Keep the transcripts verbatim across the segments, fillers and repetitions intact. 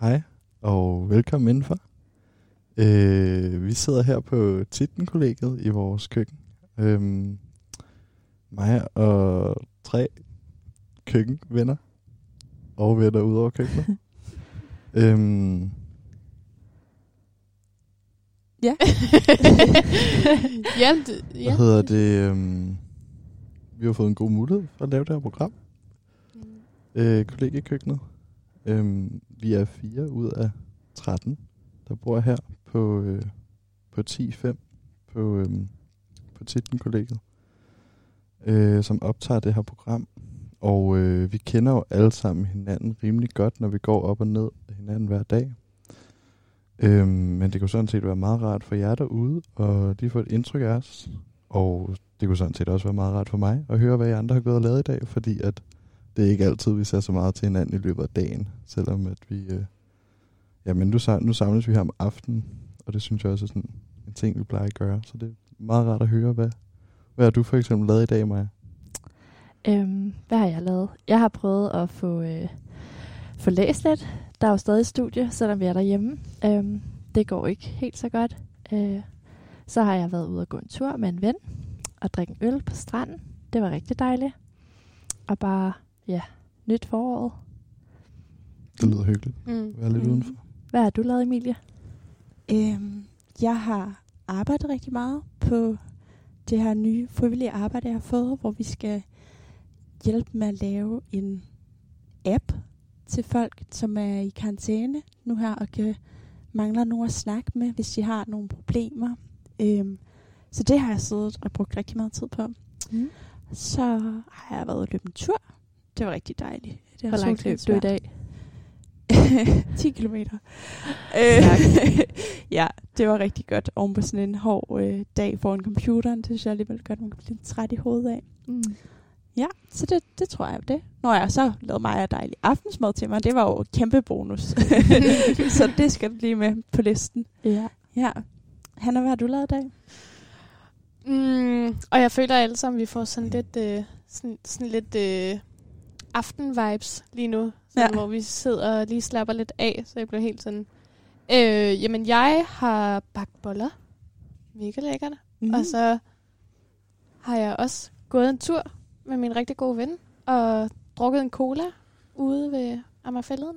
Hej, og velkommen indenfor. Øh, vi sidder her på Titten-kollegiet i vores køkken. Øhm, mig og tre køkkenvenner og venner ud over køkkenet. øhm, Ja. ja, det, ja. Hvad hedder det? Øhm, vi har fået en god mulighed for at lave det her program. Mm. Øh, kollegiekøkkenet. Øhm, vi er fire ud af tretten, der bor her på, øh, på ti fem på, øhm, på Titten-kollegiet, øh, som optager det her program. Og øh, vi kender jo alle sammen hinanden rimelig godt, når vi går op og ned af hinanden hver dag. Øhm, men det kunne sådan set være meget rart for jer derude, og lige få et indtryk af os. Og det kunne sådan set også være meget rart for mig at høre, hvad I andre har gået og lavet i dag, fordi at det er ikke altid, vi ser så meget til hinanden i løbet af dagen, selvom at vi... Øh, jamen, nu, nu samles vi her om aftenen, og det synes jeg også er sådan en ting, vi plejer at gøre. Så det er meget rart at høre, hvad, hvad har du for eksempel lavet i dag, Maja? Øhm, hvad har jeg lavet? Jeg har prøvet at få, øh, få læst lidt. Der er jo stadig studie, selvom vi er derhjemme. Øhm, det går ikke helt så godt. Øh, så har jeg været ude og gå en tur med en ven og drikke en øl på stranden. Det var rigtig dejligt. Og bare, ja, nyt foråret. Det lyder hyggeligt. Mm. Være lidt mm. udenfor. Hvad har du lavet, Emilie? Øhm, jeg har arbejdet rigtig meget på det her nye frivillige arbejde, jeg har fået, hvor vi skal hjælpe med at lave en app til folk, som er i karantæne nu her, og kan mangler nogen at snakke med, hvis de har nogle problemer. Øhm, så det har jeg siddet og brugt rigtig meget tid på. Mm. Så har jeg været og løbet en tur. Det var rigtig dejligt. Det Hvor langt løb du i dag? ti kilometer. Ja, det var rigtig godt. Oven på sådan en hård øh, dag foran computeren. Det synes jeg alligevel godt, man kan blive lidt træt i hovedet af. Mm. Ja, så det, det tror jeg det. Når jeg så lavede mig dejlig aftensmad til mig, det var jo et kæmpe bonus. Så det skal du lige med på listen. Ja. Ja. Hanna, hvad har du lavet i dag? Mm, og jeg føler alle sammen, vi får sådan lidt, øh, sådan, sådan lidt øh, aften-vibes lige nu. Sådan, ja. Hvor vi sidder og lige slapper lidt af, så jeg bliver helt sådan... Øh, jamen, jeg har bagt boller. Mega lækkert. Mm. Og så har jeg også gået en tur med min rigtig gode ven og drukket en cola ude ved Amagerfælleden.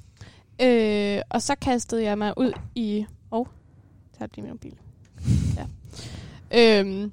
Øh, og så kastede jeg mig ud i... Åh, oh, tager lige min mobil. Ja. Øhm,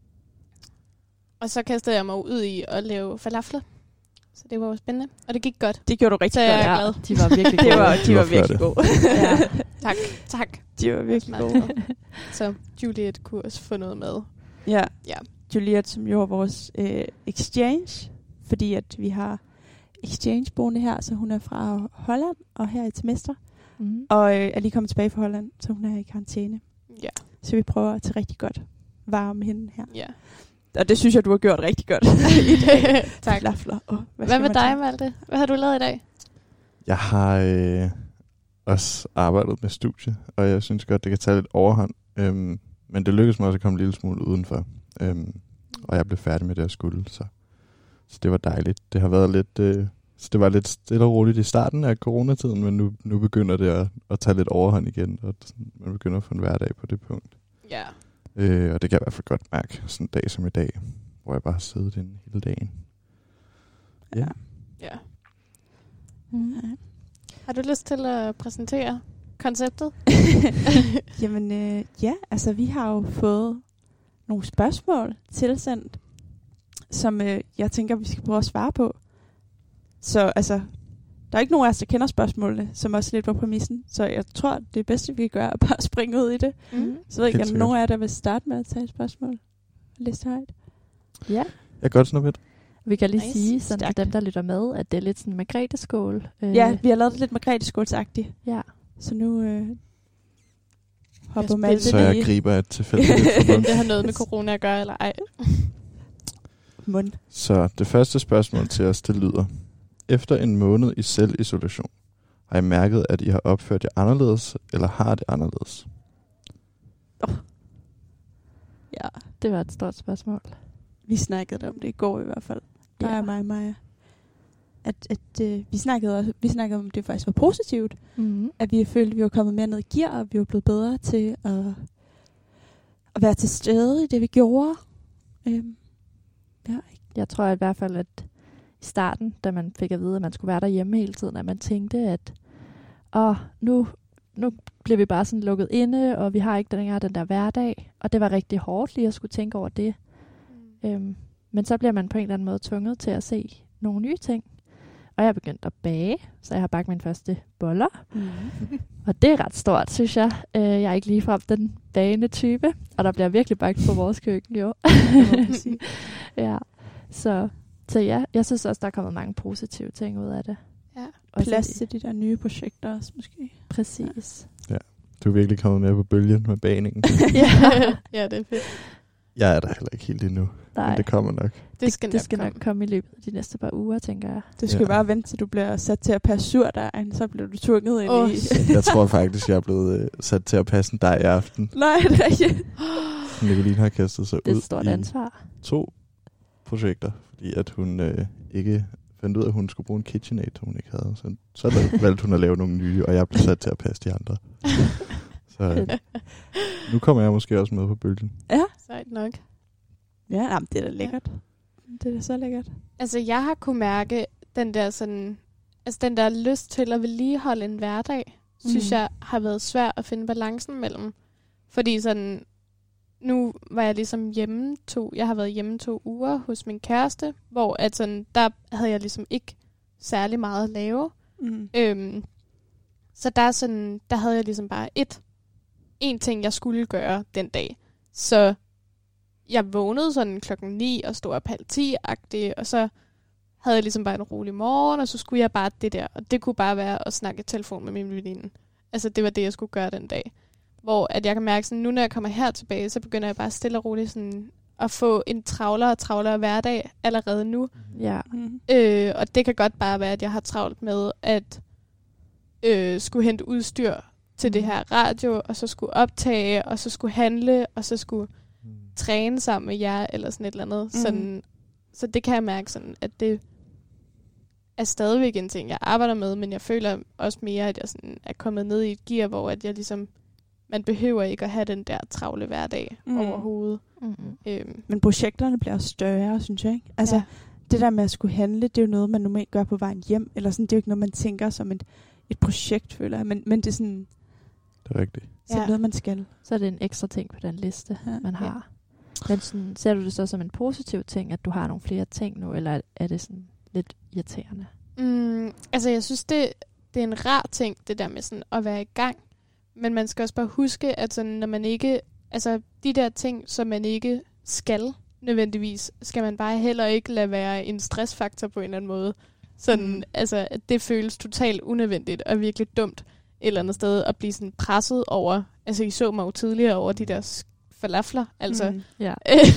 og så kastede jeg mig ud i at lave falafler. Så det var jo spændende. Og det gik godt. Det gjorde du rigtig så godt. Jeg er ja. glad. De var virkelig gode. det var, de, de var, var virkelig gode. Ja. Tak, tak. De var virkelig gode. Så Juliet kunne også få noget med. Ja. Ja. Juliet, som jo var vores øh, exchange, fordi at vi har exchange boende her, så hun er fra Holland og her i et semester. Mm. Og øh, er lige kommet tilbage fra Holland, så hun er i karantæne. Ja. Så vi prøver at tage rigtig godt vare med hende her. Ja. Og det synes jeg, du har gjort rigtig godt i dag. Tak. Flafler. Oh, hvad hvad med dig, Malte? Hvad har du lavet i dag? Jeg har øh, også arbejdet med studie, og jeg synes godt, det kan tage lidt overhånd. Øhm, men det lykkedes mig også at komme en lille smule udenfor. Øhm, og jeg blev færdig med det, jeg skulle. Så, så det var dejligt. Det har været lidt... Øh, så det var lidt stille og roligt i starten af coronatiden, men nu, nu begynder det at, at tage lidt overhånd igen, og man begynder at få en hverdag på det punkt. Ja. Øh, og det kan jeg i hvert fald godt mærke, sådan en dag som i dag, hvor jeg bare har siddet den hele dagen. Ja. Ja. Mm. Har du lyst til at præsentere konceptet? Jamen, øh, ja, altså vi har jo fået nogle spørgsmål tilsendt, som øh, jeg tænker, vi skal prøve at svare på. Så altså, der er ikke nogen af os, der kender spørgsmålene, som også lidt var præmissen. Så jeg tror, det bedste, vi kan gøre, er bare at springe ud i det. Mm. Så ved jeg ikke, om nogen af jer, der vil starte med at tage et spørgsmål. Læs højt. Ja. Jeg kan godt snuppe et. Vi kan lige nice. sige, sådan til dem, der lytter med, at det er lidt sådan en margrethe-skål. Øh. Ja, vi har lavet det lidt margrethe-skålsagtigt. Ja. Så nu øh, hopper Malte Så jeg griber et tilfældigt. Det har noget med corona at gøre, eller ej? Mund. Så det første spørgsmål til os, det lyder: efter en måned i selvisolation, har I mærket, at I har opført jer anderledes, eller har det anderledes? Oh. Ja, det var et stort spørgsmål. Vi snakkede om det i går i hvert fald. Der ja. er mig og Maja. at, at øh, vi, snakkede også, vi snakkede om, at det faktisk var positivt. Mm-hmm. At vi følte, at vi var kommet mere ned i gear, og vi var blevet bedre til at, at være til stede i det, vi gjorde. Øhm, ja. Jeg tror i hvert fald, at i starten, da man fik at vide, at man skulle være derhjemme hele tiden, at man tænkte, at åh, nu, nu bliver vi bare sådan lukket inde, og vi har ikke længere den der hverdag. Og det var rigtig hårdt lige at skulle tænke over det. Mm. Øhm, men så bliver man på en eller anden måde tvunget til at se nogle nye ting. Og jeg er begyndt at bage, så jeg har bagt mine første boller. Mm. Og det er ret stort, synes jeg. Øh, jeg er ikke ligefrem den bagende type, og der bliver virkelig bagt på vores køkken, jo. Ja, så, så ja, jeg synes også, der er kommet mange positive ting ud af det. Ja. Også plads til de der nye projekter også, måske. Præcis. Ja, du er virkelig kommet med på bølgen med bagningen. Ja. Ja, det er fedt. Jeg er der heller ikke helt endnu, Nej. men det kommer nok. Det skal, det, det skal nok nok komme i løbet af de næste par uger, tænker jeg. Du skal Ja. bare vente, til du bliver sat til at passe surdejen, så bliver du tvunget ind Åh, i... Jeg tror faktisk, jeg er blevet øh, sat til at passe en dej i aften. Nej, det er ikke. Nicoline har kastet sig Det er ud et stort i ansvar. to projekter, fordi at hun øh, ikke fandt ud af, at hun skulle bruge en KitchenAid, hun ikke havde. Så, så valgte hun at lave nogle nye, og jeg blev sat til at passe de andre. Så øh, nu kommer jeg måske også med på bølgen. Ja. Sejt nok. Ja, jamen, det er da lækkert. Det er da så lækkert. Altså, jeg har kunne mærke den der sådan... Altså, den der lyst til at vedligeholde en hverdag, mm. synes jeg har været svært at finde balancen mellem. Fordi sådan... Nu var jeg ligesom hjemme to... Jeg har været hjemme to uger hos min kæreste, hvor at sådan, der havde jeg ligesom ikke særlig meget at lave. Mm. Øhm, så der, er sådan, der havde jeg ligesom bare et... En ting, jeg skulle gøre den dag. Så... Jeg vågnede sådan klokken ni og stod op halv ti-agtig, og så havde jeg ligesom bare en rolig morgen, og så skulle jeg bare det der. Og det kunne bare være at snakke i telefon med min veninde. Altså det var det, jeg skulle gøre den dag. Hvor at jeg kan mærke, sådan, nu når jeg kommer her tilbage, så begynder jeg bare stille og roligt sådan, at få en travlere og travlere hverdag allerede nu. Ja. Mm. Øh, og det kan godt bare være, at jeg har travlt med at øh, skulle hente udstyr til mm. det her radio, og så skulle optage, og så skulle handle, og så skulle træne sammen med jer, eller sådan et eller andet. Mm. Sådan, så det kan jeg mærke, sådan, at det er stadigvæk en ting, jeg arbejder med, men jeg føler også mere, at jeg sådan er kommet ned i et gear, hvor at jeg ligesom, man behøver ikke at have den der travle hverdag mm. overhovedet. Mm-hmm. Øhm. Men projekterne bliver større, synes jeg, ikke? Altså, ja. Det der med at skulle handle, det er jo noget, man normalt gør på vejen hjem, eller sådan, det er jo ikke noget, man tænker som et, et projekt, føler jeg, men, men det er sådan... Det er rigtigt. Så ja. Noget, man skal. Så er det en ekstra ting på den liste, ja. man har. Ja. Men sådan, ser du det så som en positiv ting, at du har nogle flere ting nu, eller er det sådan lidt irriterende? Mm, altså, jeg synes, det, det er en rar ting, det der med sådan at være i gang. Men man skal også bare huske, at sådan, når man ikke... Altså, de der ting, som man ikke skal nødvendigvis, skal man bare heller ikke lade være en stressfaktor på en eller anden måde. Sådan, mm. altså, at det føles totalt unødvendigt og virkelig dumt et eller andet sted at blive sådan presset over... Altså, I så mig jo tidligere over de der falafler, altså. Mm. Ja.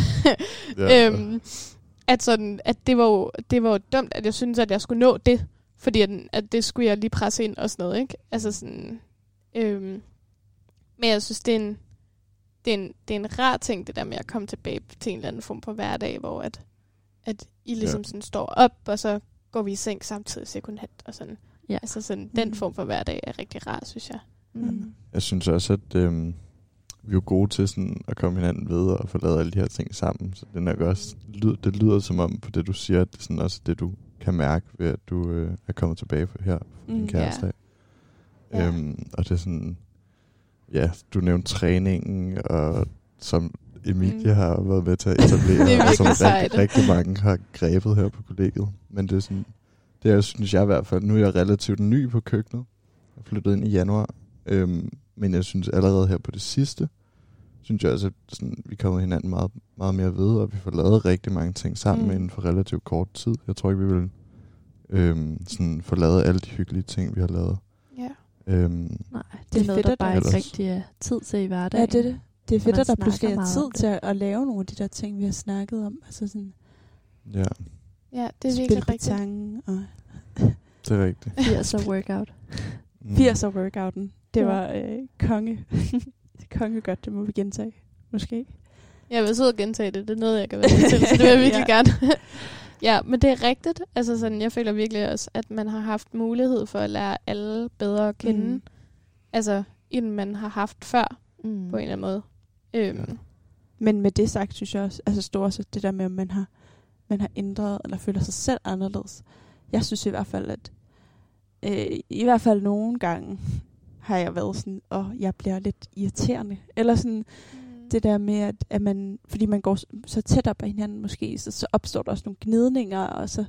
øhm, at, sådan, at det var jo det var jo dumt, at jeg synes, at jeg skulle nå det, fordi at, at det skulle jeg lige presse ind og sådan noget, ikke? Altså sådan... Øhm, men jeg synes, det er en det er en, det er en rar ting, det der med at komme tilbage til en eller anden form for hverdag, hvor at, at I ligesom ja. Sådan står op, og så går vi i seng samtidig sekundhæt, og sådan. Ja. Altså sådan, den form for hverdag er rigtig rar, synes jeg. Mm. Jeg synes også, at øhm, vi er jo gode til sådan at komme hinanden ved og få lavet alle de her ting sammen. Så det, nok også, det lyder som om, på det du siger, at det er sådan også det, du kan mærke ved, at du øh, er kommet tilbage for her for din Mm, kæreste. ja. Øhm, og det er sådan, ja, du nævnte træningen, og som Emilie mm. har været med til at etablere, Det er og som virkelig sejt. rigtig, rigtig mange har grebet her på kollegiet. Men det er sådan, det er, synes jeg i hvert fald, nu er jeg relativt ny på køkkenet. Jeg er flyttet ind i januar. Øhm, men jeg synes allerede her på det sidste, synes jeg også, at sådan, vi kommer hinanden meget, meget mere ved, og vi får lavet rigtig mange ting sammen mm. inden for relativt kort tid. Jeg tror ikke, vi vil øhm, sådan, få lavet alle de hyggelige ting, vi har lavet. Ja. Øhm, Nej, det er Det noget, fedt, der at bare der ikke ellers- rigtig er tid til i hverdagen. Ja, det er det. Det er fedt, man at der snakker pludselig er meget tid om det. til at, at lave nogle af de der ting, vi har snakket om. Altså sådan ja, Ja, det er spil virkelig rigtigt. petanque og det er rigtigt. firs workout. Mm. firs workouten. Det Ja. var øh, konge. konge godt, det må vi gentage. Måske. Jeg vil sidde og gentage det. Det er noget, jeg kan være med til, så det vil jeg virkelig Ja. gerne. Ja, men det er rigtigt. Altså sådan, jeg føler virkelig også, at man har haft mulighed for at lære alle bedre at kende. Mm. Altså, end man har haft før, mm. på en eller anden måde. Øhm. Ja. Men med det sagt, synes jeg også, altså stort set det der med, at man har, man har ændret, eller føler sig selv anderledes. Jeg synes i hvert fald, at øh, i hvert fald nogle gange har jeg været sådan, og jeg bliver lidt irriterende. Eller sådan, mm. det der med, at, at man, fordi man går så tæt op af hinanden måske, så, så opstår der også nogle gnidninger, og så,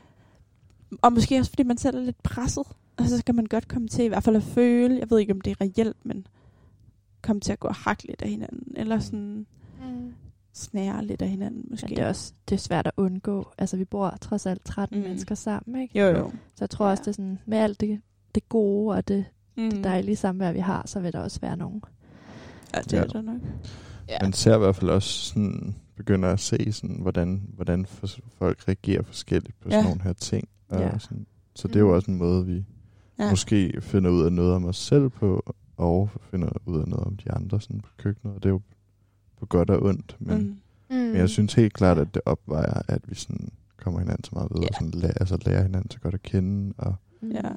og måske også fordi man selv er lidt presset. Og så kan man godt komme til i hvert fald at føle, jeg ved ikke om det er reelt, men komme til at gå og hakke lidt af hinanden, eller sådan mm. snære lidt af hinanden måske. Men det er også det er svært at undgå. Altså vi bor trods alt tretten mm. mennesker sammen, ikke? Jo, jo. Så jeg tror ja. også, det er sådan, med alt det, det gode og det, mm. det dejlige samvær, vi har, så vil der også være nogen. Ja, det ja. er der nok. Ja. Man ser i hvert fald også sådan, begynder at se sådan, hvordan, hvordan for, folk reagerer forskelligt på ja. sådan nogle her ting. Og ja. sådan, så det er jo også en måde, vi ja. måske finder ud af noget om os selv på, og finder ud af noget om de andre sådan på køkkenet. Og det er jo på godt og ondt. Men, mm. men jeg synes helt klart, at det opvejer, at vi sådan kommer hinanden så meget ved, yeah. og sådan lærer, altså lærer hinanden så godt at kende, og ja.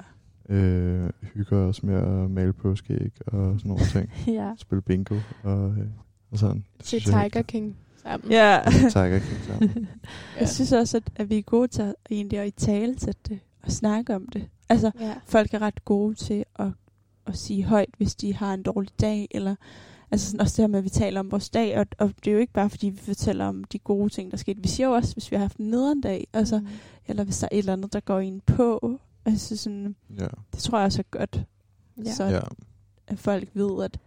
øh, hygger os med at male påskeæg og sådan nogle ting. ja. Spille bingo og, øh, og sådan. Det til Tiger King sammen. Ja. Tiger King sammen. ja. Jeg synes også, at, at vi er gode til at, egentlig at italesætte det og snakke om det. Altså, ja. folk er ret gode til at, at sige højt, hvis de har en dårlig dag, eller altså sådan, også det her med, at vi taler om vores dag, og, og det er jo ikke bare, fordi vi fortæller om de gode ting, der skete. Vi siger jo også, hvis vi har haft en nederen dag, altså, mm. eller hvis der er et eller andet, der går en på. Altså sådan, ja. det tror jeg også er godt, ja. så ja. at folk ved, at,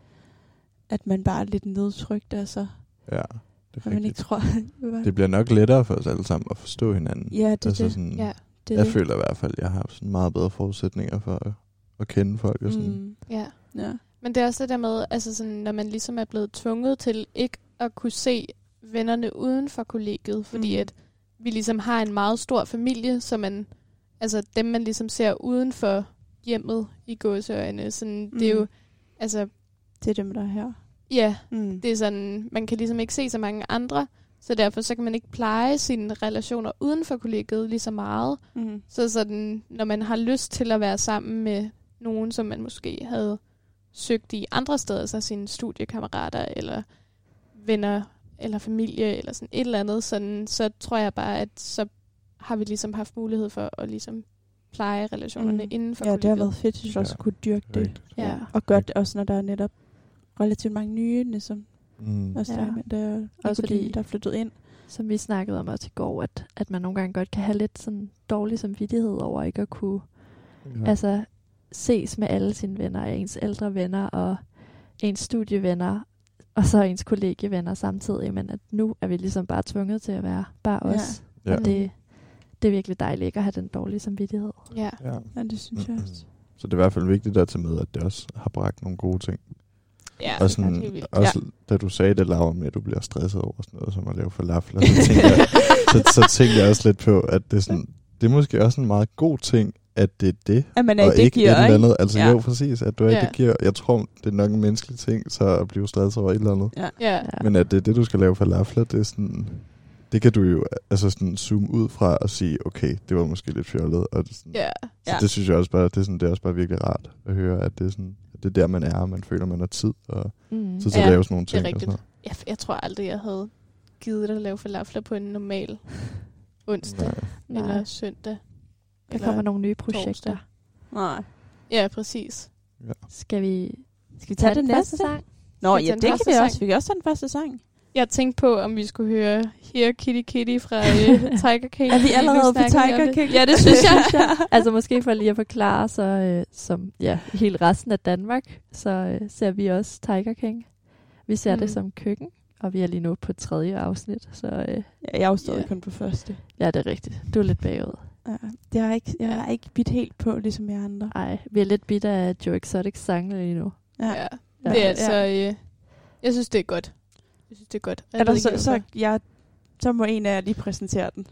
at man bare er lidt nedtrykt, altså. Ja, det er man ikke tror. Det bliver nok lettere for os alle sammen at forstå hinanden. Ja, det er altså det. Sådan, ja, det jeg det. føler i hvert fald, at jeg har sådan meget bedre forudsætninger for at, at kende folk. Og sådan. Mm. Ja. ja. Men det er også det der med, altså sådan, når man ligesom er blevet tvunget til ikke at kunne se vennerne uden for kollegiet, fordi mm. at vi ligesom har en meget stor familie, så man, altså dem man ligesom ser uden for hjemmet i gåseøjne, sådan, mm. det er jo, altså... Det er dem, der er her. Ja, mm. det er sådan, man kan ligesom ikke se så mange andre, så derfor så kan man ikke pleje sine relationer uden for kollegiet lige så meget. Mm. Så sådan, når man har lyst til at være sammen med nogen, som man måske havde søgt i andre steder, så sine studiekammerater, eller venner, eller familie, eller sådan et eller andet, sådan, så tror jeg bare, at så har vi ligesom haft mulighed for at ligesom pleje relationerne mm. inden for ja, kollegiet. Ja, det har været fedt, synes jeg også, at kunne dyrke det. Ja. Og godt også, når der er netop relativt mange nye, ligesom mm. også ja. der, der, også fordi, der er flyttet ind. Som vi snakkede om også i går, at, at man nogle gange godt kan have lidt sådan dårlig samvittighed over ikke at kunne ja. altså ses med alle sine venner, ens ældre venner og ens studievenner, og så ens kollegievenner samtidig, men at nu er vi ligesom bare tvunget til at være bare os. Ja. Ja. Og det, det er virkelig dejligt ikke at have den dårlige samvittighed. Ja, ja. ja det synes jeg også. Så det er i hvert fald vigtigt at tage med, at det også har bragt nogle gode ting. Ja, og sådan, det er også ja. da du sagde det, Laura, med at du bliver stresset over sådan noget, som at lave falafler, så tænker jeg, så, så tænker jeg også lidt på, at det er, sådan, det er måske også en meget god ting, at det er det, at man er og ikke et eller andet. Altså ja. jo, præcis, at du er ja. ikke giver. Jeg tror, det er nok en menneskelig ting, så at blive stresset over et eller andet. Ja. Ja. Men at det er det, du skal lave falafler, det er sådan, det kan du jo altså sådan zoome ud fra og sige, okay, det var måske lidt fjollet. Og det, sådan, ja. Så ja. det synes jeg også bare, det er, sådan, det er også bare virkelig rart at høre, at det er sådan, at det er der, man er, og man føler, man har tid, og mm. så til ja, at lave sådan nogle ting. Det er rigtigt. Og jeg, jeg tror aldrig, jeg havde givet at lave falafler på en normal onsdag Nej. eller Nej. søndag. Der kommer nogle nye projekter. Torsdag. Nej. Ja, præcis. Ja. Skal vi Skal vi tage, tage den næste sang? Nå, ja, det kan vi også. Vi kan også tage den første sang. Jeg tænkte på, om vi skulle høre Here Kitty Kitty fra uh, Tiger King. Er vi allerede på Tiger King? Ja, det synes jeg. Altså måske for lige at forklare, så øh, som ja, hele resten af Danmark, så øh, ser vi også Tiger King. Vi ser mm. det som køkken, og vi er lige nu på tredje afsnit. Så, øh, ja, jeg er jo stadig yeah. kun på første. Ja, det er rigtigt. Du er lidt bagud. Ja, det har ikke, jeg har ikke bidt helt på, ligesom jeg andre. Nej, vi er lidt bidt af Joe Exotics sange lige nu. Ja, ja. Det er altså... Ja. Øh, jeg synes, det er godt. Jeg synes, det er godt. Er der så, så, jeg, så må en af jer lige præsentere den.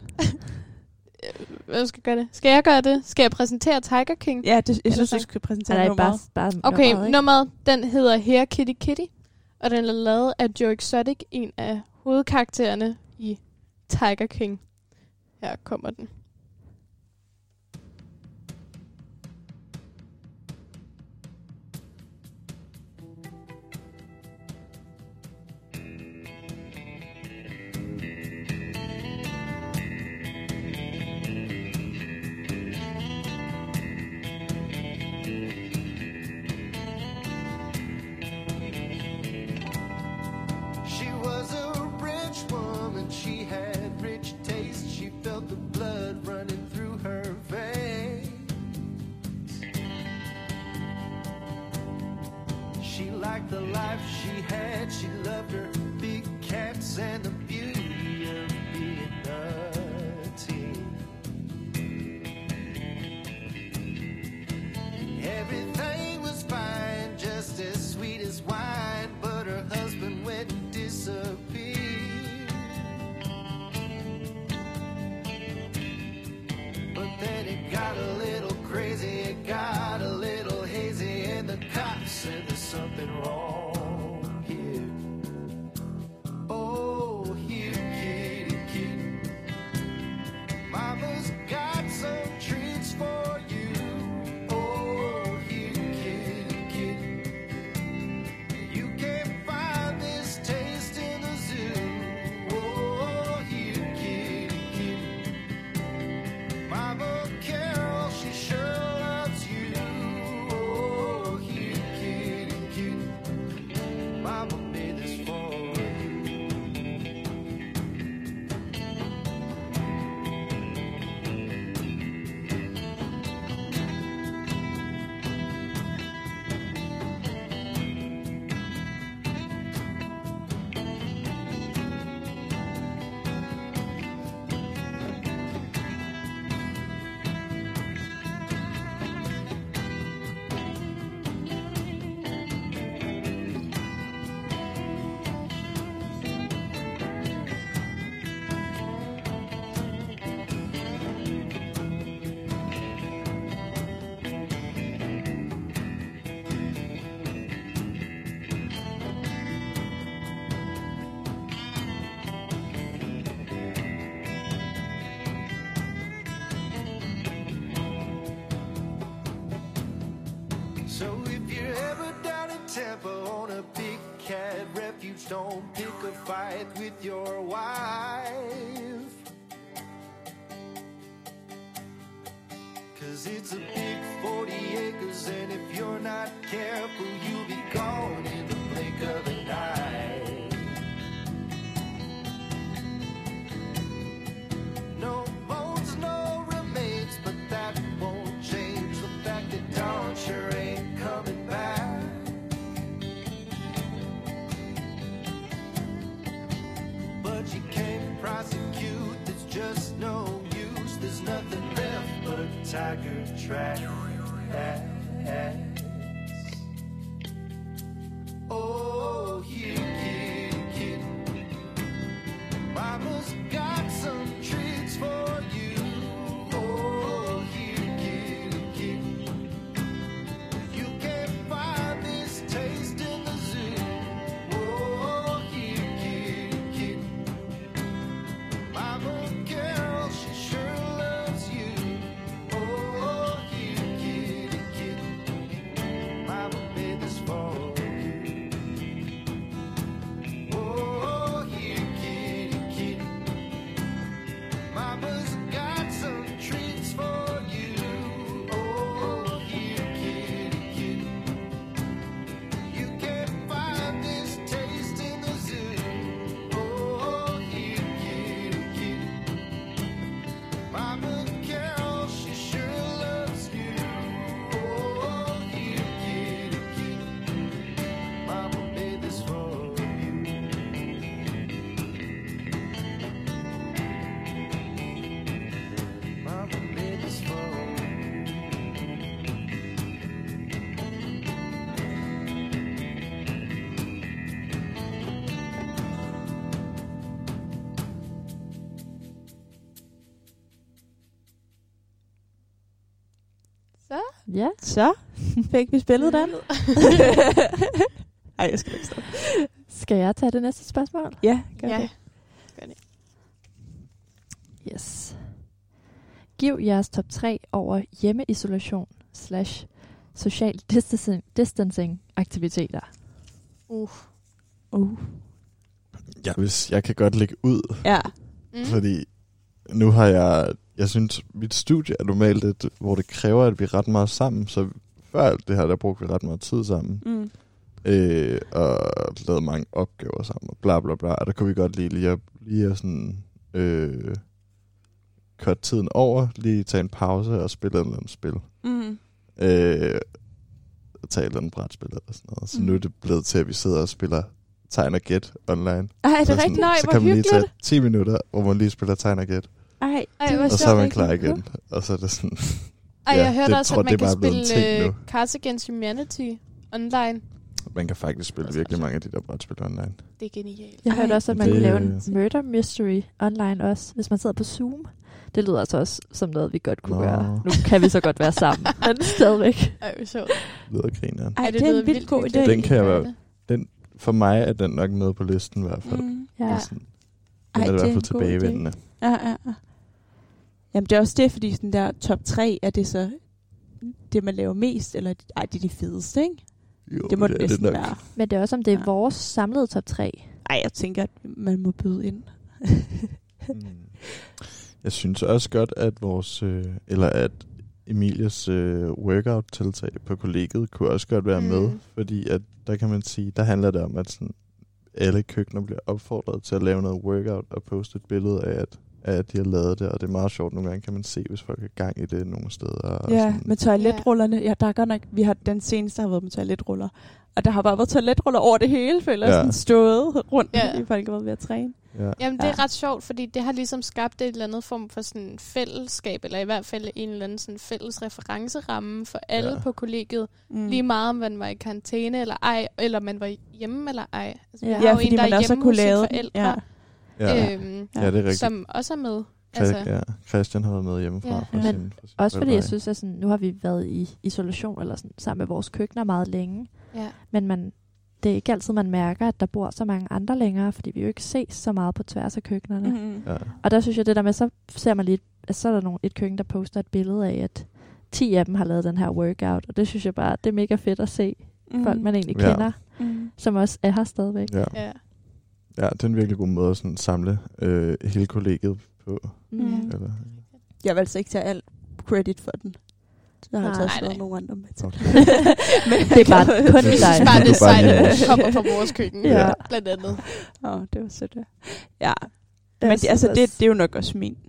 Hvad skal jeg gøre det? Skal jeg gøre det? Skal jeg præsentere Tiger King? Ja, det, jeg synes, du skal præsentere Nej, nummeret. Bare, bare okay, nummeret, nummeret, den hedder Here Kitty Kitty, og den er lavet af Joe Exotic, en af hovedkaraktererne i Tiger King. Her kommer den. The life she had, she loved her big cats and the beauty of being nutty. Everything was fine, just as sweet as wine, but her husband went and disappeared. But then it got a little crazy, it got a little hazy, and the cops said there's something wrong. Don't pick a fight with your wife, 'cause it's a big forty acres, and if you're not careful, you'll be gone in the blink of an eye. No bones, no remains, but that won't change the fact that Dawn sure ain't coming back. But you can't prosecute, there's just no use. There's nothing left but a tiger track. Oh, you kid, kid, Mama's got some treats for you. Oh, you kid, kid, you can't find this taste in the zoo. Oh, you kid, kid, Mama girl, she sure loves you. Oh, you kid, kid, Mama made this for you. Oh, you kid, kid, Mama's got some treats for you. Oh, you kid, kid, you can't find this taste in the zoo. Oh, you kid, kid, Mama Carol, she sure loves you. Oh, you kid, kid, Mama made this for you. Mama made this for you. Så? Ja. Så fik vi spillet den. Ej, jeg skal ikke stå. Skal jeg tage det næste spørgsmål? Ja, gør Ja. det. Gør det. Yes. giv jeres top tre over hjemmeisolation slash social distancing, distancing aktiviteter. Uh. Uh. Jeg, hvis, jeg kan godt lægge ud, Ja. Mm. fordi nu har jeg... Jeg synes, mit studie er normalt et, hvor det kræver, at vi er ret meget sammen. Så før alt det her, der brugte vi ret meget tid sammen. Mm. Øh, og lavede mange opgaver sammen, og bla bla bla. Og der kunne vi godt lige, lige, at, lige at sådan... Øh, cut tiden over, lige tage en pause og spille et eller andet spil. Mm. Øh, tage et eller andet brætspil eller sådan noget. Så Mm. nu er det blevet til, at vi sidder og spiller Tegn og Gæt online. Ej, er Så det sådan- rigtigt? Nej, så hvor kan man lige hyggeligt. tage ti minutter, hvor man lige spiller Tegn og Gæt. Ej, Ej, det hvor var Og så er man rigtig klar hyggeligt. igen. Og så er det sådan... Ej, Ja, jeg hørte det også, tror at jeg, man det er kan bare blevet en spille ting uh, nu. Cards Against Humanity online. Man kan faktisk spille virkelig mange af de der brætspil online. Det er genialt. Jeg Ej, hørte også, at man det- kunne lave en murder mystery online også, hvis man sidder på Zoom. Det lyder altså også som noget, vi godt kunne Nå. gøre. Nu kan vi så godt være sammen, men stadigvæk. Ej, hvor sjovt. Lyder grineren. Ej, Ej, det, det er lyder en vildt vildt god hyggeligt. idé. Den kan jeg Gør være- det. For mig er den nok med på listen i hvert fald. Mm. Ja. Ja. Sådan, Ej, den er i det er hvert en fald god idé. tilbagevendende. Ja, ja, ja. Jamen, det er også det, fordi sådan der top tre, er det så det, man laver mest, eller ej, det er de fedeste, ikke? Jo, Det må det er næsten nok. være. Men det er også, om det er Ja. vores samlede top tre. Ej, jeg tænker, at man må byde ind. Mm. Jeg synes også godt, at vores, øh, eller at Emilias øh, workout-tiltag på kollegiet kunne også godt være Mm. med, fordi at der kan man sige, der handler det om, at sådan, alle køkkener bliver opfordret til at lave noget workout og poste et billede af, at, af, at de har lavet det, og det er meget sjovt. Nogle gange kan man se, hvis folk er i gang i det nogle steder. Og Ja, sådan. med toiletrullerne. Ja, der er godt nok, vi har den seneste, der har været med toiletruller. Og der har bare været toiletruller over det hele, føler jeg, Ja. sådan stået rundt, Ja. ja. folk har været ved at træne. Ja. Jamen, det er Ja. ret sjovt, fordi det har ligesom skabt et eller andet form for sådan fællesskab, eller i hvert fald en eller anden sådan fælles referenceramme for alle Ja. på kollegiet. Mm. Lige meget om man var i karantæne eller ej, eller man var hjemme eller ej. Altså, vi Ja. har Ja, jo fordi en, der man er også har hjemme kunne hos sine lave den. forældre, Ja. Ja. øhm, ja, det er rigtigt. som også er med. Altså, Altså, ja, Christian har været med hjemmefra. Ja. For Men sin, for sin Også fordi forældre. jeg synes, at sådan, nu har vi været i isolation eller sådan, sammen med vores køkkener meget længe. ja. Men man, det er ikke altid, man mærker, at der bor så mange andre længere, fordi vi jo ikke ses så meget på tværs af køkkenerne. Mm. Mm. Ja. Og der synes jeg, det der med, så ser man lige, at så er der nogle, et køkken, der poster et billede af, at ti af dem har lavet den her workout. Og det synes jeg bare, det er mega fedt at se Mm. folk, man egentlig Ja. kender, Mm. som også er her stadigvæk. Ja. ja. ja, det er en virkelig god måde at sådan samle øh, hele kollegiet på. Mm. Mm. Eller, Jeg vil altså ikke tage alt credit for den. Der har Nej, altså også nej. været nogle andre med til. Okay. Men Det er bare kun Jeg dig. synes bare, det er Du er bare sejt, lige at vores. det kommer fra vores køkken, Ja. blandt andet. Åh, det var sødt. Ja. Ja. Jeg Men det, synes altså, det, også- det er jo nok også min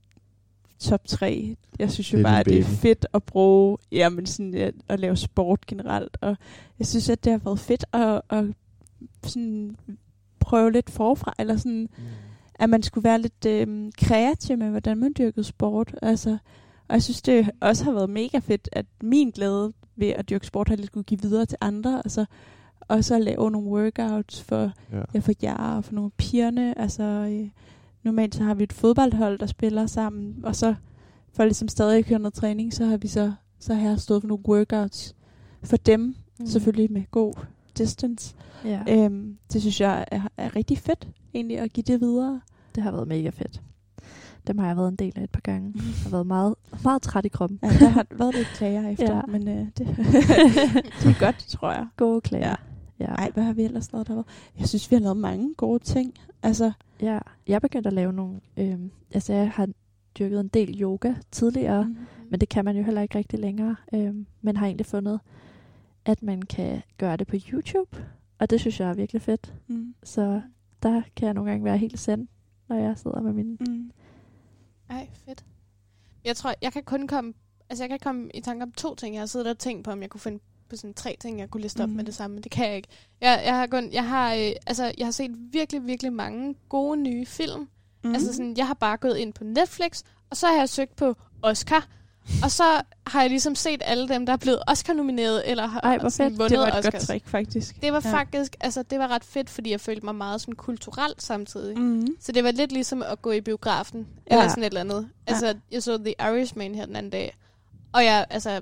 top tre. Jeg synes jo Det er bare, din at det er baby. fedt at bruge, jamen sådan at, at lave sport generelt. Og jeg synes, at det har været fedt at, at sådan prøve lidt forfra, eller sådan, at man skulle være lidt øh, kreativ med, hvordan man dyrkede sport. Altså, og jeg synes, det også har været mega fedt, at min glæde ved at dyrke sport har lidt kunne give videre til andre. Altså, og så lave nogle workouts for, ja. ja, for jer og for nogle af pigerne. Altså, øh, normalt så har vi et fodboldhold, der spiller sammen. Og så for ligesom stadig at køre noget træning, så har vi så, så har jeg stået for nogle workouts for dem. Mm. Selvfølgelig med god distance. Ja, Øhm, det synes jeg er, er rigtig fedt, egentlig, at give det videre. det har været mega fedt. Dem har jeg været en del af et par gange. Jeg har været meget, meget træt i kroppen. Ja, der har været lidt klager efter, Ja. men øh, det, det er godt, tror jeg. Gode klager. Ja. Ja. Ej, hvad har vi ellers lavet derude? Jeg synes, vi har lavet mange gode ting. Altså, Ja, jeg begyndte at lave nogle... Øhm, altså, jeg har dyrket en del yoga tidligere, mm. men det kan man jo heller ikke rigtig længere. Øhm, men har egentlig fundet, at man kan gøre det på YouTube, og det synes jeg er virkelig fedt. Mm. Så der kan jeg nogle gange være helt send, når jeg sidder med mine... Mm. Ej, fedt. Jeg tror, jeg kan kun komme... Altså, jeg kan komme i tanke om to ting. Jeg har siddet og tænkt på, om jeg kunne finde på sådan tre ting, jeg kunne liste op Mhm. med det samme. Det kan jeg ikke. Jeg, jeg, har, kun, jeg, har, øh, altså, jeg har set virkelig, virkelig mange gode nye film. Mm. Altså sådan, jeg har bare gået ind på Netflix, og så har jeg søgt på Oscar. Og så har jeg ligesom set alle dem, der er blevet Oscar-nomineret, eller har Ej, hvor sådan fedt. vundet det var et Oscars. godt trick, faktisk. Det var Ja. faktisk, altså det var ret fedt, fordi jeg følte mig meget sådan kulturelt samtidig. Mm. Så det var lidt ligesom at gå i biografen, Ja. eller sådan et eller andet. Altså, jeg så The Irishman her den anden dag, og jeg, altså,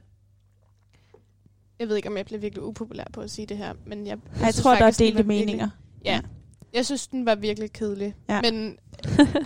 jeg ved ikke, om jeg bliver virkelig upopulær på at sige det her, men jeg, jeg, Jeg, jeg synes tror, der er faktisk, den delte var virkelig- meninger. Ja, jeg synes, den var virkelig kedelig. Ja. Men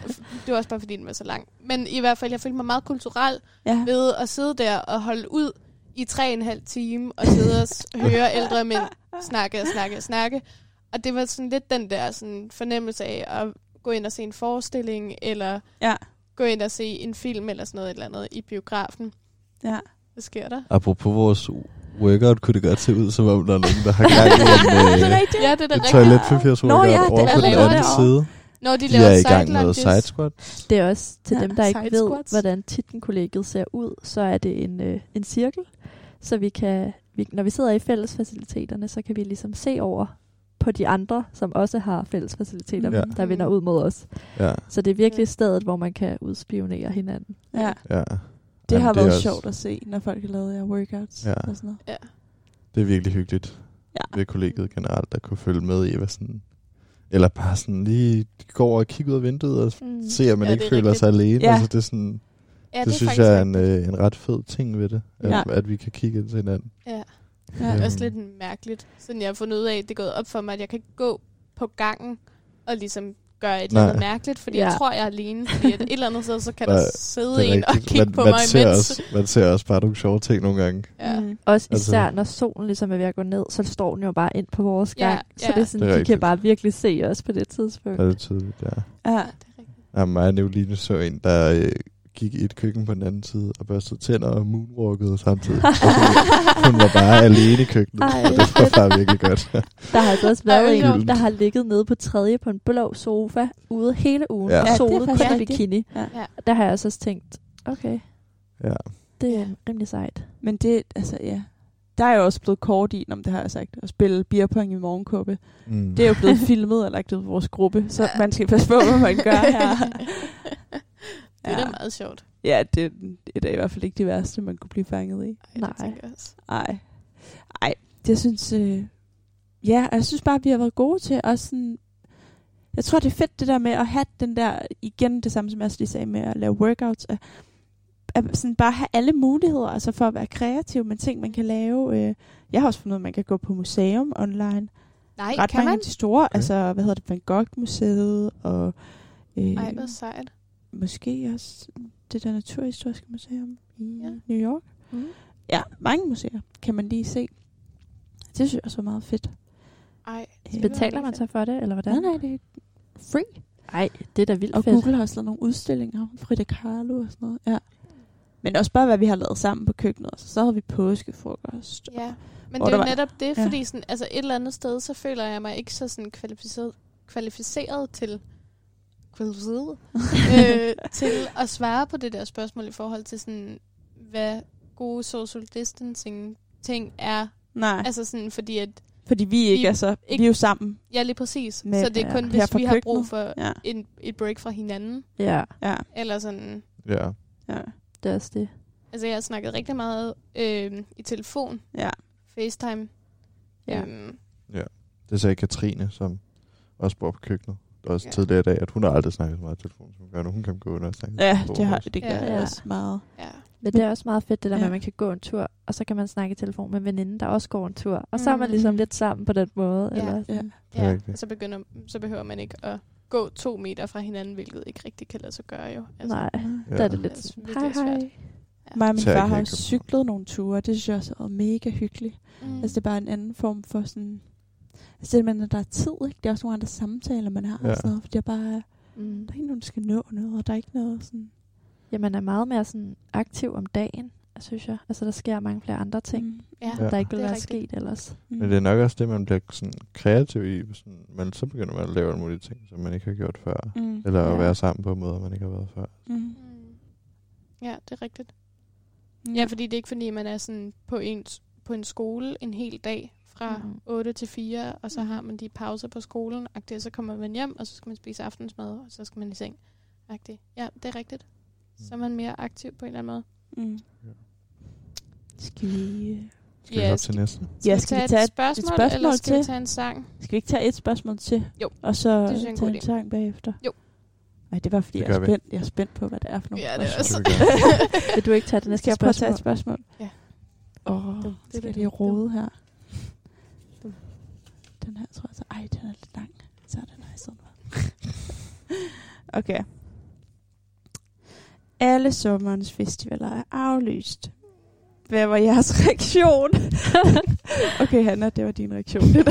det var også bare, fordi den var så lang. Men i hvert fald, jeg følte mig meget kulturel Ja. ved at sidde der og holde ud i tre og en halv time og sidde og s- høre ældre mænd snakke og snakke og snakke. Og det var sådan lidt den der sådan fornemmelse af at gå ind og se en forestilling, eller Ja. gå ind og se en film eller sådan noget, eller andet i biografen. Ja. Hvad sker der? Apropos vores workout, kunne det godt se ud, som om der er nogen, der har gang i en, Det er øh, rigtigt. Ja, det er da et rigtigt. toiletpapirs Nå workout ja, det over er på den lavet anden derovre. side. Når de De laver er i side gang med lunges. side squat. Det er også til Ja, dem, der ikke side ved, squats. hvordan Titten-kollegiet ser ud, så er det en, øh, en cirkel, så vi kan, vi, når vi sidder i fællesfaciliteterne, så kan vi ligesom se over på de andre, som også har fællesfaciliteter, Ja. der vender ud mod os. Ja, Så det er virkelig stedet, hvor man kan udspionere hinanden. Ja. ja. Det Jamen, har er været også- sjovt at se, når folk har lavet ja, workouts Ja. og sådan noget. Ja. Det er virkelig hyggeligt Ja. ved kollegiet generelt, der kunne følge med i, hvad sådan... Eller bare sådan lige gå over og kigge ud af vinduet og Mm. se, at man Ja, ikke det er føler rigtigt. sig alene. Ja. Altså, det er sådan... Ja, det er synes faktisk jeg er en, rigtigt. øh, en ret fed ting ved det, at, Ja. at vi kan kigge ind til hinanden. Ja. Ja. Det er også lidt mærkeligt. Sådan jeg har fundet ud af, at det er gået op for mig, at jeg kan ikke gå på gangen og ligesom gøre et eller andet Nej. mærkeligt, fordi Ja. jeg tror, jeg er alene. Fordi at et eller andet sted, så kan Nej, der sidde Det er en og rigtigt. kigge man, på man mig ser imens. også, man ser også bare nogle sjove ting nogle gange. Ja. Mm. Også Altså- især, når solen ligesom er ved at gå ned, så står den jo bare ind på vores Ja, gang. Så ja. det er sådan, Det er de rigtigt. kan bare virkelig se os på det tidspunkt. Er det tydeligt, ja. Ja. Ja, det er rigtigt. Ja, mig og Nicoline så en, der øh, gik i et køkken på den anden side og børstede tænder og moonwalkede samtidig. Og hun, hun var bare alene i køkkenet, Ej, og det var bare virkelig godt. Der har altså også Ej, været hvor en, sjovt. der har ligget nede på tredje på en blå sofa ude hele ugen Ja. og Ja, det er solet faktisk kun i rigtigt. bikini. Ja. Ja. Der har jeg også også tænkt, okay, Ja. det er Ja. rimelig sejt. Men det, altså ja. Der er jo også blevet kort i, om det har jeg sagt, at spille beerpong i morgenkuppe. Mm. Det er jo blevet filmet og lagt ud på vores gruppe, så man skal passe på, hvad man gør her. Det er da Ja. meget sjovt. Ja, det, det er da i hvert fald ikke det værste, man kunne blive fanget i. Ej, Nej. Det tænker jeg også. Ej. Ej, jeg synes... Øh, ja, jeg synes bare, vi har været gode til også sådan... Jeg tror, det er fedt det der med at have den der... Igen det samme, som jeg også lige sagde med at lave workouts. At, at sådan bare have alle muligheder, altså for at være kreativ med ting, man kan lave. Øh, jeg har også fundet ud af, at man kan gå på museum online. Nej, Ret kan mange man? af de store, altså hvad hedder det, Van Gogh-museet og... Øh, Ej, hvor sejt. måske også det der Naturhistoriske Museum i Ja. ja. New York. Mm. Ja, mange museer kan man lige se. Det synes jeg også var meget fedt. Ej, Øh, Betaler man så for det, eller hvordan? Nej, nej, det er free. Ej, det er da vildt Og fedt. Google har også lavet nogle udstillinger. Frida Kahlo og sådan noget. Ja. Men også bare, hvad vi har lavet sammen på køkkenet. Altså, så havde vi påskefrokost. Ja, men Hvor det er der jo var- netop det, Ja. fordi sådan, altså et eller andet sted, så føler jeg mig ikke så sådan kvalificeret, kvalificeret til kvalificeret, øh, til at svare på det der spørgsmål i forhold til sådan, hvad gode social distancing ting er. Nej, altså, Altså sådan, fordi at, fordi vi ikke vi- er så... ikke- Vi er jo sammen. ja lige præcis, Med- så det er kun, ja, hvis her på vi har brug køkkenet. for Ja, en, et break fra hinanden, Ja, ja, eller sådan, Ja. ja, det er også det. altså jeg har snakket rigtig meget øh, i telefon, ja. FaceTime, Ja. øhm, Det sagde Katrine, som også bor på køkkenet. Det var også Ja. ja. tidligere i dag, at hun har aldrig snakket så meget i telefon, som hun gør nu. Hun kan gå under og snakke. i Ja, telefon det, har, også. det gør Ja. jeg også meget. ja. Men det er også meget fedt, det der med, Ja. at man kan gå en tur, og så kan man snakke i telefon med en veninde, der også går en tur. Og så er man Mm. ligesom lidt sammen på den måde. Ja. Eller sådan. Det er Ja, rigtigt. og så, begynder, så behøver man ikke at gå to meter fra hinanden, hvilket ikke rigtig kan lade sig gøre jo. Altså, Nej, Ja. der er det lidt Det er sådan, virkelig hej svært. hej. Mig og min Især far ikke har her i også København. cyklet nogle ture. Det synes jeg også er mega hyggeligt. Mm. Altså det er bare en anden form for sådan... Altså det med, at der er tid, ikke? Det er også nogle andre samtaler, man har. Ja. Og sådan noget, for det er bare... Mm. Der er ikke nogen, der skal nå noget, og der er ikke noget sådan... Ja, man er meget mere sådan aktiv om dagen, synes jeg. Altså, der sker mange flere andre ting, Mm. Ja, Ja. der ikke det ville er være rigtigt. sket ellers. Mm. Men det er nok også det, man bliver sådan kreativ i. Sådan, men så begynder man at lave alle mulige ting, som man ikke har gjort før. Mm. Eller at Ja. være sammen på måder, man ikke har været før. Mm. Mm. Ja, det er rigtigt. Mm. Ja, fordi det er ikke fordi, man er sådan på en, på en skole en hel dag fra Mhm. otte til fire, og så Mhm. har man de pauser på skolen, og så kommer man hjem, og så skal man spise aftensmad, og så skal man i seng. Agtigt. Ja, det er rigtigt. Så er man mere aktiv på en eller anden måde. Mm. Ja. Skal vi... øh, Skal vi Ja, hoppe skal- til næste? Ja, vi skal vi tage tage et et, spørgsmål, et spørgsmål eller skal vi til? tage en sang? Skal vi ikke tage et spørgsmål til? Jo. Og så Det synes jeg er en tage god en idé. sang bagefter? Jo. Nej, det var fordi, Det jeg er, gør vi. spændt. jeg er spændt på, hvad det er for nogle Ja, det er spørgsmål. også. Det vil vi gerne. Vil du ikke tage det næste Skal jeg prøve at tage spørgsmål? et spørgsmål? Ja. Åh, Dum. oh, Det er skal jeg det. lige rode her? Dum. Den her, tror jeg så... Ej, den er lidt lang. Så er den her i stedet for. Okay. alle sommerens festivaler er aflyst. Hvad var jeres reaktion? Okay, Hanna, det var din reaktion. Det der.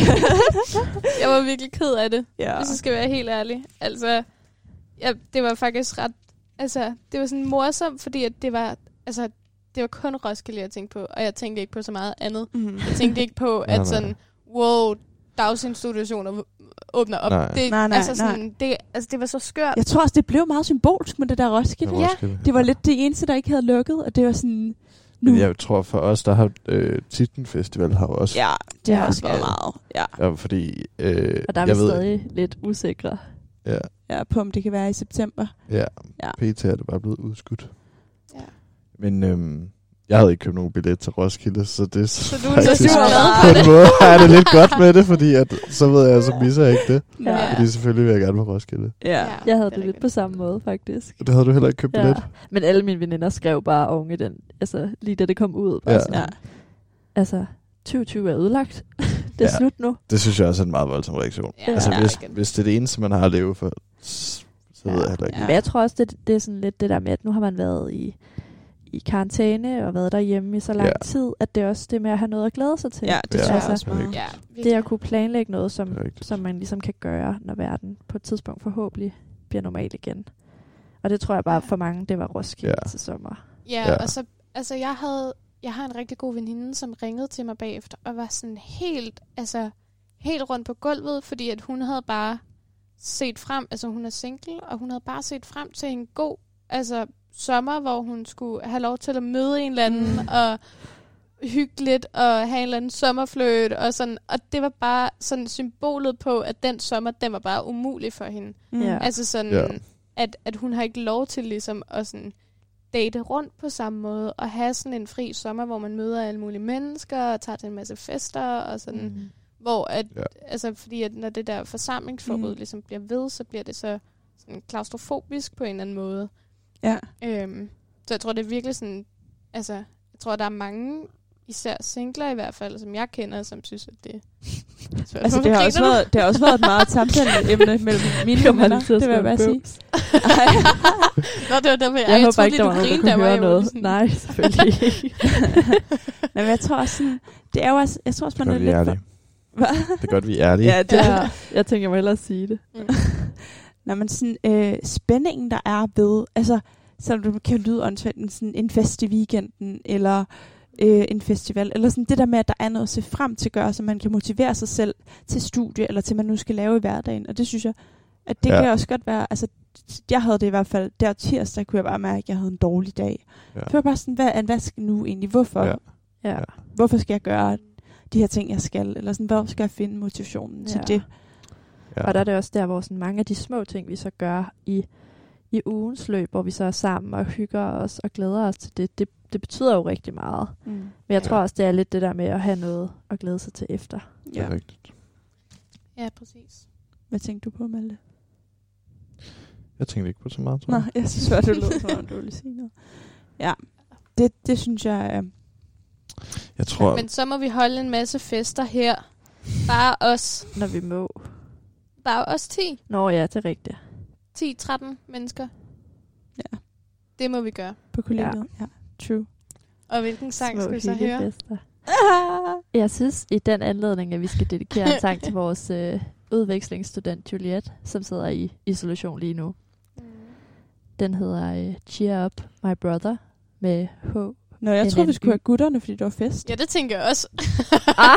Jeg var virkelig ked af det, Ja. hvis jeg skal være helt ærlig. Altså, ja, det var faktisk ret... Altså, det var sådan morsomt, fordi at det var... Altså, det var kun Roskilde, jeg tænkte på, og jeg tænkte ikke på så meget andet. Mm. Jeg tænkte ikke på, Nej, at sådan, wow, dagsinstitutioner åbner op. Nej. Det, Nej, nej, altså, sådan, det, altså, det var så skørt. Jeg tror også, det blev meget symbolsk med det der Roskilde. Ja. Roskilde. Det var lidt det eneste, der ikke havde lukket, og det var sådan... Nu. Men jeg tror for os, der har øh, Titten Festival har jo også... Ja, det har Ja. også været meget. Ja. Ja, fordi... Øh, Og der er jeg vi ved, stadig lidt usikre. Ja, Ja, på om det kan være i september. ja. Ja. P T er det bare blevet udskudt. Ja. Men øhm, jeg havde ikke købt nogen billet til Roskilde, så det er Så du er faktisk- så sur på glad for en det. måde har jeg det lidt godt med det, fordi at, så ved jeg, så misser jeg ikke det. Ja. Fordi selvfølgelig vil jeg gerne på Roskilde. Ja. Jeg havde er det lidt rigtigt. på samme måde, faktisk. Det havde du heller ikke købt billet. Ja. Men alle mine veninder skrev bare unge den, altså lige da det kom ud. Bare Ja. sådan, Ja. Altså, tyve tyve er udlagt. det er Ja. slut nu. Det synes jeg også er en meget voldsom reaktion. Ja, altså, ja, hvis, igen. hvis det er det eneste, man har at leve for, så så ved jeg heller ikke. Ja. Men jeg tror også, det, det er sådan lidt det der med, at nu har man været i, i karantæne og været derhjemme i så lang Ja. tid, at det er også det med at have noget at glæde sig til. Ja, det Ja, tror jeg altså, også meget. rigtigt. Ja, Det virkelig. at kunne planlægge noget, som, Det er rigtigt. som man ligesom kan gøre, når verden på et tidspunkt forhåbentlig bliver normal igen. Og det tror jeg bare for mange, det var Roskilde Ja. til sommer. Ja, Ja. og så, altså jeg havde, jeg har en rigtig god veninde, som ringede til mig bagefter, og var sådan helt, altså, helt rundt på gulvet, fordi at hun havde bare set frem, altså hun er single, og hun havde bare set frem til en god, altså, sommer, hvor hun skulle have lov til at møde en eller anden, Mm. og hygge lidt, og have en eller anden sommerfløjt, og sådan, og det var bare sådan symbolet på, at den sommer, den var bare umulig for hende. Mm. Ja. Altså sådan, Ja. at, at hun har ikke lov til ligesom at sådan date rundt på samme måde, og have sådan en fri sommer, hvor man møder alle mulige mennesker, og tager til en masse fester, og sådan, mm. hvor at, Ja. ja. altså fordi at når det der forsamlingsforbud Mm. ligesom bliver ved, så bliver det så sådan klaustrofobisk på en eller anden måde. Ja. Øhm, så jeg tror, det er virkelig sådan, altså, jeg tror, der er mange, især singler i hvert fald, som jeg kender, som synes, at det er svært. Altså, Hvorfor det har, griner også du? været, det har også været et meget samtaleemne mellem mine Kommer venner. lige til at Det vil jeg bare snakke sige. bøvs. Nå, det var derfor, jeg, Jeg, jeg håber troede ikke, der var nogen, der grinte, kunne var høre jeg jo noget. sådan- Nej, selvfølgelig ikke. Men jeg tror også sådan, det er jo også, jeg tror også, Det er man er godt, vi er lidt ærlige. Hvad? Det er godt, vi er ærlige. Ja, det Ja, jeg tænker, jeg må hellere sige det. Mm. Når man sådan, øh, spændingen, der er ved, altså, så du kan lyde åndssvagt, sådan en fest i weekenden, eller øh, en festival, eller sådan det der med, at der er noget at se frem til at gøre, så man kan motivere sig selv til studie, eller til, man nu skal lave i hverdagen. Og det synes jeg, at det Ja. kan også godt være, altså, jeg havde det i hvert fald, der tirsdag kunne jeg bare mærke, at jeg havde en dårlig dag. Ja. Det var bare sådan, hvad, hvad skal nu egentlig, hvorfor? Ja. Ja. Hvorfor skal jeg gøre de her ting, jeg skal? Eller sådan, hvor skal jeg finde motivationen ja. til Ja. det? Ja. Og der er det også der, hvor sådan mange af de små ting, vi så gør i, i ugens løb, hvor vi så er sammen og hygger os og glæder os til det, det, det betyder jo rigtig meget. Mm. Men jeg tror også, det er lidt det der med at have noget at glæde sig til efter. Det er rigtigt. Ja, præcis. Hvad tænkte du på, Malte? Jeg tænkte ikke på så meget, tror Nå, jeg. jeg synes bare, du lød, som om du ville sige noget. Ja, det, det synes jeg er... Jeg tror, Men så må vi holde en masse fester her. Bare os. Når vi må. Bare os ti. Nå ja, det er rigtigt. ti tretten mennesker. Ja. Det må vi gøre. På kollegiet. Ja, ja. True. Og hvilken sang skal vi så høre? hyggefester. Jeg synes i den anledning, at vi skal dedikere en sang til vores øh, udvekslingsstudent Juliette, som sidder i isolation lige nu. Den hedder øh, Cheer Up My Brother med H. Nå, jeg En troede, vi anden skulle by. have gutterne, fordi det var fest. Ja, det tænker jeg også. Ej!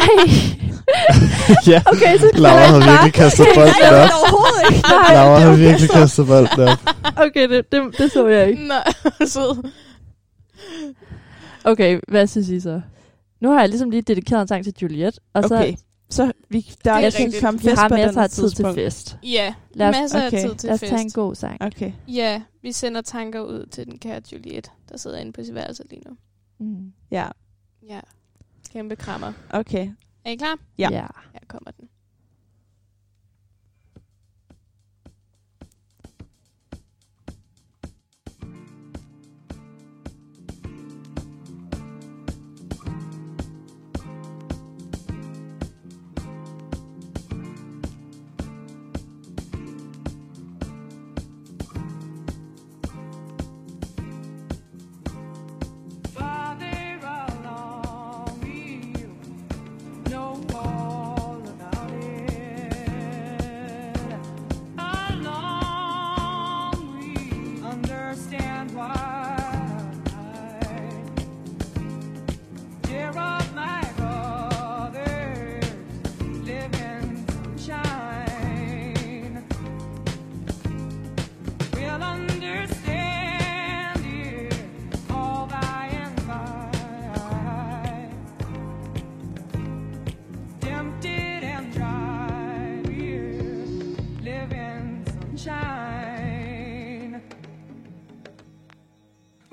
ja, Okay, så Laura havde virkelig kastet bolden Nej, op. overhovedet ikke. Nej, Laura det havde var virkelig så- kastet bolden op. Okay, det, det, det så jeg ikke. Nej, sød. Okay, hvad synes I så? Nu har jeg ligesom lige dedikeret en sang til Juliette, og Okay, så så vi, der er Det er ikke rigtigt. komme vi fest har på masser den af tid til tidspunkt. fest. Ja, Lad os- masser okay. af tid til Lad os fest. tage en god sang. Okay. Ja, vi sender tanker ud til den kære Juliette, der sidder inde på sit værelse lige nu. Mm. Ja, Ja, kæmpe krammer. okay. Er I klar? Ja. ja. Her kommer den.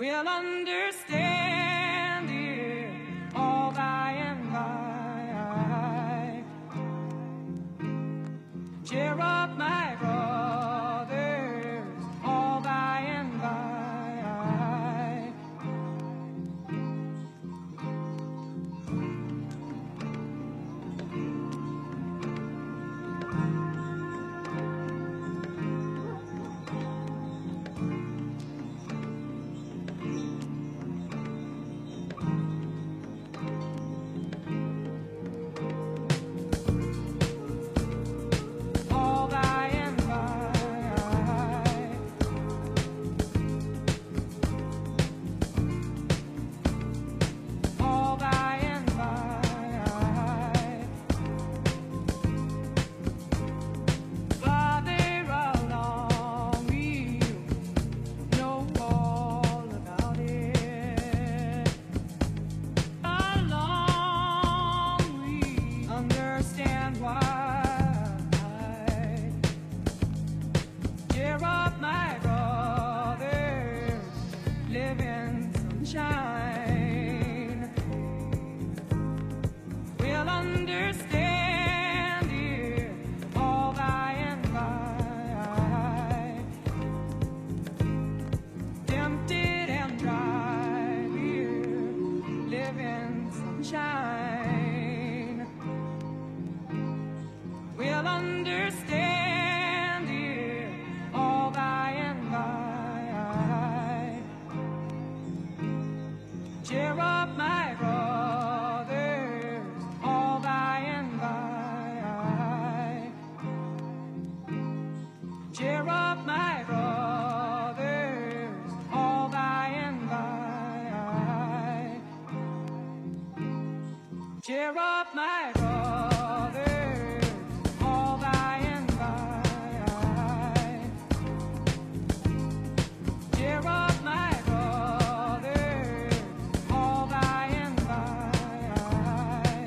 will understand it all by and by. Cheer up, my brothers, all by and by. All by and by. All by and by. Father along we know all about it. Along we understand why. Cheer up, my brothers, live in sunshine. We'll understand it all by and by. Tempted and dry, we'll live in sunshine. We'll understand it all by and by. Cheer up, my brothers, all by and by. Cheer up, my brothers, all by and by. Cheer up, my brothers, all by and by. Cheer up, my brothers, all by and by.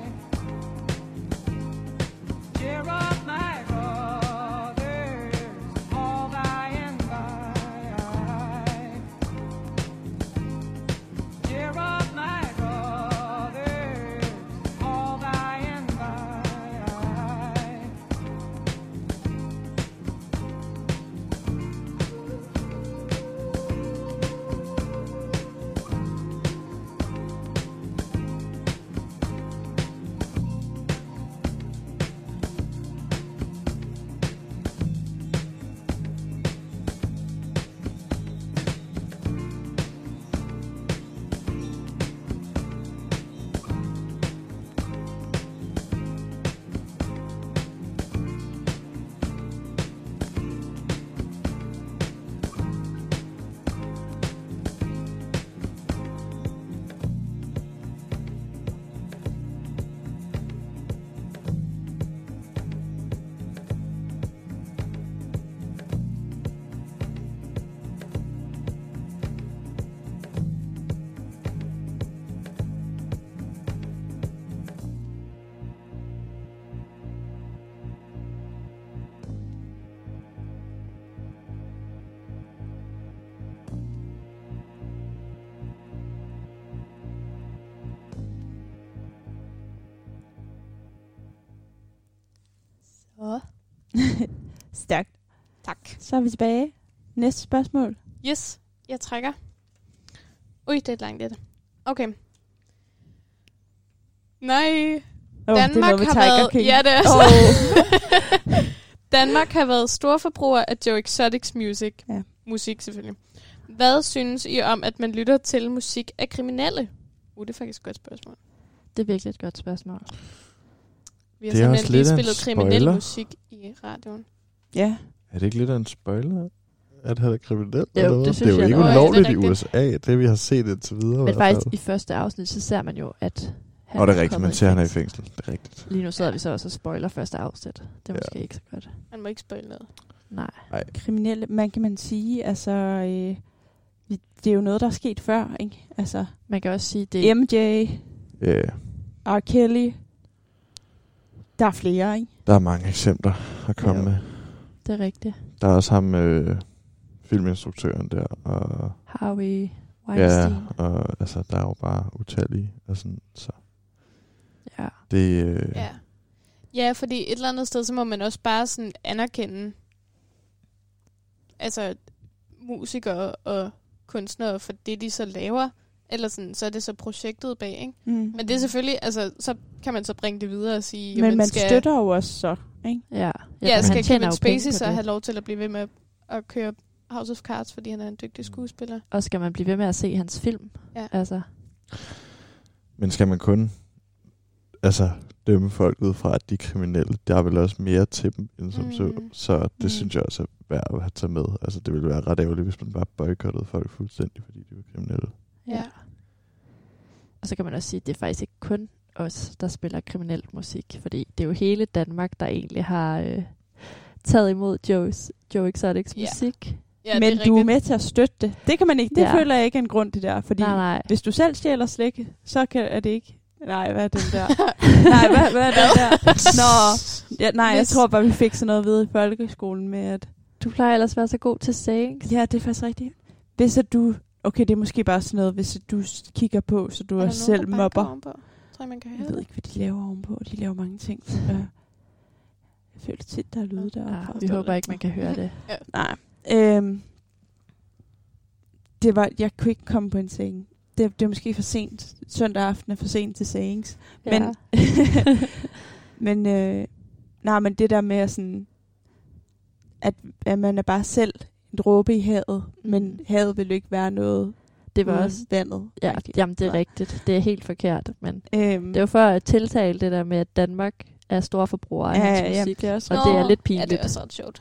Cheer up, my brothers, all by and by. Cheer up, my brothers, all by and by. Så. Stærkt. Tak. Så er vi tilbage. Næste spørgsmål. Yes, jeg trækker. Ui, det er et langt et. Okay. Nej. Oh, Danmark har været... King. Ja, det er Oh. så. Danmark har været storforbruger af Joe Exotics music. Ja. Musik selvfølgelig. Hvad synes I om, at man lytter til musik af kriminelle? Uh, det er faktisk et godt spørgsmål. Det er virkelig et godt spørgsmål. Vi har Det er også simpelthen lige lidt af en spillet kriminel spoiler. musik i radioen. Ja. Er det ikke lidt af en spoiler, at han er kriminel? Jo, eller hvad? det synes det er jo jeg ikke nok. Ja, det er ulovligt i rigtigt. U S A, det vi har set indtil videre. Men i hvert faktisk fald. i første afsnit, så ser man jo, at han Og det er rigtigt, kommet man ser, han er i fængsel. Det er rigtigt. Lige nu sidder vi så også og spoiler første afsnit. Det er Ja. måske ikke så godt. Man må ikke spoile noget. Nej. Kriminelle, man kan man sige, altså, øh, vi- det er jo noget, der er sket før, ikke? Altså, Man kan også sige, det M J, Ja, R. Kelly, der er flere, ikke? der er mange eksempler at komme Jo. med. det er rigtigt. Der er også ham, øh, filminstruktøren der, og Harvey Weinstein. Ja, og altså, der er jo bare utallige. Og sådan, så Ja. det, øh, Ja. Ja, fordi et eller andet sted, så må man også bare sådan anerkende altså musikere og kunstnere for det, de så laver. Eller sådan, så er det så projektet bag, ikke? Mm. Men det er selvfølgelig, altså, så kan man så bringe det videre og sige, Men jamen, man skal, støtter jo også så, ikke? Ja, ja, men skal han tjener Kevin jo Spacey penge på så det. have lov til at blive ved med at køre House of Cards, fordi han er en dygtig skuespiller? Og skal man blive ved med at se hans film? Ja. Altså, men skal man kun altså dømme folk ud fra, at de er kriminelle? Der er vel også mere til dem, end som Mm. så. Så det Mm. synes jeg også er værd at have taget med. Altså, det ville være ret ærgerligt, hvis man bare boykottede folk fuldstændig, fordi de var kriminelle. ja. Og så kan man også sige, at det er faktisk ikke kun os, der spiller kriminel musik. Fordi det er jo hele Danmark, der egentlig har øh, taget imod Joe's, Joe Exotics Ja. musik. Ja, Men det er du er rigtigt. med til at støtte det. Det kan man ikke. Det Ja. føler jeg ikke er en grund, det der. Fordi Nej, nej. hvis du selv stjæler slik, så kan, er det ikke... Nej, hvad er den der? nej, hvad, hvad er den der? Nå, ja, nej, jeg Hvis- tror bare, vi fik sådan noget at vide i folkeskolen med, at... Du plejer ellers at være så god til sayings. Ja, det er faktisk rigtigt. Hvis at du... Okay, det er måske bare sådan noget, hvis at du s- kigger på, så du Er er der nogen, selv der banker mobber. ovenpå? Tror jeg, man kan høre Jeg ved det? ikke, hvad de laver ovenpå. De laver mange ting. Ja. Jeg føler tit, der er lyde Ja, deroppe. vi håber ikke, man kan høre det. Nej. Øhm, det var, jeg kunne ikke komme på en saying. Det, det er måske for sent. Søndag aften er for sent til sayings. Men, Ja. men, øh, nej, men det der med at sådan, at, at man er bare selv en dråbe i havet, mm. men havet vil jo ikke være noget Det var uden også... vandet. Ja, rigtigt. jamen, det er Nej. rigtigt. Det er helt forkert. Men Øhm, det var for at tiltale det der med, at Danmark er store forbrugere af Ja, hans ja, ja, musik. det er også og det er lidt Ja, pinligt. det er også ret sjovt.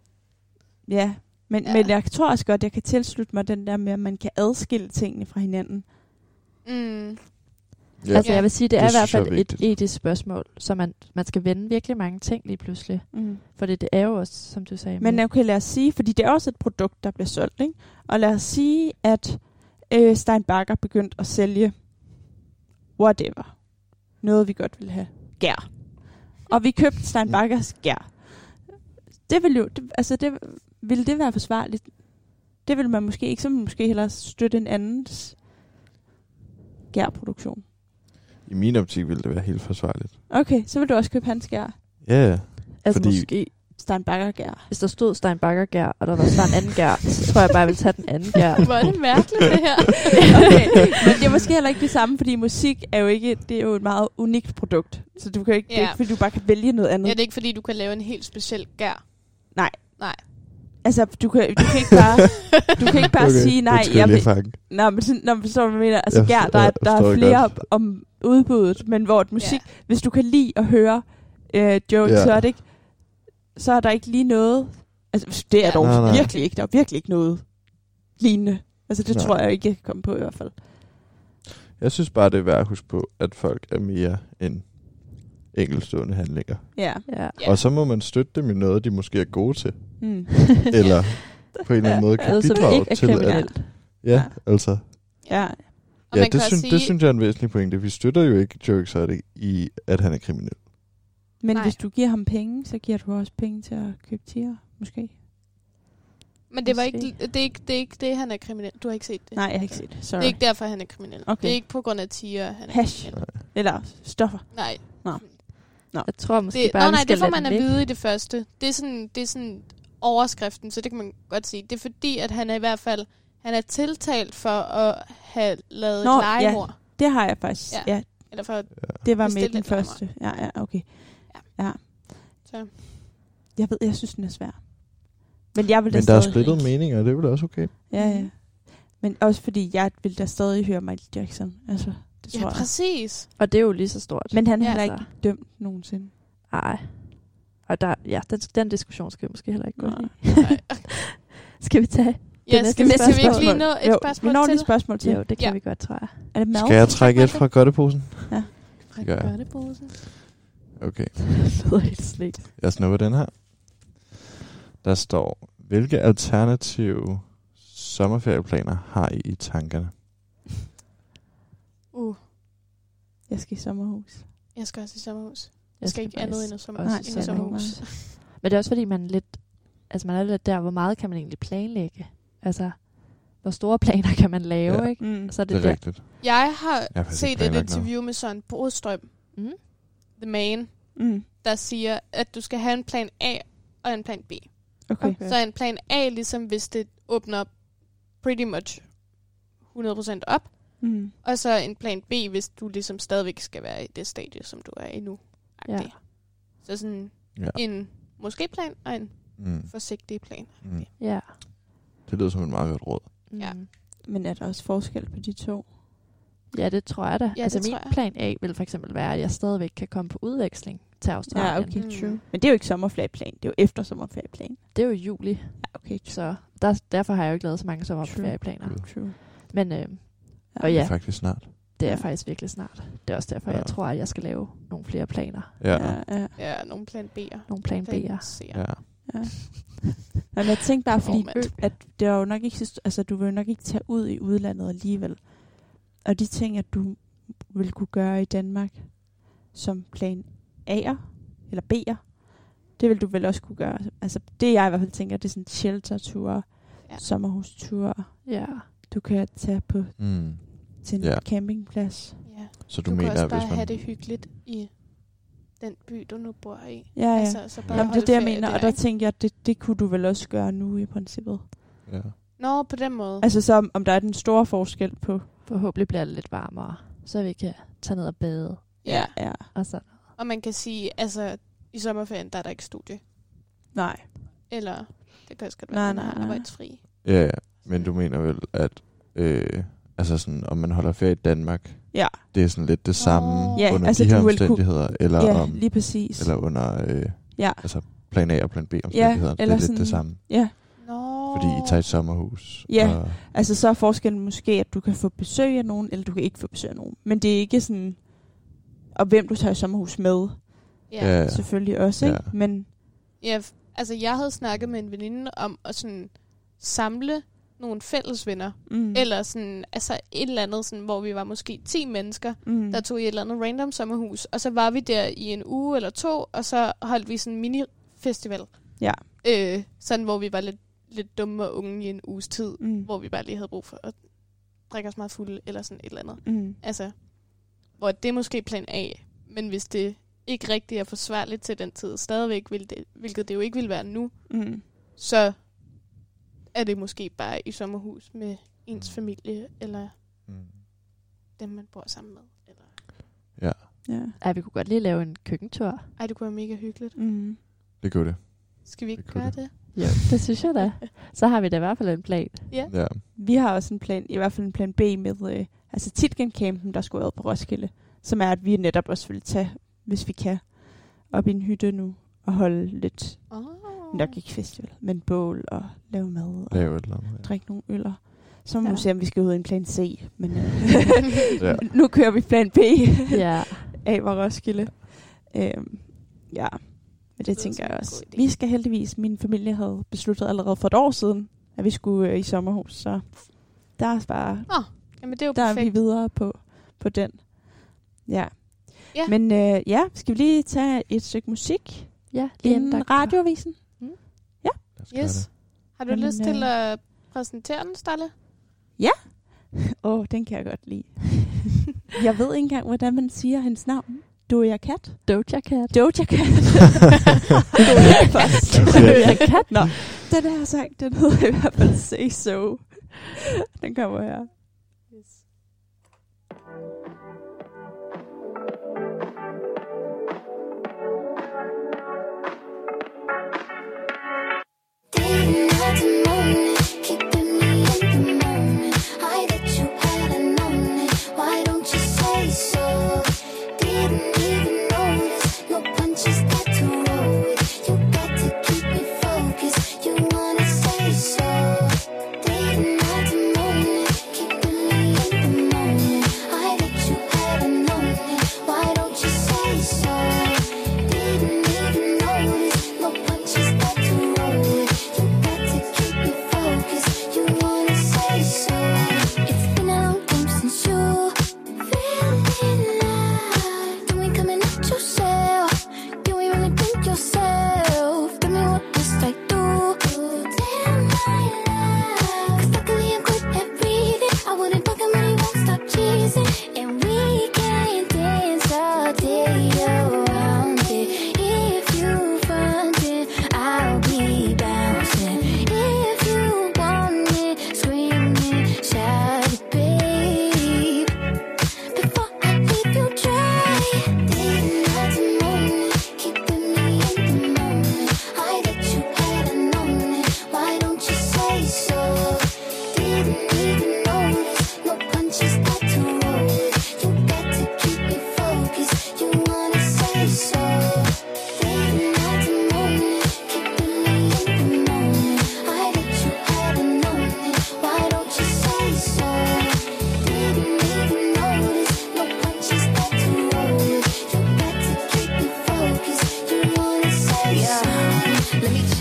ja, men, Ja. men jeg tror også godt, jeg kan tilslutte mig den der med, at man kan adskille tingene fra hinanden. Mm. Ja, Altså, jeg vil sige, det, Det er i hvert synes jeg er fald et vigtigt. etisk spørgsmål, så man, man skal vende virkelig mange ting lige pludselig. Mm. For det, det er jo også, som du sagde. Men med- okay, lad os sige, fordi det er også et produkt, der bliver solgt, ikke? Og lad os sige, at øh, Stein Bagger begyndte at sælge whatever. Noget, vi godt vil have. Gær. Og vi købte Stein Baggers gær. Det vil jo, det, altså det, ville det være forsvarligt? Det vil man måske ikke, så vil man måske hellere støtte en andens gærproduktion. I min optik ville det være helt forsvarligt. Okay, så vil du også købe hans gær. Ja, ja. altså fordi- måske, Stein Bagger gær. hvis der stod Stein Bagger gær, og der var så en anden gær, så tror jeg bare, jeg ville tage den anden gær. Hvor er det mærkeligt, det her. Okay, men det er måske heller ikke det samme, fordi musik er jo ikke, det er jo et meget unikt produkt. Så du kan ikke, det er Ja. ikke, fordi du bare kan vælge noget andet. Ja, det er ikke fordi, du kan lave en helt speciel gær. Nej. Nej. Altså, du kan, du kan ikke bare, du kan ikke bare okay, sige, nej, undskyld, jeg vil... fange. Nej, men sådan, når man forstår, hvad jeg mener. Altså, Jeg gær, forstår- der, er, jeg der er forstår flere godt. om udbuddet, men hvor et musik... Ja. Hvis du kan lide at høre øh, Joe Ja. Exotic, så er der ikke lige noget... Altså, det er Ja. dog Nej, nej. virkelig ikke. Der er virkelig ikke noget lignende. Altså, det Nej. tror jeg ikke, jeg kan komme på i hvert fald. Jeg synes bare, det er værd at huske på, at folk er mere end enkeltstående handlinger. Ja. Ja. Ja. Og så må man støtte dem i noget, de måske er gode til. Mm. Eller på en eller anden måde kan Noget, som bidrage ikke er til, at... kriminelt. Ja, altså... Ja. Og Ja, man kan det, også synes, sige, det synes jeg er en væsentlig pointe. Vi støtter jo ikke Joe Exotic i, at han er kriminel. Men Nej. hvis du giver ham penge, så giver du også penge til at købe tiger, måske. men det, var Måske. ikke, det, er ikke, det er ikke det, han er kriminel. Du har ikke set det. Nej, jeg har ikke set det. Sorry. Det er ikke derfor, han er kriminel. Okay. Det er ikke på grund af tiger, han er Hash. kriminel. Eller stoffer. Nej. Jeg tror måske Det, bare, nå, vi nej, skal det får lade man den at ligge. vide i det første. Det er sådan, det er sådan overskriften, så det kan man godt sige. Det er fordi, at han er i hvert fald han er tiltalt for at have lavet Nå, et legemord. Det har jeg faktisk. Ja. Ja. ja Eller for, det var med Bestil den et legemord. første. Ja, ja, okay. Ja. Ja. Så. Jeg ved, jeg synes, den er svær. Men jeg vil da Men der er stadig... splittet meninger, og det er vel også okay. Ja, ja. Men også fordi, jeg vil da stadig høre Michael Jackson. Altså, det tror ja, jeg. præcis. Og det er jo lige så stort. Men han er Ja, heller altså. ikke dømt nogensinde. Nej. Og der, ja, den, den diskussion skal vi måske heller ikke gå Nej. ind i. Nej. Skal vi tage? Ja, næste skal, vi, skal vi ikke spørgsmål. lige nå et jo, spørgsmål vi når til? lige et spørgsmål til. Jo, det kan Ja. vi godt, tror jeg. Er det Mal? Skal jeg trække et fra godteposen? Fra gør jeg. Godteposen. Okay. Det lyder helt slet. Jeg snupper den her. Der står, hvilke alternative sommerferieplaner har I i tankerne? Uh, Jeg skal i sommerhus. jeg skal også i sommerhus. Jeg Jeg skal ikke andet end at sommer- også Nej, i det er sommerhus. ikke Men det er også fordi, man er lidt... Altså, man er lidt der, hvor meget kan man egentlig planlægge? Altså, hvor store planer kan man lave, Ja. ikke? Mm. Så er det, Det er der. rigtigt. Jeg har Jeg har faktisk set ikke et planlagt interview med Søren Brostrøm, Mm. The Man, Mm. der siger, at du skal have en plan A og en plan B. Okay. Okay. Så en plan A, ligesom hvis det åbner pretty much hundrede procent op, Mm. og så en plan B, hvis du ligesom stadigvæk skal være i det stadie, som du er i nu. Ja. Så sådan Ja. en måske-plan og en Mm. forsigtig plan. Mm. Ja. Det lyder som et meget godt råd. Mm. Ja. Men er der også forskel på de to? Ja, det tror jeg da. Ja, altså det min tror jeg. plan A vil for eksempel være, at jeg stadigvæk kan komme på udveksling til Australien. Ja, okay, Mm. true. Men det er jo ikke sommerferieplan. Det er jo efter sommerferieplan. Det er jo i juli, Ja, okay, true. så der, derfor har jeg jo ikke lavet så mange sommerferieplaner. True. true. Men øh, og Det ja, er faktisk snart. det er Ja. faktisk virkelig snart. Det er også derfor, Ja. jeg tror, at jeg skal lave nogle flere planer. Ja. Ja, ja, Ja, nogle plan B'er. Nogle plan B'er. C'er. Ja. ja. Men jeg tænkte bare, fordi Formand. at det er jo nok ikke, sidst- altså du vil jo nok ikke tage ud i udlandet alligevel. Og de ting, at du vil kunne gøre i Danmark som plan A'er, eller B'er, det vil du vel også kunne gøre. Altså det jeg i hvert fald tænker, det er sådan shelter-ture, Ja. ja. sommerhusture. Ja. Du kan tage på Mm. til en Ja. campingplads. Ja. Så du, Du, mener, kan også bare hvis man... have det hyggeligt i den by, du nu bor i. Ja, ja. Altså, så bare Jamen, det er holde det, jeg ferie mener, der, og der ikke? tænker jeg, at det, det kunne du vel også gøre nu i princippet. Ja. Nå, på den måde. Altså så om, om der er den store forskel på... Forhåbentlig bliver det lidt varmere, så vi kan tage ned og bade. Ja. ja. Og så. Og man kan sige, altså, i sommerferien, der er der ikke studie. Nej. Eller, det kan også godt Nej, være, nej, man er nej. arbejdsfri. Ja, ja. Men du mener vel, at øh, altså sådan, om man holder ferie i Danmark, Ja, det er sådan lidt det samme Åh. Ja, under altså, de her du vil kunne- omstændigheder, eller, ja om, lige præcis. eller under øh, Ja, altså plan A og plan B omstændigheder. Det er eller lidt sådan- det samme. ja. Nå. Fordi I tager et sommerhus. Ja. Og, Altså så er forskellen måske, at du kan få besøg af nogen, eller du kan ikke få besøg af nogen. Men det er ikke sådan... Og hvem du tager i sommerhus med, Ja. Ja. ja. selvfølgelig også, ikke? Ja. Men Ja, f- altså jeg havde snakket med en veninde om at sådan samle nogle fælles venner. mm, Eller sådan, altså et eller andet, sådan, hvor vi var måske ti mennesker, mm, der tog i et eller andet random sommerhus. Og så var vi der i en uge eller to, og så holdt vi sådan en mini-festival. Ja. Øh, sådan, hvor vi var lidt, lidt dumme og unge i en uges tid. mm, Hvor vi bare lige havde brug for at drikke os meget fulde, eller sådan et eller andet. mm, Altså, hvor det er måske plan A, men hvis det ikke rigtig er forsvarligt til den tid stadigvæk, vil det, hvilket det jo ikke vil være nu, mm. så er det måske bare i sommerhus med ens familie, eller mm. dem, man bor sammen med. Eller... Ja, Ja. Ja, vi kunne godt lige lave en køkkentur. Ej, det kunne være mega hyggeligt. Mm. det gør det. Skal vi ikke Det kunne gøre det. det? Jo, det synes jeg da. Så har vi da i hvert fald en plan. Ja. Ja. Vi har også en plan, i hvert fald en plan B med, øh, altså Titgen-campen, der skulle være på Roskilde, som er, at vi netop også vil tage, hvis vi kan, op i en hytte nu, og holde lidt, Oh. nok ikke festival, men bål og lave mad og Lave et eller andet. Ja. drikke nogle øller. Så må Ja. vi se, om vi skal ud i en plan C, men øh, Ja. nu kører vi plan B Ja. af var Roskilde. Øhm, ja, men det lyder tænker som jeg en også. god idé. Vi skal heldigvis, min familie havde besluttet allerede for et år siden, at vi skulle øh, i sommerhus, så der er bare Jamen, det er jo der er vi perfekt. videre på, på den. Ja. Ja. Men øh, ja, skal vi lige tage et stykke musik Ja, lige inden der- radioavisen? Lad os gøre Yes. det. Har du Jamen, lyst til øh, at præsentere den, Stalle? Åh, oh, den kan jeg godt lide. Jeg ved ikke engang, hvordan man siger hendes navn. Doja Cat? Doja Cat. Doja Cat. Doja Cat. Doja Cat. Nå, den her sang, den hedder i hvert fald Say So. Den kommer her. Yes. Day and night to morning, keeping me in the moment. I bet you hadn't known it. Why don't you say so? Didn't even notice. No punches got to roll with. You got to keep me focused. You wanna say so? Day and night to morning, keep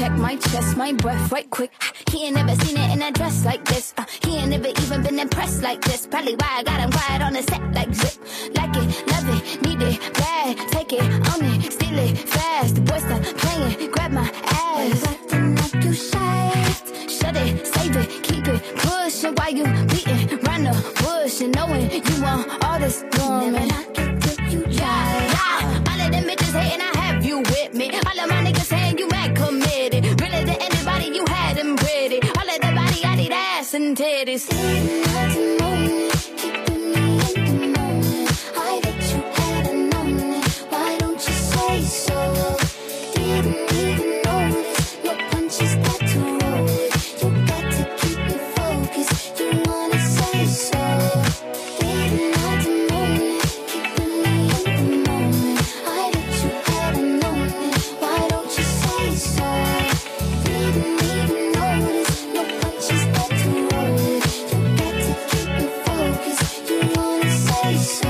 check my chest, my breath right quick. He ain't never seen it in a dress like this. Uh, he ain't never even been impressed like this. Probably why I got him quiet on the set like zip. Like it, love it, need it, bad. Take it, own it, steal it, fast. The boy stop playing, grab my ass. Acting like you shy. Shut it, save it, keep it, pushing while you beating round the bush and knowing you want all this woman. Never knock it till you try. Yeah, all of them bitches hating, I have you with me. All of my niggas saying you mad committed. Really to anybody, you had them pretty. All of the body, I need ass and titties. Keeping me in the moment. I bet you hadn't known it. Why don't you say so? Didn't even notice your punches got too roll. You got to keep me focused. You wanna say so? Didn't have to know it. Keeping me in the moment. I bet you hadn't known it. Why don't you say so? Didn't even notice your punches got too roll. You got to keep me focused. You wanna say so?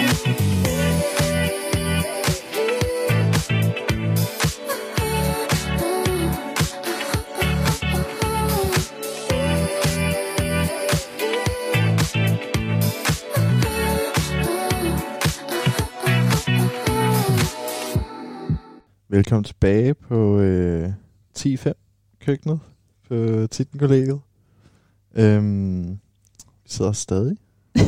Velkommen tilbage på øh, ti fem køkkenet på Titten-kollegiet. Øhm, vi sidder stadig.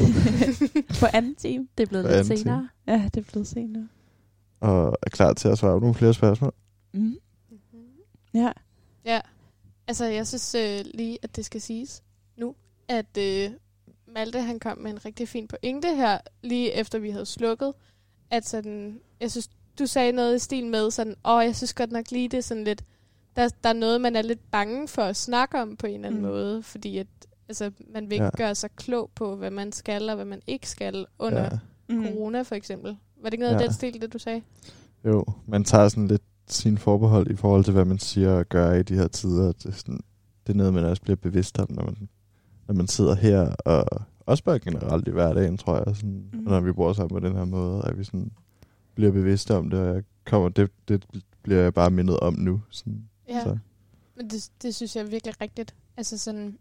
På anden time. Det er blevet På lidt anden time. senere. Ja, det er blevet senere. Og er klar til at svare på nogle flere spørgsmål. Mm. Mm-hmm. Ja. Ja, altså jeg synes øh, lige, at det skal siges nu, at øh, Malte han kom med en rigtig fin pointe her, lige efter vi havde slukket, at sådan, jeg synes, du sagde noget i stil med sådan, åh, jeg synes godt nok lige det er sådan lidt, der, der er noget, man er lidt bange for at snakke om på en eller anden Mm. måde, fordi at, altså, man vil ikke Ja. gøre sig klog på, hvad man skal og hvad man ikke skal under Ja. Mm. corona for eksempel. Var det ikke noget af Ja. den stil, det du sagde? Jo, man tager sådan lidt sine forbehold i forhold til, hvad man siger og gør i de her tider. Det er, sådan, det er noget, man også bliver bevidst om, når man, når man sidder her, og også bare generelt i hverdagen, tror jeg, sådan, Mm. når vi bor sammen på den her måde, at vi sådan bliver bevidste om det, og jeg kommer, det, det bliver jeg bare mindet om nu. Sådan, Ja. så. Men det, det synes jeg er virkelig rigtigt. Altså sådan,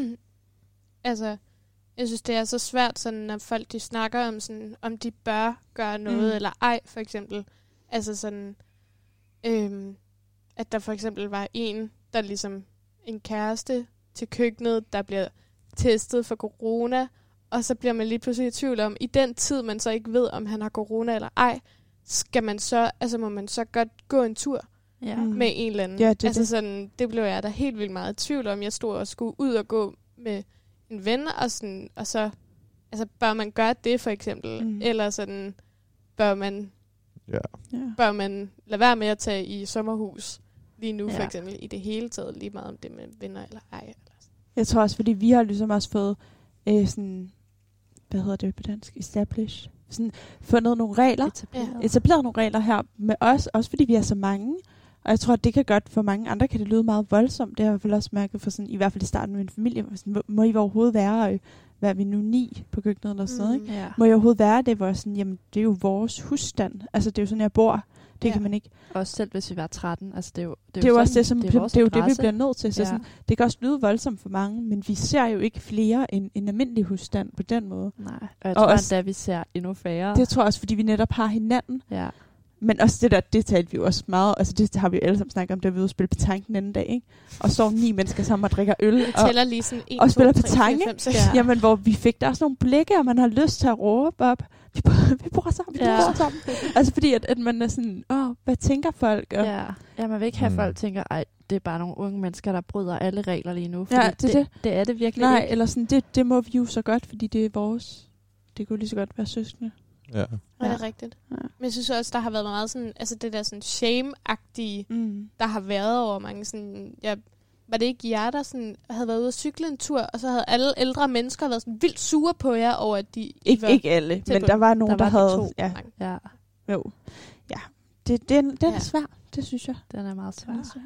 altså, jeg synes, det er så svært, sådan, når folk de snakker om, sådan, om de bør gøre noget, Mm. mm. eller ej, for eksempel. Altså sådan, øhm, at der for eksempel var en, der ligesom en kæreste til køkkenet, der bliver testet for corona, og så bliver man lige pludselig i tvivl om, i den tid, man så ikke ved, om han har corona eller ej, skal man så, altså må man så godt gå en tur Ja. Mm. med en eller anden. Ja, det er altså det. sådan, det blev jeg da helt vildt meget i tvivl om. Jeg stod og skulle ud og gå med en ven, og, sådan, og så altså, bør man gøre det for eksempel? Mm. Eller sådan, bør man, Ja. Ja. bør man lade være med at tage i sommerhus lige nu, Ja. for eksempel, i det hele taget, lige meget om det med venner eller ej. Eller sådan. Jeg tror også, fordi vi har ligesom også fået øh, sådan, hvad hedder det på dansk? Establish. Sådan fundet nogle regler. Etableret. Etableret nogle regler her med os, også fordi vi er så mange. Og jeg tror, at det kan godt for mange andre, kan det lyde meget voldsomt. Det har jeg i hvert fald også mærket for sådan, i hvert fald i starten med en familie. Hvor sådan, må, må I overhovedet være, øh, hvad er vi nu, ni på køkkenet eller sådan noget, ikke? Ja. Må I overhovedet være det, hvor sådan, jamen, det er jo vores husstand. Altså, det er jo sådan, jeg bor. Det Ja. kan man ikke. Også selv hvis vi var tretten. Altså, det er jo, Det er jo også sådan- det, som det er, det, vores det, er jo det, vi adresse. bliver nødt til. Så Ja. sådan, det kan også lyde voldsomt for mange, men vi ser jo ikke flere end en almindelig husstand på den måde. Nej, og jeg Og tror også- endda, vi ser endnu færre. Det tror jeg også, fordi vi netop har hinanden. Ja. Men også det der, det talte vi jo også meget, altså det har vi jo alle sammen snakket om, da vi var ude og spille petanque den anden dag, ikke? Og så ni mennesker sammen og drikker øl. Jeg Og, tæller lige sådan en, og to, spiller tre, petanque, fire, fem, seks. Ja. jamen, hvor vi fik der også nogle blikke, og man har lyst til at råbe op. Vi bor, vi bor sammen, vi Ja. bor sammen. Altså fordi, at, at man er sådan, åh, hvad tænker folk? Og, Ja. ja, man vil ikke have, at Mm. folk tænker, ej, det er bare nogle unge mennesker, der bryder alle regler lige nu. Fordi Ja, det er det, det er det virkelig Nej, ikke. eller sådan, det, det må vi jo så godt, fordi det er vores. Det kunne lige så godt være søskende. Ja. Ja, det er Ja. rigtigt. Ja. Men jeg synes også, der har været meget sådan, altså det der sådan shame-agtige, Mm. der har været over mange sådan, jeg, var det ikke jer, der sådan, havde været ude at cykle en tur, og så havde alle ældre mennesker været sådan vildt sure på jer over, at de Ikke, var ikke alle, tæt men på. der var nogen, Der der, var de havde... to. Ja, Ja, jo. Ja, det, det, er- den Ja. er svær, det synes jeg. den er meget svær. Den er svær.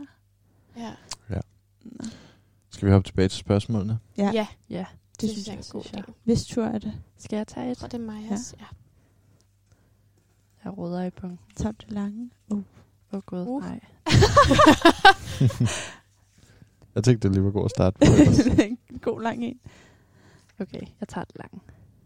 Ja. Nå. Skal vi hoppe tilbage til spørgsmålene? Ja, ja, Ja, det synes jeg er en god synes jeg. idé. Hvis tur er det. skal jeg tage Jeg et? tror, det er mig Ja. også. Ja. Jeg råder i punkten. Tabt det lange. Uh. Åh oh, gud, Uh. nej. Jeg tænkte, det lige var god at starte på. ellers. En god lang en. Okay, jeg tager det langt.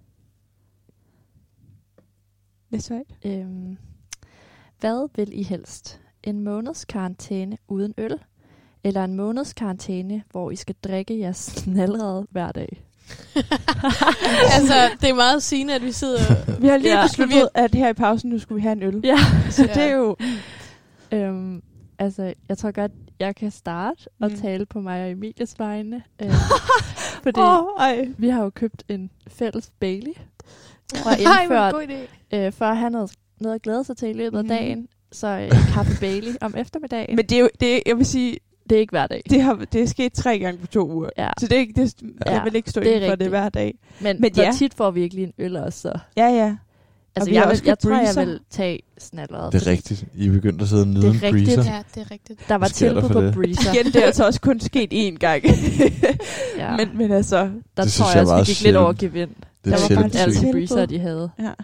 Det er svært. Øhm, hvad vil I helst? En måneds karantæne uden øl? Eller en måneds karantæne, hvor I skal drikke jeres snallerede hver dag? Altså, det er meget sigende, at vi sidder... Vi har lige Ja. ja. besluttet, at her i pausen, nu skulle vi have en øl. Ja. Så det er jo... Øhm, altså, jeg tror godt, jeg kan starte og Mm. tale på mig og Emilies vegne. Øh, fordi Åh, ej. vi har jo købt en fælles Bailey. Og Ej, hvor indført, god idé. øh, for at have noget, noget at glæde sig til i løbet af Mhm. dagen. Så øh, kaffe Bailey om eftermiddagen. Men det er jo, det er, jeg vil sige, det er ikke hver dag. det, har, det er sket tre gange på to uger. Ja. Så det er ikke, det, jeg Ja, vil ikke stå det er inden for det rigtigt. hver dag. Men, Men Men ja. ja. tit får vi ikke lige en øl også, så... Ja, ja. Altså, vi har jeg, også vil, jeg købt tror, jeg breezer. vil tage snalleret. Det er rigtigt. I er begyndt at sidde og nyde en Det er rigtigt. breezer. Ja, det er rigtigt. Der var Hvad sker der tilbud for på det? breezer. Igen, det er altså også kun sket én gang. Ja. men, men altså, Der Det tror synes jeg jeg også, var vi gik lidt over sjældent. gevind. Det Der er var sjældent faktisk alle sygt. de tilbud. breezer, de havde. ja.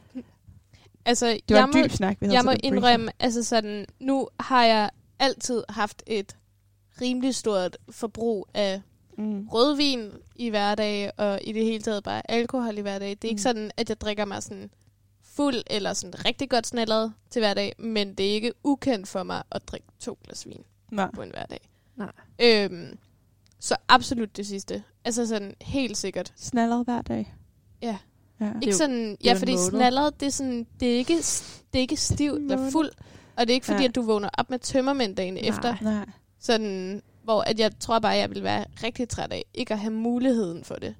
Altså, Det var jeg en må, dyb snak, vi havde jeg til må den breezer. indrømme, altså sådan, nu har jeg altid haft et rimelig stort forbrug af Mm. rødvin i hverdag, og i det hele taget bare alkohol i hverdag. Det er ikke Mm. sådan, at jeg drikker mig sådan fuld eller sådan rigtig godt snallet til hverdag, men det er ikke ukendt for mig at drikke to glas vin Nej. på en hverdag. Nej. Øhm, så absolut det sidste. Altså sådan helt sikkert. Snallet hver dag. Ja. Ja. Ikke jo- sådan, er ja, jo en fordi måned. snallet, det er sådan, det er ikke, det er ikke stivt eller måned. fuld, og det er ikke fordi, Ja. at du vågner op med tømmermænd dagen Nej. efter. Nej. Sådan, hvor at jeg tror bare, at jeg vil være rigtig træt af ikke at have muligheden for det.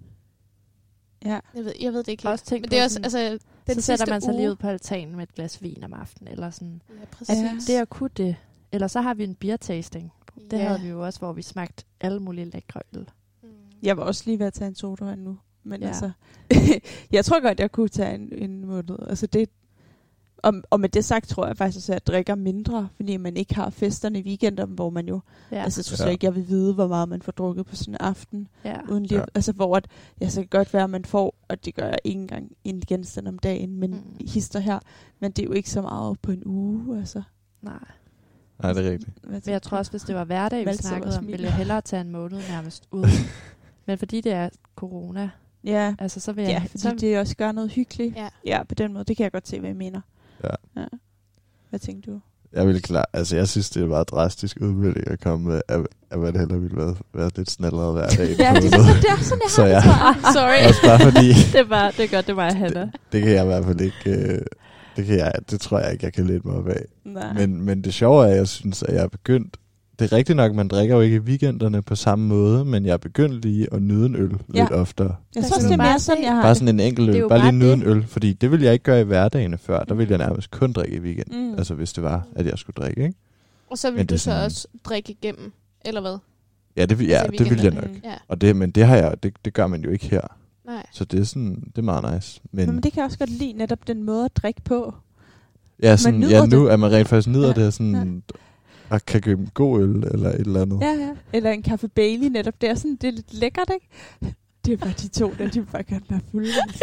Ja. Jeg ved, jeg ved det ikke helt. Også tænk Men på det er også, sådan- altså, den Så sidste sætter man sig uge, lige ud på altanen med et glas vin om aftenen. Eller sådan. Ja, præcis. Altså, det at kunne det. Eller så har vi en beer tasting. Det Ja. havde vi jo også, hvor vi smagte alle mulige lækre øl. Mm. Jeg var også lige ved at tage en sodavand nu. Men Ja. ja. altså, jeg tror godt, jeg kunne tage en, en måned. Altså det, og, og med det sagt, tror jeg faktisk, at jeg drikker mindre, fordi man ikke har festerne i weekender, hvor man jo, Ja. ja. altså jeg tror Ja. slet ikke, jeg vil vide, hvor meget man får drukket på sådan en aften. ja. Uden lige, Ja. ja. Altså hvor, at, ja, så kan godt være, at man får, og det gør jeg ikke engang en genstand om dagen, men Mm. mm. hister her. Men det er jo ikke så meget på en uge, altså. Nej. Nej, det er rigtigt. Hvad Men jeg tænker tror du? også, hvis det var hverdag, vi Malte sidder snakkede og om, ville smiler. jeg hellere tage en måned nærmest ud. Men fordi det er corona, Ja, altså så vil ja, jeg... fordi så, det også gør noget hyggeligt. Ja. Ja, på den måde. Det kan jeg godt se, hvad jeg mener. Ja. ja. Hvad tænkte du? Jeg ville klar, altså jeg synes, det er meget drastisk udmelding at komme med, at, at man hellere ville være, være lidt snallere hver dag. Ja, det, det, det er sådan, jeg Så har ja. det, tror jeg. Sorry. Også bare fordi, det er bare, det er godt, det var jeg, Hanna. det kan jeg i hvert fald ikke, øh, det, kan jeg, det tror jeg ikke, jeg kan lette mig op af. Nej. Men, men det sjove er, at jeg synes, at jeg er begyndt, det er rigtigt nok, man drikker jo ikke i weekenderne på samme måde, men jeg er begyndt lige at nyde en øl Ja. lidt oftere. Jeg Der synes, kan det du er bare mere sådan, se- jeg har Bare det. sådan en enkelt Det er øl, jo bare lige bare nyde det. en øl, fordi det ville jeg ikke gøre i hverdagene før. Der ville jeg nærmest kun drikke i weekend, Mm. altså hvis det var, at jeg skulle drikke, ikke? Og så Men vil det du er så sådan- også drikke igennem, eller hvad? Ja, det, vil- ja, Altså i det ville jeg weekenderne. nok. Mm. Ja, Og det, men det har jeg, det, det gør man jo ikke her. nej. Så det er sådan, det er meget nice. Men, Men det kan jeg også godt lide, netop den måde at drikke på. ja, sådan, nyder ja, nu det. er man rent faktisk nyder Ja, det, sådan, og kan købe en god øl, eller et eller andet. Ja, ja. Eller en kaffe Bailey netop. Det er sådan, det er lidt lækkert, ikke? Det er bare de to, der de vil bare gerne være fulde. Altså.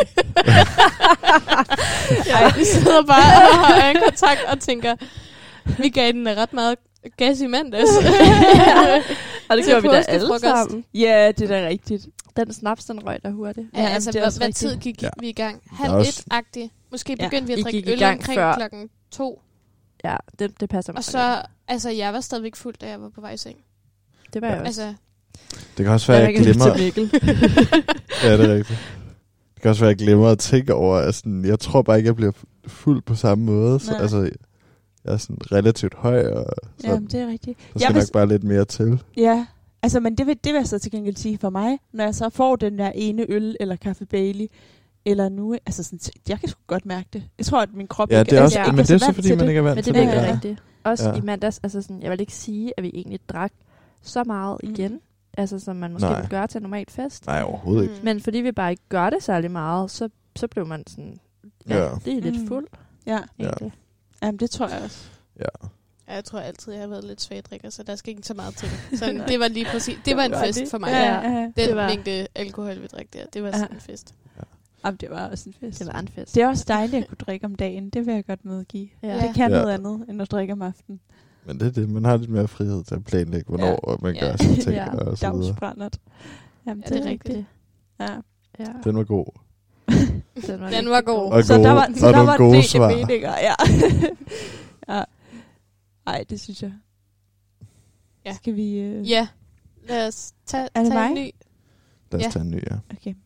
Ja, vi sidder bare og har øjenkontakt og tænker, vi gav den ret meget gas i mandags. Og det Til gjorde vi da alle påskefrokost. sammen. Ja, det er da rigtigt. Den snaps, den røg der hurtigt. Ja, Ja, altså, det er hvad, også hvad rigtigt. tid gik Ja. vi i gang? Der Halv er også- et-agtigt. Måske Ja. begyndte vi at I drikke gik i øl gang omkring før. klokken to. Ja, det, det passer mig. Og så, altså, jeg var stadigvæk fuld, da jeg var på vej i seng. Det var Ja. jeg også. Altså, Det kan også være, Jeg at jeg ringede glemmer... til Mikkel. Ja, det er rigtigt. Det kan også være, at jeg glemmer at tænke over, at sådan, jeg tror bare ikke, jeg bliver fu- fuld på samme måde. Så, Nej. altså, jeg er sådan relativt høj, og så Ja, det er rigtigt. der skal vil- nok bare lidt mere til. Ja, altså, men det vil, det vil jeg så til gengæld sige for mig, når jeg så får den der ene øl, eller kaffe Bailey, eller nu, altså sådan, jeg kan sgu godt mærke det. Jeg tror, at min krop Ja, ikke, det er også, ja. ikke men det er så vant fordi, til man ikke er vant Men til det det. er virkelig Ja. rigtigt. Også Ja. i mandags, altså sådan, jeg vil ikke sige, at vi egentlig drak så meget Mm. igen, altså som man måske Nej. vil gøre til en normal fest. Nej, overhovedet ikke. mm. Men fordi vi bare ikke gør det særlig meget, så, så blev man sådan, ja, Ja. det er lidt Mm. fuld, Ja, Ja. egentlig. jamen, det tror jeg også. Ja. Ja, jeg tror altid, jeg har været lidt svagdrikker, så der skal ikke så meget til. Så det var lige præcis, det var en Var fest det? for mig. Ja, Ja. ja, ja. Den Det var- mængde alkohol, vi drak der, det var Ja. sådan en fest. Jamen, det var også en fest. Det var en fest. Det er også dejligt at kunne drikke om dagen. Det vil jeg godt medgive. Ja. Det kan Ja. noget andet, end at drikke om aftenen. Men det er det. Man har lidt mere frihed til at planlægge, hvornår Ja. man gør Ja. sine ting Ja. og så videre. Dagsbrændert. Jamen, Ja, det er rigtigt. Ja. Ja. Den var god. Den var, Den var god. Og Så gode, der var, så og der nogle var gode delte svar. meninger, ja. ja. Ej, det synes jeg. Ja. Skal vi... Øh... Ja. Lad os tage, Er det tage en mig? ny. Lad os Ja. tage en ny, ja. Okay.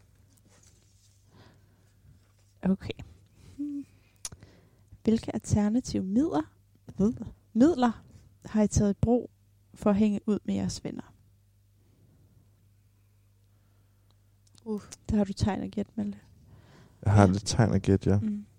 Okay. Hmm. Hvilke alternative midler, midler, midler har I taget i brug for at hænge ud med jeres venner? Uh. Der har du tegn og gæt, Malte. Jeg har lidt tegn og gæt, ja. Mm.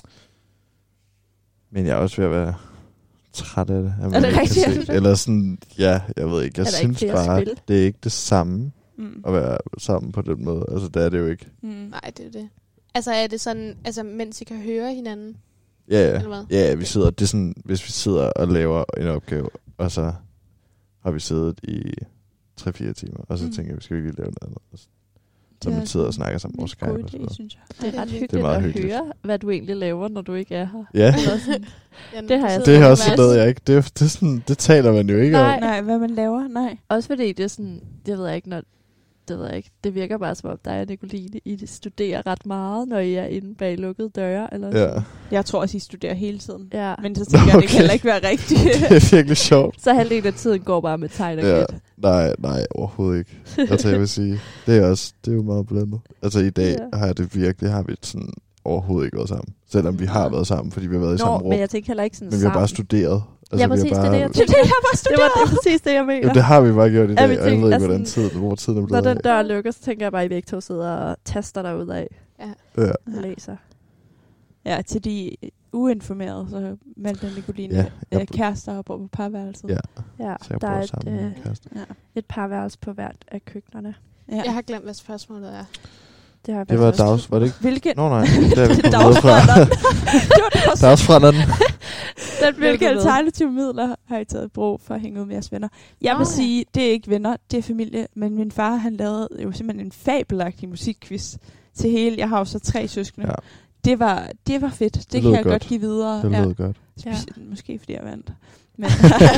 Men jeg er også ved at være træt af det. At man Er det ikke kan rigtigt, er se- du det? Eller sådan, ja, jeg ved ikke. Jeg Er der ikke synes flere bare, spil? det er ikke det samme Mm. at være sammen på den måde. Altså, det er det jo ikke. Mm. Nej, det er det. Altså er det sådan, altså mens I kan høre hinanden? Ja, ja. Eller hvad? Ja, ja, vi sidder, det er sådan, hvis vi sidder og laver en opgave, og så har vi siddet i tre fire timer, og så Mm. tænker vi, skal vi ikke lige lave noget andet? Og så så Det er man sidder og sådan snakker sammen over en Skype god og så idé, videre. synes jeg. Det er ret Det er hyggeligt meget at hyggeligt. høre, hvad du egentlig laver, når du ikke er her. Ja, Eller sådan, Ja, når Det du har jeg sidder det er på også sådan værelset. noget, jeg ikke, det, er, det, er sådan, det taler man jo ikke Nej. om. Nej, hvad man laver? Nej. også fordi det er sådan, det ved jeg ikke, når, det ved jeg ikke, det virker bare som om dig og Nicoline, I studerer ret meget, når I er inde bag lukkede døre, eller Ja, sådan. Jeg tror også, I studerer hele tiden. Ja. Men så tænker jeg, det Okay. kan heller ikke være rigtigt. det er virkelig sjovt. Så halvdelen af tiden går bare med tegn og Ja, gæt. nej, nej, overhovedet ikke. Altså, jeg vil sige, det er også, det er jo meget blandet. Altså, i dag Ja. har jeg det virkelig, har vi sådan overhovedet ikke været sammen. Selvom vi har været sammen, fordi vi har været i Nå, samme rum. men jeg tænker heller ikke sådan Men vi har bare sammen. studeret. Altså, Ja, vi præcis, har det er bare, det, jeg Det er det, jeg var Det studeret. var det er præcis det, jeg mener. Jamen, det har vi bare gjort i Ja, dag, vi og jeg tænker, ved ikke, altså, hvordan tiden, hvor tiden er Når blevet den af. dør lukker, så tænker jeg bare, at I begge to sidder og taster derud af Ja. og læser. Ja, til de uinformerede, så Malte og Nicoline Ja, ja, jeg- øh, kærester og bor på parværelset. Ja. Ja, Så jeg der bor er et, sammen med øh, min kæreste. Ja. et parværelse på hvert af køkkenerne. Ja. Jeg har glemt, hvad spørgsmålet er. Det, har jeg Det var faktisk også. dags, var det ikke? Hvilke, Nå nej, det er vi kommet med fra. Dagsbrænderen. det var det også. Dagsbrænderen. Den blev Hvilke du med. alternative midler har I taget i brug for at hænge ud med jeres venner? Jeg Nå, vil ja. sige, det er ikke venner, det er familie. Men min far, han lavede jo simpelthen en fabelagtig musikquiz til hele. Jeg har jo så tre søskende. Ja, Det var, det var fedt. Det, det kan lød jeg godt. godt. give videre. det ja. lød godt. Specielt, måske fordi jeg vandt. Men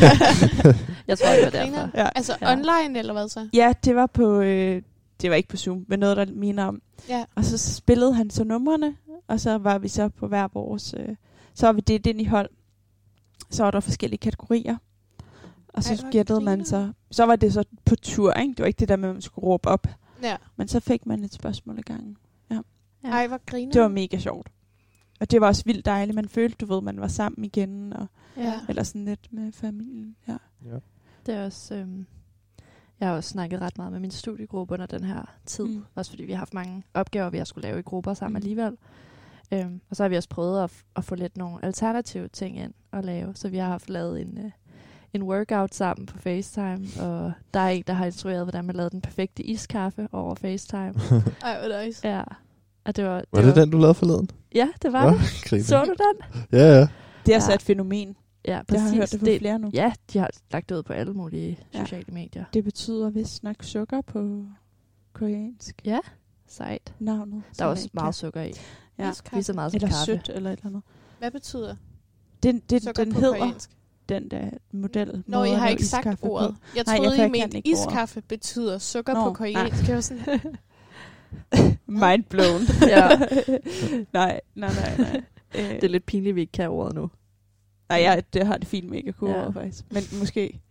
Jeg tror, det var derfor. ja. Altså Ja. online, eller hvad så? ja, det var på... Øh, det var ikke på Zoom, men noget, der minder om. Ja. Og så spillede han så numrene, og så var vi så på hver vores... Øh, så var vi delt ind i hold. Så var der forskellige kategorier. Og så Ej, hvor gættede man griner. så... Så var det så på tur, ikke? Det var ikke det der med, at man skulle råbe op. Ja. Men så fik man et spørgsmål ad gangen. Ja. Ej, hvor griner. Det var mega sjovt. Og det var også vildt dejligt. Man følte, du ved, man var sammen igen. Og, Ja. eller sådan lidt med familien. Ja. Ja. Det er også... Øhm, jeg har også snakket ret meget med min studiegruppe under den her tid. Mm. Mm. Også fordi vi har haft mange opgaver, vi har skulle lave i grupper sammen Mm. mm. alligevel. Øhm, og så har vi også prøvet at, f- at få lidt nogle alternative ting ind at lave. Så vi har haft lavet en, øh, en workout sammen på FaceTime. Og der er en, der har instrueret, hvordan man lavede den perfekte iskaffe over FaceTime. Ej, hvor nice. Ja. Og det var, det Var det den, du lavede forleden? Ja, det var det. Griner. Så du den? Ja, ja. Det er så Ja. et fænomen. Ja, Det har jeg hørt præcis. det fra flere nu. Ja, de har lagt det ud på alle mulige Ja. sociale medier. Det betyder vist nok sukker på koreansk. Ja, sejt. Navnet. Der som er jeg også ikke meget kan. sukker i. Ja. Iskaffe. Lige så meget som Eller kaffe. sødt, eller et eller andet. Hvad betyder Den, det, sukker den på hedder, koreansk? den der model. Nå, måde jeg at har lave ikke sagt iskaffe på. ordet. Jeg Nej, troede, jeg I kan mente, ikke ordet. iskaffe betyder sukker Nå, på koreansk. Jeg var sådan, Mind blown. Ja. nej, nej, nej, nej. Øh, Det er lidt pinligt, at vi ikke kan ordet nu. nej, jeg det har det fint mega cool Ja. ja. faktisk. Men måske.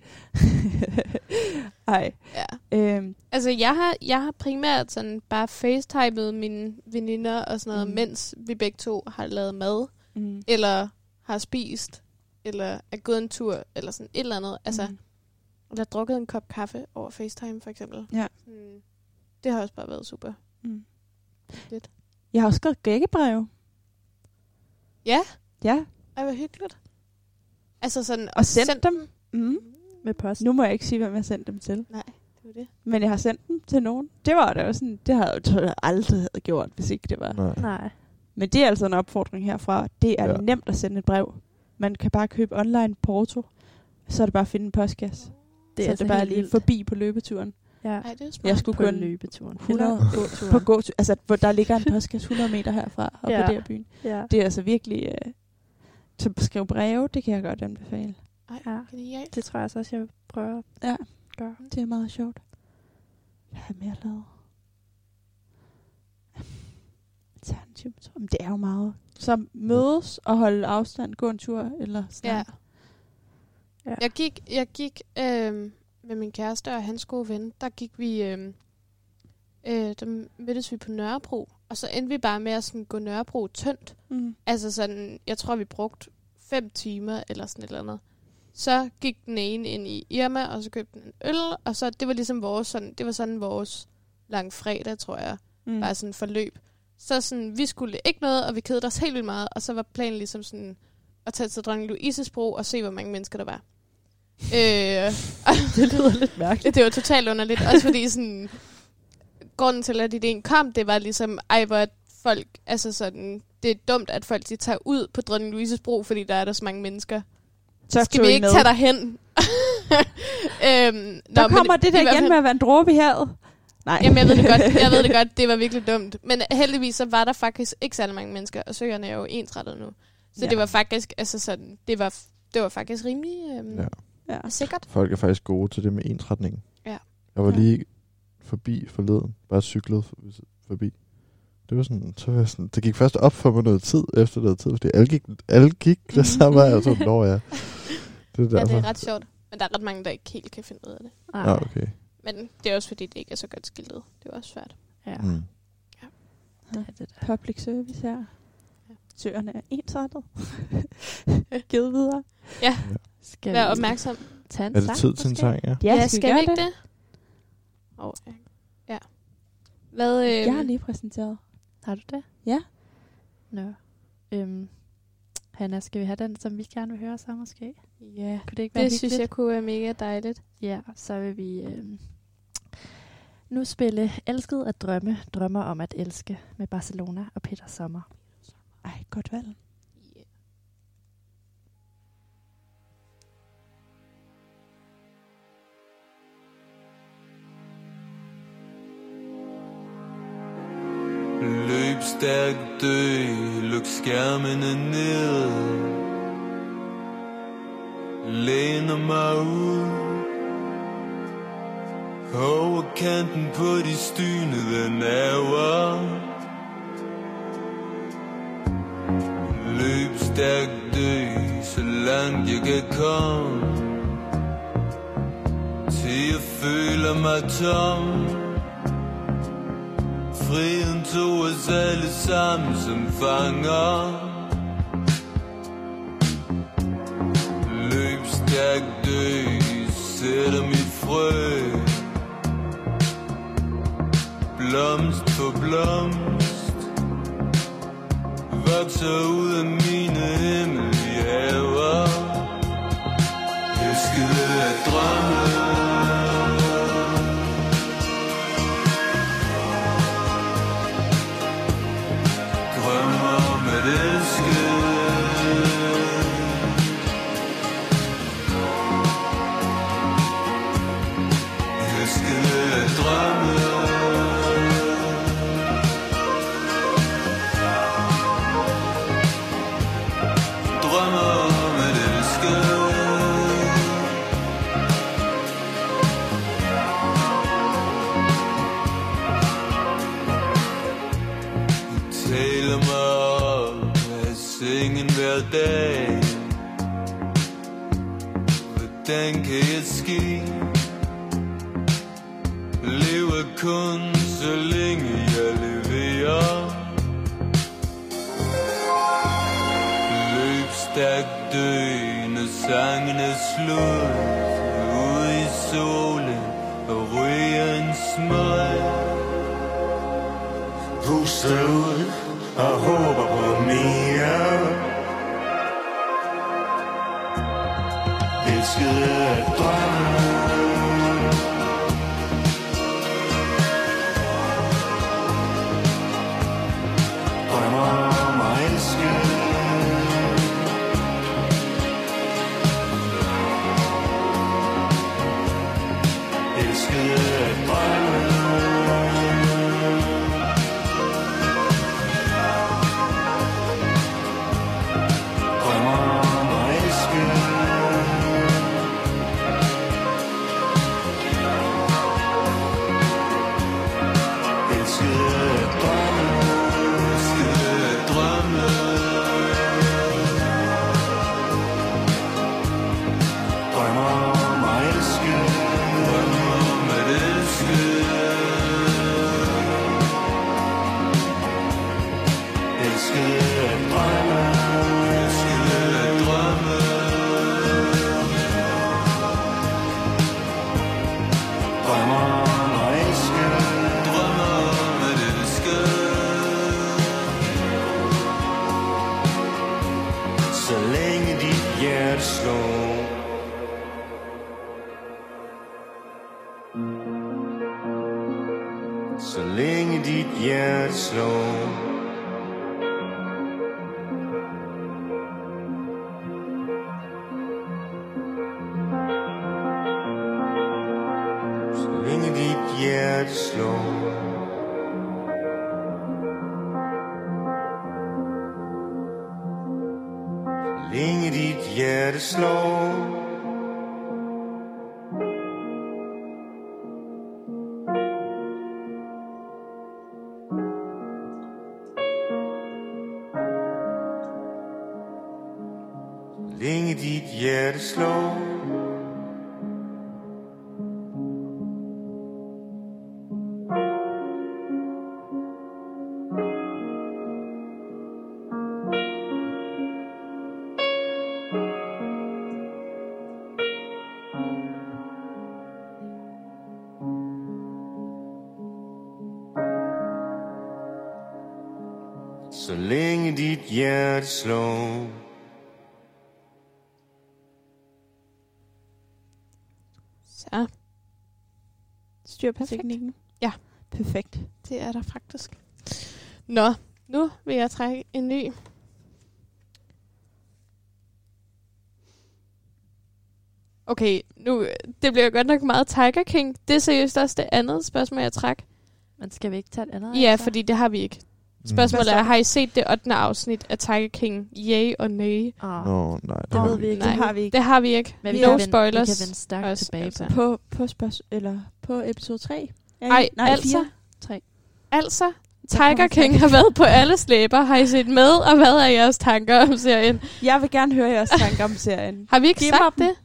Ej. ja. Øhm, Altså, jeg har, jeg har primært sådan bare facetimet mine veninder og sådan noget, Mm. mm. mens vi begge to har lavet mad, mm, eller har spist, eller er gået en tur, eller sådan et eller andet. Altså, mm. eller drukket en kop kaffe over FaceTime, for eksempel. Ja. Mm. Det har også bare været super. Mm. Lidt. Jeg har også skrevet gækkebreve. Ja, Ja, ej, hvor hyggeligt. Altså sådan... og sendt dem. Mm. Med post. Nu må jeg ikke sige, hvem jeg har sendt dem til. Nej, det var det. Men jeg har sendt dem til nogen. Det var da også sådan, det havde jeg jo aldrig havde gjort, hvis ikke det var. Nej. Nej. Men det er altså en opfordring herfra. Det er Ja. ja. nemt at sende et brev. Man kan bare købe online porto. Så er det bare at finde en postkasse. Det Det er så altså det er bare helt lige vildt. forbi på løbeturen. Ja. Ej, det er smart. Jeg skulle På kun løbeturen. hundrede Eller gåturen. på gåtur. Altså, hvor der ligger en postkasse hundrede meter herfra, og Ja. på der byen. Ja. Det er altså virkelig... Øh, så skrive breve, det kan jeg godt anbefale. Ej, Ja. genialt. Det tror jeg så også, jeg vil prøve at Ja, gøre. det er meget sjovt. Jeg har mere lavet. Alternativ metode. Men det er jo meget. Så mødes og holde afstand, gå en tur eller Ja. snakke. Ja. Jeg gik, jeg gik øh, med min kæreste og hans gode ven. Der gik vi, øh, øh, der mødtes vi på Nørrebro. Og så endte vi bare med at sådan gå Nørrebro tyndt. Mm. Altså sådan, jeg tror vi brugte fem timer eller sådan et eller andet. Så gik den ene ind i Irma, og så købte den en øl. Og så, det var ligesom vores, sådan, det var sådan vores lang fredag, tror jeg. Mm. Bare sådan forløb. Så sådan, vi skulle ikke noget, og vi kedede os helt vildt meget. Og så var planen ligesom sådan at tage til Dronning Louises Bro og se, hvor mange mennesker der var. øh, Det lyder lidt mærkeligt. det var totalt underligt. Også fordi sådan, grunden til, at ideen kom, det var ligesom, ej, hvor folk, altså sådan, det er dumt, at folk de tager ud på Dronning Louises Bro, fordi der er der så mange mennesker. Så Skal vi ikke tage derhen? øhm, Der nå, kommer men det der i hvert igen fald- med at være en dråbe i havet. Nej. Jamen, jeg ved det godt. Jeg ved det godt. Det var virkelig dumt. Men heldigvis så var der faktisk ikke særlig mange mennesker, og søerne er jo ensrettet nu. Så Ja. det var faktisk, altså sådan, det var, det var faktisk rimelig øhm, Ja. Ja. sikkert. Folk er faktisk gode til det med ensretningen. Ja. Jeg var Ja. lige forbi forleden. Bare cyklet for- forbi. Det var sådan, så var jeg sådan, det gik først op for mig noget tid, efter noget tid, fordi alle gik, alle gik det samme vej, og så, når jeg. Det er Ja, derfor. det er ret sjovt. Men der er ret mange, der ikke helt kan finde ud af det. Nej. Ja, okay. Men det er også fordi, det ikke er så godt skiltet. Det er også svært. Ja, Mm. det er det der. Public service her. Ja. Søerne er ensrettet. Givet videre. Ja, Skal vær vi opmærksom. tage en Er det sang, tid til en måske? sang, ja? Ja, Ja, skal, skal vi ikke det? det? Oh, ja. ja. Hvad, øh, Jeg har lige præsenteret. Har du det? Ja. Nå. Øhm, Hanna, skal vi have den, som vi gerne vil høre så måske? Ja, Kunne det ikke være det synes hyggeligt? jeg kunne være mega dejligt. Ja, så vil vi øhm, nu spille Elsket at drømme, drømmer om at elske med Barcelona og Peter Sommer. Ej, godt valg. Yeah. Løb stærkt, dø, luk skærmene ned. Læner mig ud over kanten på de stynede nerver. Løb stærkt, dø, så langt jeg kan komme, til jeg føler mig tom. Friheden tog os alle sammen som fanger. Løb stærkt, dø, sætter mit frø. Blomst for blomst vokser ud af mine hemmelige haver. Elskede at drømme, drømmer om at elske. Elskede at drømme, drømmer om at elske. Taler mig op af sengen hver dag. Hvordan kan jeg ske? Lever kun så længe jeg leverer. Løb stærkt, dø, når sangen er slut. Ude i solen og ryger en smøg. Puster ud og håber på mere. Elskede at drømme, drømmer om at elske. Elskede at drømme, drømmer om at elske. slår. Så længe dit hjerte slår. Så længe dit hjerte slår. Så længe dit hjerte slår. Længe dit hjerte slår. Så længe dit hjerte slår. Så. Styr på Perfekt. teknikken. Ja. Perfekt. Det er der faktisk. Nå, nu vil jeg trække en ny. Okay, nu, det bliver godt nok meget Tiger King. Det er seriøst også det andet spørgsmål, jeg træk. Men skal vi ikke tage et andet? Ja, altså? fordi det har vi ikke. Mm. Spørgsmålet er, har I set det ottende afsnit af Tiger King? Yay og nej? Åh, Nå, nej. det ved vi ikke. Nej, Det har vi ikke. det har vi ikke. Men vi no kan vende, spoilers. Vi kan vende stærkt også, tilbage altså. på. På, på, spørg- eller på episode tre? Ja, Ej, nej, altså, fire. Tre. altså, kommer Tiger King Tiger har været på alle slæber. Har I set med, og hvad er jeres tanker om serien? Jeg vil gerne høre jeres tanker om serien. Har vi ikke Giv sagt mig det?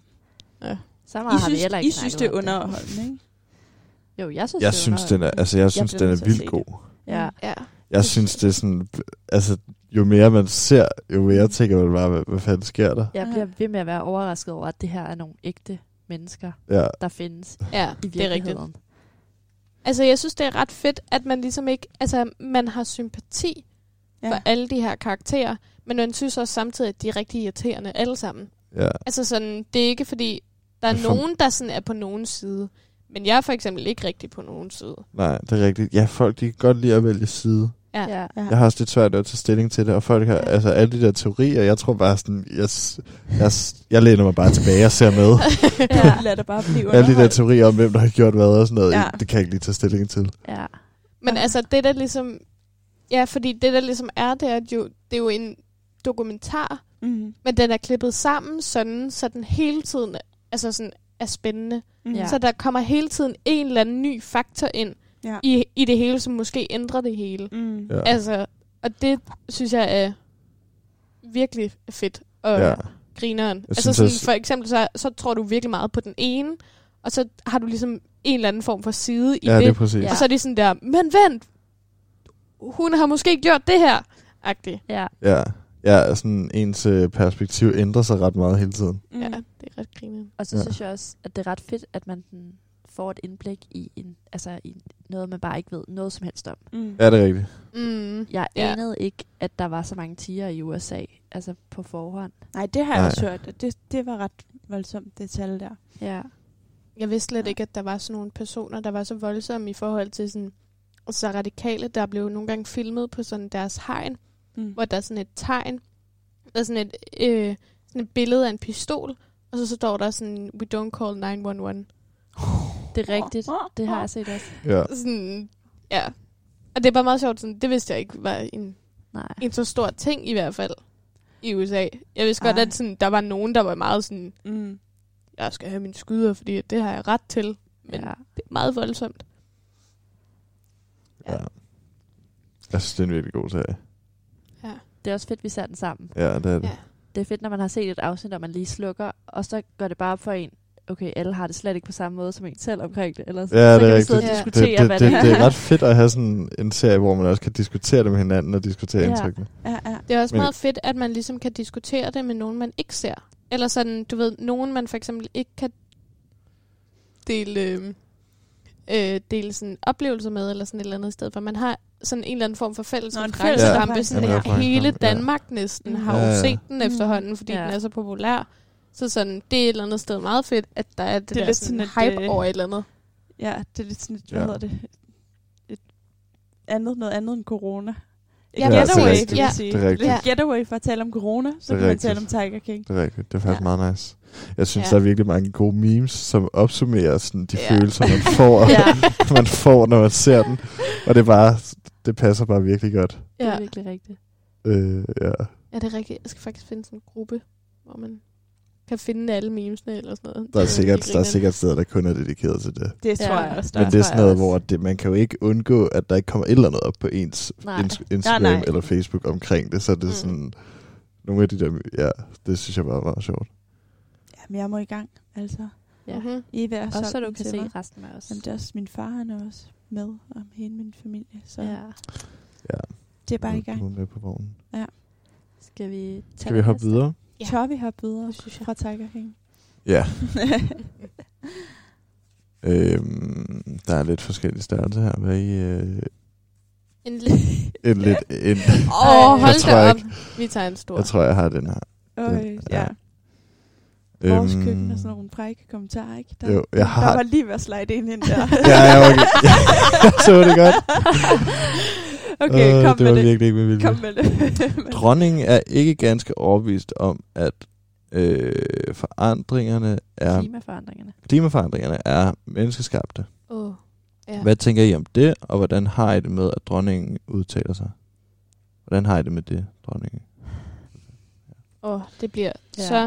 Så meget I har vi synes, heller ikke I synes, det er snakket om underholdende, ikke? Jo, jeg synes, Jeg det er synes, den er, underholdende. altså, jeg synes, bliver den er nødt til at vildt se god. Ja. Ja. Jeg synes, det er sådan... Altså, jo mere man ser, jo mere tænker man bare, hvad, hvad fanden sker der? Jeg bliver ved med at være overrasket over, at det her er nogle ægte mennesker, Ja, der findes Ja, i det er rigtigt. virkeligheden. Altså, jeg synes, det er ret fedt, at man ligesom ikke... Altså, man har sympati ja. for alle de her karakterer, men man synes også samtidig, at de er rigtig irriterende alle sammen. ja. Altså sådan, det er ikke fordi, der er Men for- nogen, der sådan er på nogen side. Men jeg er for eksempel ikke rigtig på nogen side. Nej, det er rigtigt. Ja, folk, de kan godt lide at vælge side. Ja. Ja. Ja. Jeg har også lidt svært ved at tage stilling til det, og folk har, altså alle de der teorier, jeg tror bare sådan, jeg, jeg, jeg læner mig bare tilbage og ser med. Ja. Lad det bare blive Alle de der underholdt. teorier om, hvem der har gjort hvad og sådan noget, Ja. det kan jeg ikke lige tage stilling til. Ja. Men altså, det der ligesom... Ja, fordi det der ligesom er, det er jo, det er jo en dokumentar, Mm. men den er klippet sammen sådan, så den hele tiden altså sådan, er spændende. Mm. Ja. Så der kommer hele tiden en eller anden ny faktor ind Ja. i, i det hele, som måske ændrer det hele. Mm. Ja. Altså, og det synes jeg er virkelig fedt og Ja. ja. grineren. Jeg Altså synes sådan, også- for eksempel, så, så tror du virkelig meget på den ene, og så har du ligesom en eller anden form for side i Ja, det er det. præcis. Ja. Og så er de sådan der, men vent, hun har måske gjort det her, agtigt. Ja. Ja, ja sådan ens øh, perspektiv ændrer sig ret meget hele tiden. Mm. Ja, det er ret grineren. Og så Ja. ja. synes jeg også, at det er ret fedt, at man den får et indblik i, en, altså i noget, man bare ikke ved noget som helst om. Mm. Ja, det er rigtigt. Mm. Jeg Ja. anede ikke, at der var så mange tiger i U S A, altså på forhånd. Nej, det har jeg Nej. også hørt. at Det, det var ret voldsomt, det tal der. Ja. Jeg vidste slet Ja. ikke, at der var sådan nogle personer, der var så voldsomme i forhold til sådan, så radikale, der blev nogle gange filmet på sådan deres hegn, Mm. hvor der er sådan et tegn, der er sådan et, øh, sådan et billede af en pistol, og så, så står der sådan, we don't call nine one one. Det er rigtigt. Det har jeg set også. Ja. Sådan, ja. Og det er bare meget sjovt, sådan, det vidste jeg ikke var en, Nej. en så stor ting i hvert fald i U S A. Jeg vidste godt, Ej. at sådan, der var nogen, der var meget sådan, Mm. jeg skal have mine skyder, fordi det har jeg ret til. Men Ja. det er meget voldsomt. Ja. Jeg synes, det er en virkelig god serie. Det er også fedt, vi ser den sammen. Ja, det er det. Ja. Det er fedt, når man har set et afsnit, og man lige slukker, og så går det bare op for en, okay, alle har det slet ikke på samme måde som en selv omkring det. Eller Ja, så, det så er kan vi rigtigt. sidde og Ja. diskutere, Det, det, hvad det, det, det er ret fedt at have sådan en serie, hvor man også kan diskutere det med hinanden og diskutere Ja. indtrykkene. Ja, ja. Det er også Men- meget fedt, at man ligesom kan diskutere det med nogen, man ikke ser. Eller sådan, du ved, nogen man for eksempel ikke kan dele, øh, øh, dele sådan oplevelser med, eller sådan et eller andet sted, for man har sådan en eller anden form for fælles Nå, en referencerampe. fælles Sådan reference. hele Ja. Danmark næsten Mm. har jo Ja, ja. set den Mm. efterhånden, fordi Ja. den er så populær. Så sådan, det er et eller andet sted meget fedt, at der er det, Det er der lidt sådan sådan et, hype øh, over et eller andet. Ja, det er lidt sådan et, hvad Ja. hedder det? Et andet, noget andet end corona. Et Ja, det er getaway, rigtigt. vil jeg Ja. sige. Det er rigtigt. Lidt getaway for at tale om corona, så Det kan er man rigtigt. tale om Tiger King. Det er rigtigt. Det er faktisk Ja. meget nice. Jeg synes, Ja. der er virkelig mange gode memes, som opsummerer sådan, de Ja. følelser, man får, Ja. man får, når man ser den. Og det er bare, det passer bare virkelig godt. Det er Ja. virkelig rigtigt. Øh, ja. Ja, det er rigtigt. Jeg skal faktisk finde sådan en gruppe, hvor man kan finde alle memesene eller sådan noget. Der er Det sikkert, virkelig der er grineren. sikkert steder, der kun er dedikeret til det. Det Ja. tror jeg også. Men det er tror sådan jeg noget, også. hvor det, man kan jo ikke undgå, at der ikke kommer et eller andet op på ens Nej. ins- Instagram Nej, nej. eller Facebook omkring det. Så er det Mm. sådan, nogle af de der, ja, det synes jeg bare var meget sjovt. Jamen, jeg må i gang, altså. Ja. Mhm. I er ved at Også så solgt du den kan til se mig. resten af os. Jamen, det er også min far, han er også med, om hele min familie. Så Ja. Ja, det er bare i nu- gang. nu er med på vognen. Skal vi tage Skal vi hoppe næste? videre? Ja. Tør vi hoppe videre Det synes jeg. fra Tiger King? Ja. Øhm, der er lidt forskellige størrelser her. Hvad I, øh, En li- en lidt, en, Åh, Jeg hold tror da op. ikke- Vi tager en stor. jeg tror, jeg har den her. Øj, ja. ja. Vores Øhm, køkken og sådan nogle frække kommentarer, ikke? Der, Jo, jeg der har... var lige ved at slide ind, ind der. Ja, jeg, var, jeg så det godt. Okay, Øh, kom det med var det. virkelig ikke med vilje. Kom med det. Dronningen er ikke ganske overbevist om, at øh, forandringerne er, Klimaforandringerne. klimaforandringerne er menneskeskabte. Åh, ja. Hvad tænker I om det, og hvordan har I det med, at dronningen udtaler sig? Hvordan har I det med det, dronningen? Åh, det bliver Ja. så...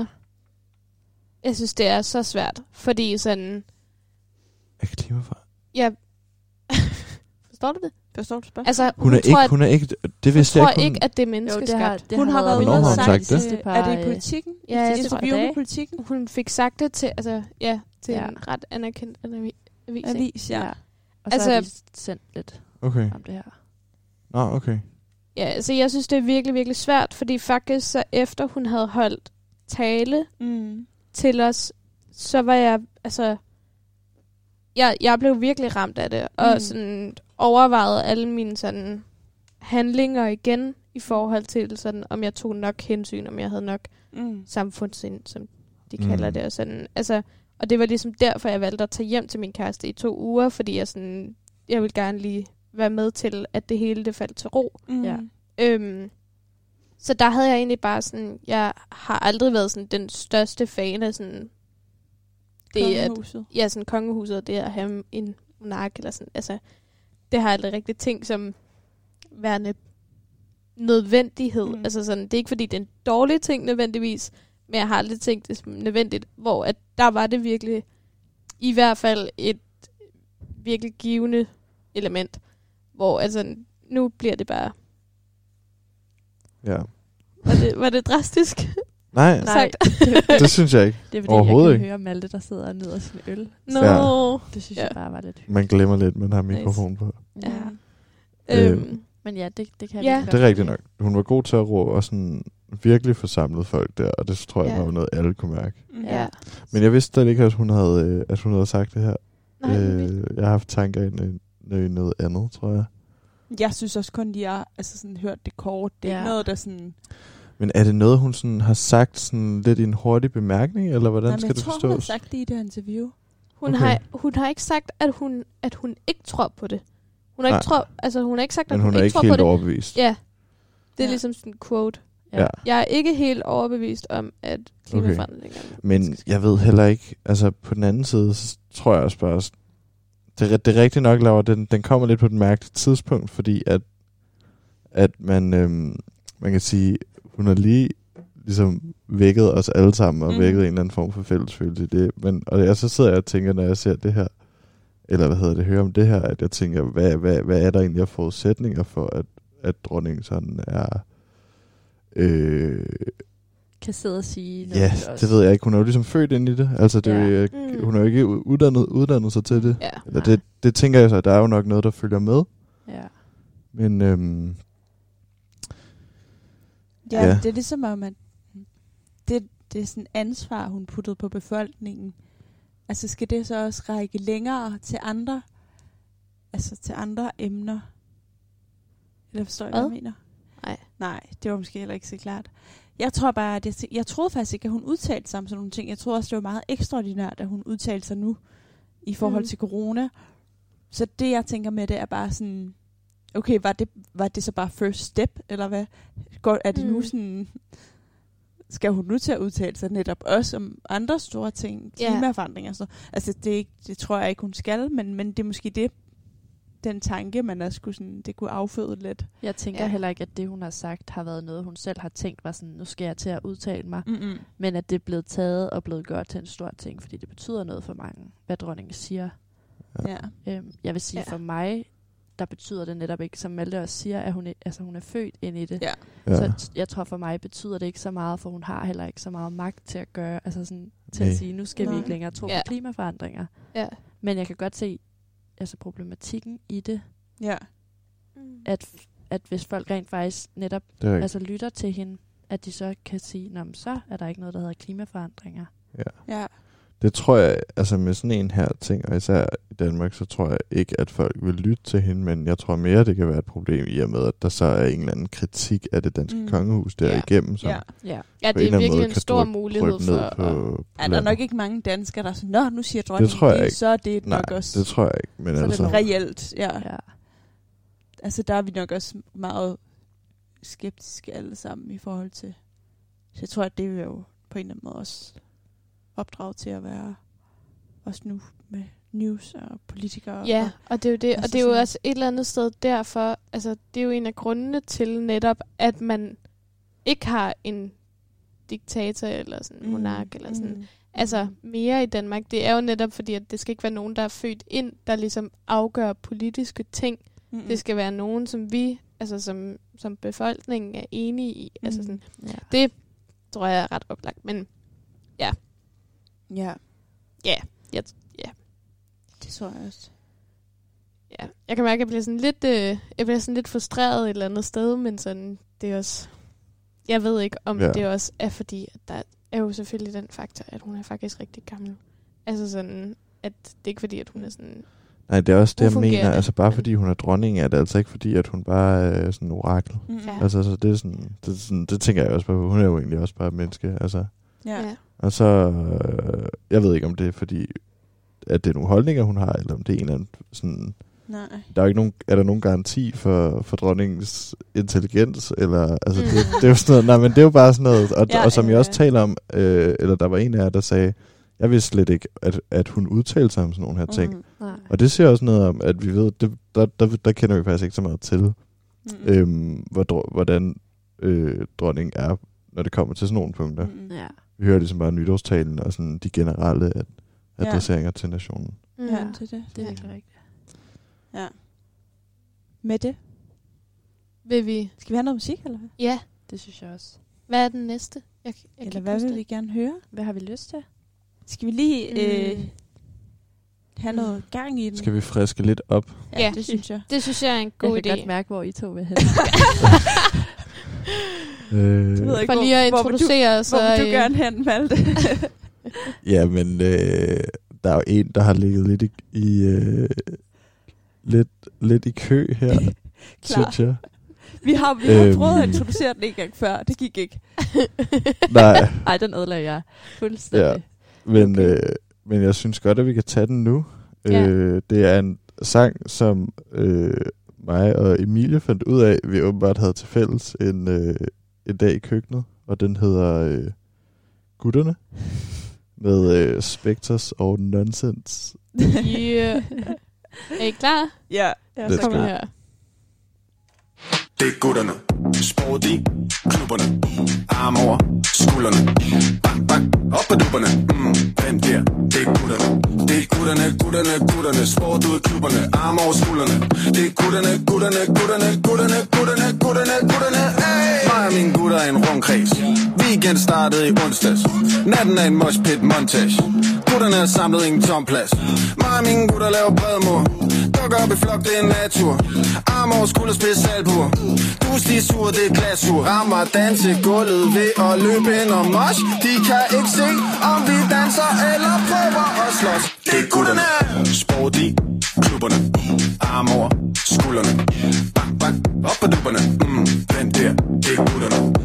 Jeg synes, det er så svært. Fordi sådan... Er klimaforandringer? Ja. Forstår du det? Forstår du spørgsmålet? Altså, Hun, hun, er tror, ikke, hun er ikke, det hun vidste tror jeg ikke, hun, ikke, at det er Jo, menneskeskabt. det har, det hun har været Hvornår ude har og hun sagt, sagt det? det? Er det i politikken? Ja, I jeg et tror, interview det er. med politikken? Hun fik sagt det til, altså, ja, til Ja. en ret anerkendt avi- avis. ikke? Avis, ja. Ja. Og så Altså- har de sendt lidt Okay. om det her. Nå, okay. Ja, altså jeg synes, det er virkelig, virkelig svært, fordi faktisk så efter hun havde holdt tale Mm. til os, så var jeg, altså, jeg, jeg blev virkelig ramt af det, og Mm. sådan overvejede alle mine sådan handlinger igen, i forhold til sådan, om jeg tog nok hensyn, om jeg havde nok Mm. samfundssind, som de Mm. kalder det, og sådan, altså, og det var ligesom derfor, jeg valgte at tage hjem til min kæreste i to uger, fordi jeg sådan, jeg ville gerne lige være med til, at det hele det faldt til ro. Mm. Ja. Øhm, så der havde jeg egentlig bare sådan, jeg har aldrig været sådan den største fan af sådan, det at, Kongehuset. ja, sådan kongehuset, og det at have en monark, eller sådan, altså, det har jeg aldrig rigtig tænkt som værende nødvendighed. Mm. Mm. Altså sådan, det er ikke fordi, det er en dårlig ting nødvendigvis, men jeg har aldrig tænkt det som nødvendigt, hvor at der var det virkelig, i hvert fald et virkelig givende element, hvor altså, nu bliver det bare, Ja. var det, var det drastisk? Nej, Nej, Sagt. det synes jeg ikke. det er fordi, Overhovedet jeg kan ikke. høre Malte, der sidder og nyder sin øl. Nå. Ja. Det synes Ja. jeg bare var lidt hyggeligt. Man glemmer lidt, man har Nice. mikrofon på. Ja. Øh, Øhm, Men ja, det, det kan Ja. jeg virkelig Det er godt rigtigt forstå. nok. Hun var god til at råbe og sådan virkelig få samlet folk der, og det tror jeg Ja. var noget, alle kunne mærke. Mm. ja. Men jeg vidste slet ikke, at hun havde, øh, at hun havde sagt det her. Nej, øh, Øh, jeg har haft tanker i noget, i noget andet, tror jeg. Jeg synes også kun, de har altså sådan, hørt det kort. Det er Ja. ikke noget, der sådan... Men er det noget, hun sådan har sagt sådan lidt i en hurtig bemærkning, eller hvordan Nej, men skal jeg det tror, hun har forstås? sagt det i det her interview. hun, okay. har, hun har ikke sagt, at hun, at hun ikke tror på det. Hun har, Nej. ikke, tro, altså, hun har ikke sagt, at Men hun, hun er ikke ikke tror på helt det. overbevist. Ja, det er Ja. ligesom sådan en quote. Ja. Jeg er ikke helt overbevist om, at klimaforandringer er Men menneskeskabt. jeg ved heller ikke, altså på den anden side, så tror jeg også bare, det, er- det er rigtigt nok, Laura, den, den kommer lidt på et mærkeligt tidspunkt, fordi at, at man, øhm, man kan sige, hun har lige ligesom vækket os alle sammen, og Mhm. mm. vækket en eller anden form for fællesfølelse i det. Men, og jeg, så sidder jeg og tænker, når jeg ser det her, eller hvad hedder det, hører om det her, at jeg tænker, hvad, hvad, hvad er der egentlig af forudsætninger for, at, at dronningen sådan er... Øh, Kan sidde og sige noget ja, til os. det ved jeg ikke. Hun er jo ligesom født ind i det. Altså, det er jo, Ja. ikke- Mm. hun er jo ikke uddannet, uddannet sig til det. Ja. Eller det, det tænker jeg så, at der er jo nok noget, der følger med. Ja. Men øhm, Ja, Ja. ja. Det er ligesom om, at det, det er sådan ansvar, hun puttede på befolkningen. Altså skal det så også række længere til andre, altså til andre emner? Eller forstår I, hvad jeg Hvad? mener? Nej. Nej, det var måske heller ikke så klart. Jeg tror bare, at jeg, tæ- jeg troede faktisk ikke, at hun udtalte sig om sådan nogle ting. Jeg troede også, det var meget ekstraordinært, at hun udtalte sig nu i forhold Mm. til corona. Så det, jeg tænker med det, er bare sådan, okay, var det, var det så bare first step, eller hvad? Går, er det mm. nu Mm. sådan, skal hun nu til at udtale sig netop også om andre store ting, Ja. klimaforandringer og sådan noget? Altså, det, er ikke, det tror jeg ikke, hun skal, men, men det er måske det, den tanke, man også skulle sådan, det kunne afføde lidt. Jeg tænker Ja. ja. heller ikke, at det, hun har sagt, har været noget, hun selv har tænkt, var sådan, nu skal jeg til at udtale mig. Mm-mm. Men at det er blevet taget og blevet gjort til en stor ting, fordi det betyder noget for mange, hvad dronningen siger. Ja. Øhm, jeg vil sige, Ja. ja. for mig, der betyder det netop ikke, som Malte også siger, at hun er, altså, hun er født ind i det. Ja. Ja. Så t- jeg tror for mig betyder det ikke så meget, for hun har heller ikke så meget magt til at gøre, altså sådan, til Nej. at sige, nu skal Nej. vi ikke længere tro Ja. på klimaforandringer. Ja. Men jeg kan godt se altså problematikken i det, Ja. Mm. at, f- at hvis folk rent faktisk netop Det er rigtigt. altså lytter til hende, at de så kan sige, nå, men så er der ikke noget, der hedder klimaforandringer. Ja. Det tror jeg, altså med sådan en her ting, og især i Danmark, så tror jeg ikke, at folk vil lytte til hende, men jeg tror mere, det kan være et problem i og med, at der så er en eller anden kritik af det danske Mm. mm. kongehus der Ja. igennem, som Ja. Ja. Ja, på det en er eller anden virkelig måde en kan stor dryppe- mulighed dryppe ned for... på, at- på Er der landet. nok ikke mange danskere, der er sådan, nå, nu siger dronningen Det tror jeg det, ikke. så er det Nej, nok også det tror jeg ikke, men så er altså... det reelt. Ja. ja. Altså, der er vi nok også meget skeptiske alle sammen i forhold til... Så jeg tror, at det er jo på en eller anden måde også opdraget til at være også nu med news og politikere. Ja, Og, og det er jo det. altså Og det er jo sådan- også et eller andet sted derfor, altså det er jo en af grundene til netop, at man ikke har en diktator eller sådan en monark eller sådan. Mm. Altså mere i Danmark. Det er jo netop fordi, at det skal ikke være nogen, der er født ind, der ligesom afgør politiske ting. Mm. Det skal være nogen, som vi, altså som, som befolkningen er enige i. Mm. Altså sådan, ja. det tror jeg er ret oplagt. Men Ja. ja, jeg, ja, Det tror jeg også. ja. Jeg kan mærke, at jeg bliver sådan lidt, øh, jeg bliver sådan lidt frustreret et eller andet sted, men sådan, det er også, jeg ved ikke, om Ja. ja. det også er fordi, at der er jo selvfølgelig den faktor, at hun er faktisk rigtig gammel. Altså sådan, at det er ikke fordi, at hun er sådan... Nej, det er også det, jeg mener. Ufungerende. Altså bare fordi hun er dronning, er det altså ikke fordi, at hun bare er sådan en orakel. Mm. Ja. Altså, så det er sådan, det, er sådan, det tænker jeg også på. Hun er jo egentlig også bare et menneske. Altså, Ja. Ja. og så, øh, jeg ved ikke, om det er fordi, at det er nogle holdninger, hun har, eller om det er en eller anden sådan... Nej. Der er jo ikke nogen, er der nogen garanti for, for dronningens intelligens, eller, altså, det, det er jo sådan noget, nej, men det er jo bare sådan noget, og, Ja, og som ja, jeg også ja. taler om, øh, eller der var en af jer, der sagde, jeg vidste slet ikke, at, at hun udtalte sig om sådan nogle her ting. Mm. Nej. Og det siger også noget om, at vi ved, det, der, der, der kender vi faktisk ikke så meget til, Mm. øhm, hvor, hvordan øh, dronningen er, når det kommer til sådan nogle punkter. Mm. Ja. Vi hører ligesom bare nytårstalen og sådan de generelle ad- Ja. adresseringer til nationen. Mm. Ja, det er det. Det er Ja. virkelig rigtigt. Ja. Med det. Vil vi... Skal vi have noget musik, eller hvad? Ja, Det synes jeg også. hvad er den næste? Jeg, jeg kan Eller ikke hvad huske vil det. vi gerne høre? Hvad har vi lyst til? Skal vi lige øh, Mm. have noget gang i den? Skal vi friske lidt op? Ja, Ja. det synes jeg. Det synes jeg er en god jeg kan idé. godt mærke, hvor I to vil hen. Øh, Det ved jeg ikke, For lige at hvor- hvor vil du- introducere, så... Hvor vil du øh, gerne hen, Malte? ja, men øh, der er jo en, der har ligget lidt i, i øh, lidt, lidt i kø her, Klar. synes jeg. Vi har, vi har Øhm. prøvet at introducere den en gang før. Det gik ikke. Nej, Ej, den ødelagde jeg fuldstændig. ja. Men, øh, men jeg synes godt, at vi kan tage den nu. Ja. Øh, det er en sang, som øh, mig og Emilie fandt ud af, vi åbenbart havde til fælles en, øh, en dag i køkkenet. Og den hedder øh, Gutterne med øh, Spectres og Nonsense. Yeah. Er I klar? Ja, jeg er Let's så Kom go. klar. her. Det er gutterne. Sport i klubberne. Arm over skuldrene. Bang, bang, op på dupperne. Mm, hvem der? Det er gutterne. Det er gutterne, gutterne, gutterne. Sport ud i klubberne. Arm over skuldrene. Det er gutterne, gutterne, gutterne, gutterne, gutterne, gutterne, gutterne. Hey! Mig og mine gutter er en rundkreds. Weekend startede i onsdags. Natten er en moshpit montage. Gutterne er samlet i en tom plads. Mig og mine gutter laver bredmur. Dukker op i flok, det er en natur. Arm over skulder, spids albuer. Dus, de er sur, det er glasur. Rammer danse gulvet ved at løbe ind og mosh. De kan ikke se, om vi danser eller prøver at slås. Det er gutterne. Sport i klubberne. Arm over skuldrene. Bang, bang, op på dupperne. Mm, hvem der? Det er gutterne. Det er gutterne.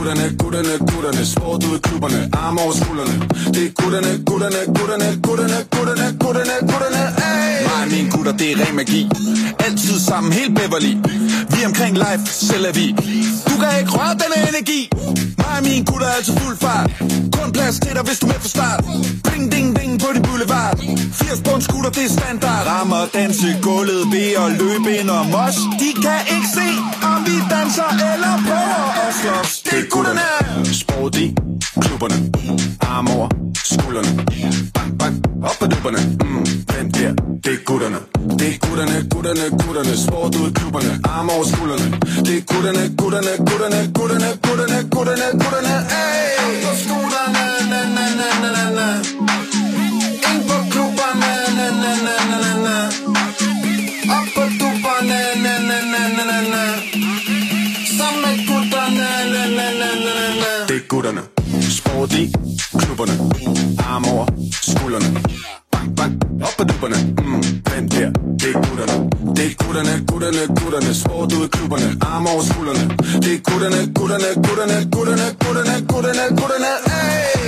gutterne, gutterne, gutterne. Sport ud i klubberne, arme over skuldrene. Det er gutterne, gutterne, gutterne, gutterne, gutterne, gutterne, gutterne. Hey! Mig og mine gutter, det er ren magi. Altid sammen, helt Beverly. Vi er omkring life, selv er vi. Du kan ikke røre denne energi. Mig og mine gutter er altid fuld fart. Kun plads til dig, hvis du er med fra start. Ding, ding, ding på de boulevard. firs på en scooter, det er standard. Rammer, danse, gulvet, ved og løbe ind om os. De kan ikke se, om vi danser eller prøver at slås. Det er gutterne. Sport i klubberne. Arm over skuldrene. Bang, bang, op på dupperne. Mm, vent der, det er gutterne. Det er gutterne, gutterne, gutterne. Sport ud i klubberne. Arm over skuldrene. Det er gutterne, gutterne, gutterne, gutterne, gutterne, gutterne, gutterne. Hey! Op på skuldrene, na, na, na, na, na, na. Ind på klubberne, na, na, na, na, na, na. Op på dupperne, na, na, na, na, na, na. Sammen med gutterne, na, na, na, na, na, na. Det er gutterne. Sport i klubberne. Arm over skuldrene. Bang, bang, op på dupperne. Mm, vent der, det er gutterne. Det er gutterne, gutterne, gutterne. Sport ud i klubberne. Arm over skuldrene. Det er gutterne, gutterne, gutterne, gutterne, gutterne, gutterne, gutterne. Hey!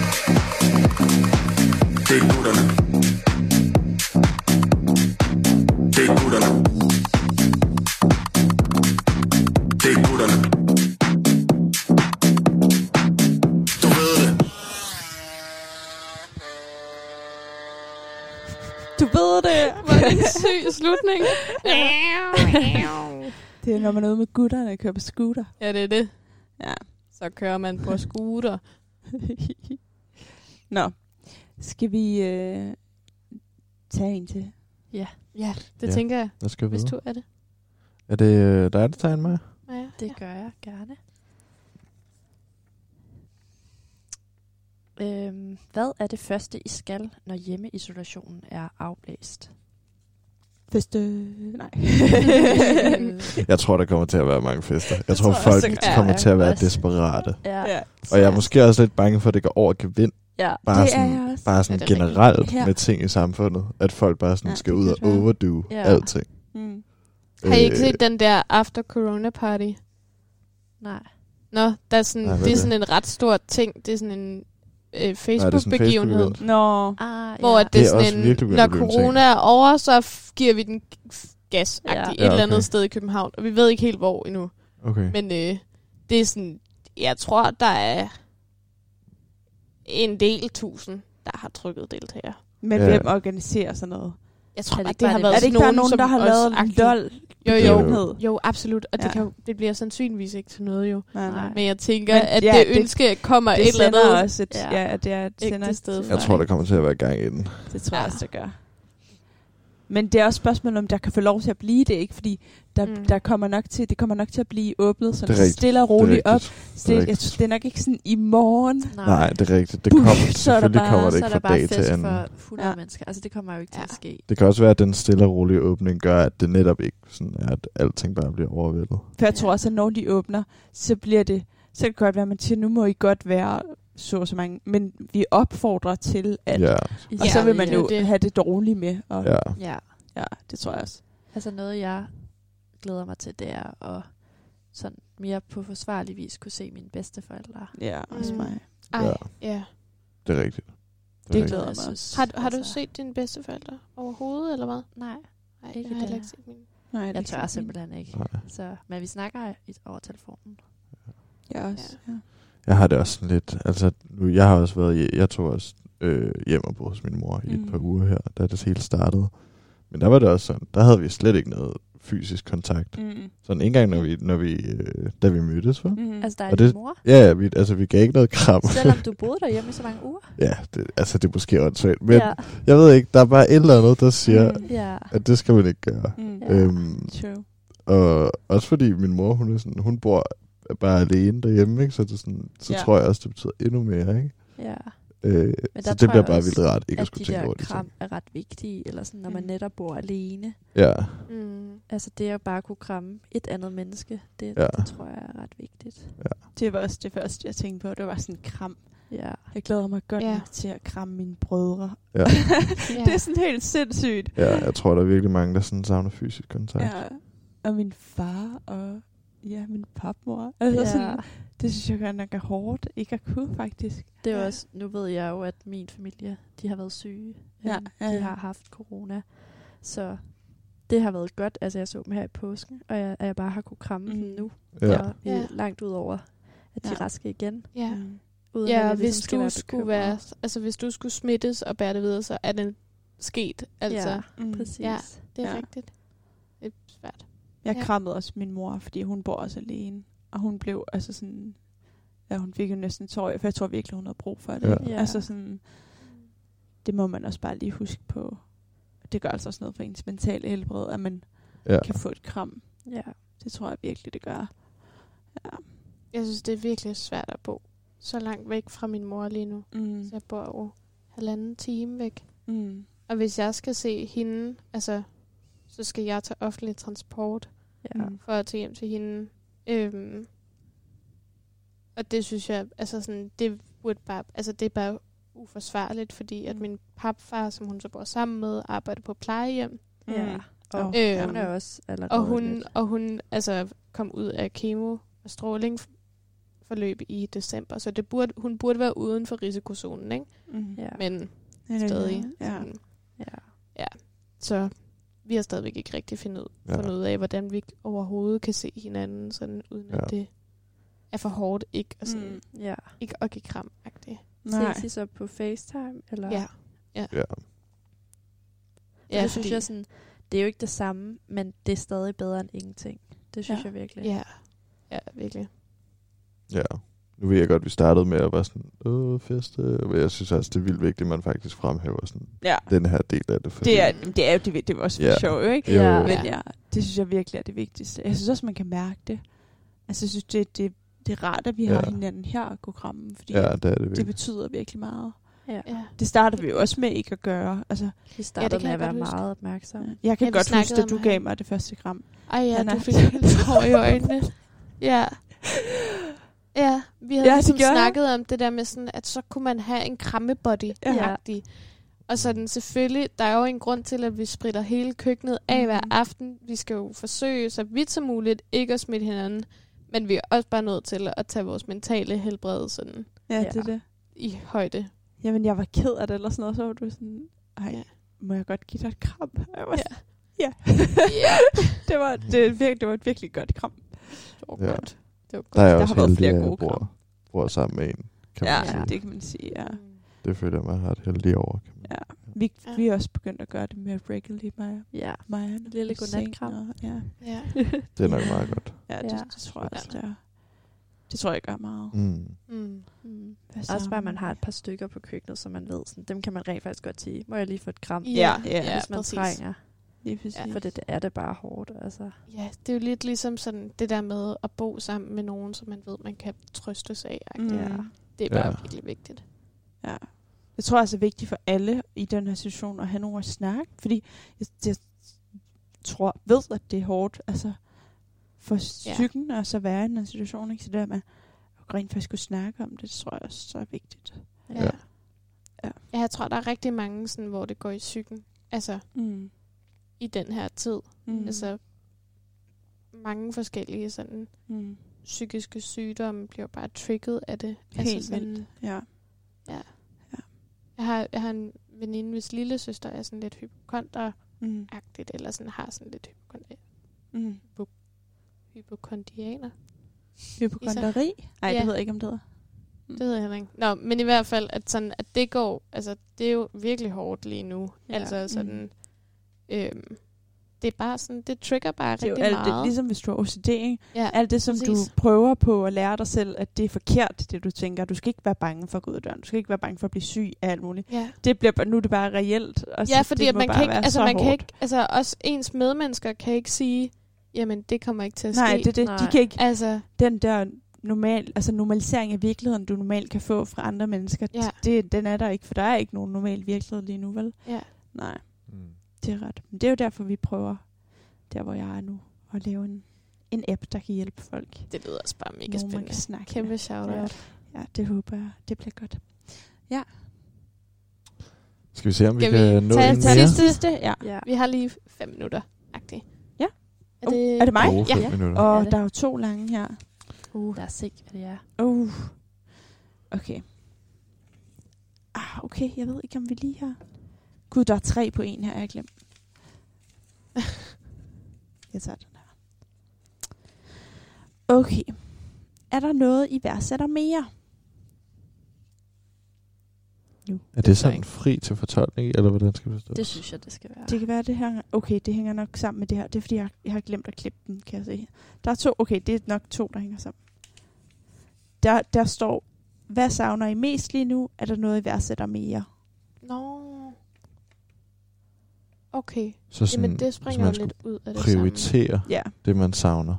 Det er gutterne. Det er gutterne. Det er gutterne. Du ved det. Du ved det. Var det en syg slutning? Det er, når man er ude med gutterne og kører på scooter. Ja, det er det. Ja. Så kører man på scooter. Nå. Skal vi øh, tage en til? Ja, ja det Ja. tænker jeg. Hvad skal vi Hvis videre? du er det. Er det øh, dig, der tager en med? Ja, Det gør jeg gerne. Øhm, hvad er det første, I skal, når hjemmeisolationen er afblæst? Feste... Nej. Jeg tror, der kommer til at være mange fester. Jeg tror, tror også, folk der kan- kommer Ja, til at være også. desperate. Ja. ja. Og jeg er måske også lidt bange for, at det går over gevind. Ja. Bare Det er sådan, jeg også. bare sådan Ja, det er rigtigt. generelt Ja. med ting i samfundet. At folk bare sådan Ja, skal det ud kan og være. overdo Ja. alting. Mm. Har I ikke Øh, set den der after corona party? Nej. Nå, der er sådan, Nej, hvad det er er sådan en ret stor ting. Det er sådan en øh, sådan en Facebook-begivenhed. Facebook-event? Nå. Hvor Ah, ja. at det, Det er er også sådan en, virkelig begyndt når at blive en corona er over, så f- giver vi den f- gas Ja. ja. et Ja, eller andet okay. sted i København. Og vi ved ikke helt hvor endnu. Okay. Men øh, det er sådan, jeg tror, der er en del tusind, der har trykket deltagere. Men Ja. hvem organiserer sådan noget? Jeg tror, Er det at ikke det bare har det- været Er det ikke, der er nogen, som der har os lavet agtigt. lol? Jo, Jo, jo. jo. Jo, absolut. Og Ja. det, kan, jo- det bliver sandsynligvis ikke til noget, jo. Nej, Nej. Men jeg tænker, Men at ja, det det- ønske kommer Det et eller sender andet. også et, Ja. ja. det er et Ægte sender et sted sted. Jeg tror, der kommer til at være gang i den. Det tror jeg Ja. også, det gør. Men det er også spørgsmålet, om der kan få lov til at blive det, ikke? Fordi der, Mm. mm. der kommer nok til, det kommer nok til at blive åbnet sådan Det er rigtigt. stille og Det er roligt op. rigtigt. Så Det er det, jeg, rigtigt. det er nok ikke sådan i morgen. Nej, det er rigtigt. Det Buff, kommer, så er der selvfølgelig bare- kommer det så ikke er fra der bare dag til fest anden. for hundrede Ja. mennesker. Altså, det kommer jo ikke til Ja. at ske. Det kan også være, at den stille og rolige åbning gør, at det netop ikke sådan er, at alting bare bliver overvældet. For jeg tror også, at når de åbner, så bliver det, så kan det godt være, at man siger, nu må I godt være så og så mange. Men vi opfordrer til, at... Ja, Og så vil man det er jo det. have det dårligt med. Og, ja. ja. Ja. ja, det tror jeg også. Altså noget, jeg glæder mig til, det er at sådan mere på forsvarlig vis kunne se mine bedsteforældre. Ja, også Mm. mig. Ej, Ja. ja. Det er rigtigt. Det rigtigt. glæder Jeg mig synes, Har, har du altså, set dine bedsteforældre overhovedet, eller hvad? Nej, Nej, Ikke jeg har heller det. ikke set mine. Nej, det er jeg ikke tør sådan. simpelthen ikke. Nej. Så, men vi snakker i- over telefonen. Jeg også, ja. Jeg har det også sådan lidt, altså nu, jeg har også været, i- jeg tog også øh, hjem og boede hos min mor i et Mm. par uger her, da det hele startede. Men der var det også sådan, der havde vi slet ikke noget fysisk kontakt. Mm. Sådan en gang, når vi, når vi, øh, da vi mødtes, var. Mm. Altså, der er Og din det- mor, Ja, ja, vi, altså vi gav ikke noget kram. selvom du boede derhjemme i så mange uger. Ja, det, altså det er måske åndssvagt. Men Ja. jeg ved ikke, der er bare et eller andet, der siger, Mm. Ja. at det skal man ikke gøre. Mm. Ja. Øhm, True. og også fordi min mor, hun, er sådan, hun bor bare alene derhjemme, ikke? Så, det er sådan, så Ja. tror jeg også, det betyder endnu mere, ikke? Ja. Øh, der så tror det bliver jeg bare også, vildt rart, ikke at At skulle de tænke der over de kram ting. er ret vigtige, eller sådan, når man Mm. netop bor alene. Ja, Mm. Altså det at bare kunne kramme et andet menneske, det, Ja. det tror jeg er ret vigtigt. Det var også det første, jeg tænkte på. Det var sådan en kram. Ja. Jeg glæder mig godt Ja. nok til at kramme mine brødre. ja. Ja. Det er sådan helt sindssygt. ja, jeg tror, der er virkelig mange, der sådan savner fysisk kontakt. Ja. Og min far og ja, min papmor. Altså Ja. sådan, det synes jeg godt nok er hårdt, ikke at kunne faktisk. Det er jo Ja. også, nu ved jeg jo, at min familie, de har været syge. Ja, Øhm, ja, De ja. har haft corona. Så det har været godt. Altså, jeg så dem her i påsken, og jeg, at jeg bare har kunne kramme Mm. dem nu. Ja. Og vi er Ja. langt ud over, at de er Ja. raske igen. Ja. Mm. Uden at Ja, jeg og ligesom hvis skal du være skulle bekymret. være, altså hvis du skulle smittes og bære det videre, så er det sket. Altså, Ja, Mm. præcis. Ja. det er Ja. rigtigt. Det er svært. Jeg Ja. krammede også min mor, fordi hun bor også alene. Og hun blev altså sådan... Ja, hun fik jo næsten tår, for jeg tror virkelig, hun havde brug for det. Ja. ikke? Ja. Altså sådan... Det må man også bare lige huske på. Det gør altså også noget for ens mentale helbred, at man Ja. kan få et kram. Ja. Det tror jeg virkelig, det gør. Ja. Jeg synes, det er virkelig svært at bo så langt væk fra min mor lige nu. Mm. Så jeg bor jo halvanden time væk. Mm. Og hvis jeg skal se hende, altså, så skal jeg tage offentlig transport Ja. Mm. for at tage hjem til hende. Øhm, og det synes jeg, altså sådan, det burde bare, altså det er bare uforsvarligt, fordi at Mm. min papfar, som hun så bor sammen med, arbejder på plejehjem. Ja. Og Åh, ja. hun er også allerede Og hun, lidt. og hun altså kom ud af kemo og stråling forløb i december, så det burde, hun burde være uden for risikozonen, ikke? Mm. Ja. Men Ja, det er stadig. det. Ja. sådan, Ja. Så vi har stadigvæk ikke rigtig fundet ud, Ja. fundet ud af, hvordan vi overhovedet kan se hinanden, sådan, uden Ja. at det er for hårdt ikke at, sådan, Mm. Ja. ikke at give kram-agtigt. Nej. Ses I så på FaceTime? Eller? Ja. Ja. Ja, Ja, det synes fordi- jeg sådan, det er jo ikke det samme, men det er stadig bedre end ingenting. Det synes Ja. jeg virkelig. Ja, ja, virkelig. Ja. Nu ved jeg godt, at vi startede med at være sådan, åh, feste. Men jeg synes også, det er vildt vigtigt, at man faktisk fremhæver sådan, Ja. den her del af det. fordi- Det er, det er jo det, det var også Ja. for sjov, ikke? Jo, Ja. jo. Men ja, det synes jeg virkelig er det vigtigste. Jeg synes også, man kan mærke det. Altså, jeg synes, det, det, det er rart, at vi Ja. har hinanden her og gå krammen, fordi Ja, det er det det virkelig. betyder virkelig meget. Ja. Ja. Det starter vi jo også med ikke at gøre. Altså, Vi startede kan med jeg at være godt huske. meget opmærksomme. jeg kan Ja, vi godt huske, snakkede at du om gav ham. mig det første kram. Ej ja, Han er- du fik helt tår i øjnene. Ja. Ja, vi havde Ja, ja, det ligesom gjorde jeg. snakket om det der med sådan, at så kunne man have en krammebody. Ja. Ja. Og sådan selvfølgelig, der er jo en grund til, at vi spritter hele køkkenet af hver Mhm. aften. Vi skal jo forsøge så vidt som muligt ikke at smitte hinanden. Men vi er også bare nødt til at tage vores mentale helbred sådan Ja, Ja. det er det. i højde. Jamen, jeg var ked af det eller sådan noget, så var du sådan, ej, Ja. må jeg godt give dig et kram? Jeg var Ja. sådan, ja. Ja. det, var, det, virkelig, det var et virkelig godt kram. Det var Ja. godt. Det var godt. Der er jeg Der også har været heldig, flere at jeg gode bor, kram. bor sammen med en, kan Ja, man sige. det kan man sige, ja. Mm. Det føler jeg, man har et heldigt over. Kan man. ja. Vi, Ja. vi er også begyndt at gøre det mere regularly, Maja. Ja. Maja Lille godnatkram. Ja, Ja. Det er nok meget godt. ja, det, Ja. det tror jeg også, det er. Det tror jeg gør meget. Mm. Mm. Mm. Hvad Også så? bare, at man har et par stykker på køkkenet, så man ved, sådan, dem kan man rent faktisk godt sige. Må jeg lige få et kram? Ja, ja, ja hvis man præcis. trænger. Lige præcis. Ja. For det, det er det bare hårdt. Altså. Ja, det er jo lidt ligesom sådan det der med at bo sammen med nogen, som man ved, man kan trøste sig af. Mm. Ja. Det er bare Ja. virkelig vigtigt. Ja. Jeg tror også, det er vigtigt for alle i den her situation at have nogen at snakke. Fordi jeg, jeg tror, ved, at det er hårdt. Altså for psyken og så være i den situation. Ikke? Så det der med at rent faktisk kunne snakke om det, det tror jeg også er vigtigt. Ja. Ja. Ja. Ja, jeg tror, der er rigtig mange, sådan, hvor det går i psyken. Altså, Mm. i den her tid. Mm. Altså, mange forskellige sådan mm. psykiske sygdomme bliver bare trigget af det. Helt altså sådan, vildt. Ja. Jeg har, jeg har en veninde, hvis lille søster er sådan lidt hypokonter-agtigt, Mm. eller sådan har sådan lidt hypokonter. Mm. hypokondianer. Hypokondri? Nej, Ja. det ved jeg ikke, om det hedder. Det ved jeg heller ikke. Nå, men i hvert fald, at, sådan, at det går, altså det er jo virkelig hårdt lige nu. Ja. Ja. Altså sådan, Mm. øhm, det er bare sådan, det trigger bare Det er jo rigtig alt meget. det, ligesom hvis du har O C D, ikke? ja, Alt det, som præcis. du prøver på at lære dig selv, at det er forkert, det du tænker. Du skal ikke være bange for at gå ud af døren. Du skal ikke være bange for at blive syg af alt muligt. Ja. Det bliver, bare- nu er det bare reelt. Og Ja, så fordi det at må man bare kan ikke, være altså så man kan hårdt. ikke, altså også ens medmennesker kan ikke sige, jamen det kommer ikke til at ske. Nej, det er det. Nej. De kan ikke, Altså, den der normal, altså normalisering af virkeligheden, du normalt kan få fra andre mennesker, Ja. det, den er der ikke, for der er ikke nogen normal virkelighed lige nu, vel? ja. Nej, Mm. det er ret. Men det er jo derfor, vi prøver, der hvor jeg er nu, at lave en, en app, der kan hjælpe folk. Det lyder også bare mega Nogen, man spændende. kan snakke Kæmpe med. shout-out. Ja, det håber jeg. Det bliver godt. Skal vi se, om vi Skal vi kan nå tage- en tage mere? det sidste? Ja. Ja. Vi har lige fem minutter. -agtigt. Er Oh, det, er det mig? Gode fem Ja. minutter. Og Er det? der er jo to lange her. Uh. Lad os se, hvad det er. Uh. Okay. Ah, okay, jeg ved ikke, om vi lige har... Gud, der er tre på en her, jeg har glemt. Jeg tager den her. Okay. Er der noget, I værdsætter mere? Nu. Er det sådan fri til fortolkning, eller hvordan skal det forstås? Det synes jeg, det skal være. Det kan være, det her... Okay, det hænger nok sammen med det her. Det er, fordi jeg, jeg har glemt at klippe den, kan jeg se. Der er to... Okay, det er nok to, der hænger sammen. Der, der står... Hvad savner I mest lige nu? Er der noget, I værdsætter mere? Nå. Okay. Så sådan, Jamen, det hvis springer man jo lidt ud af det prioritere Ja. det, man savner.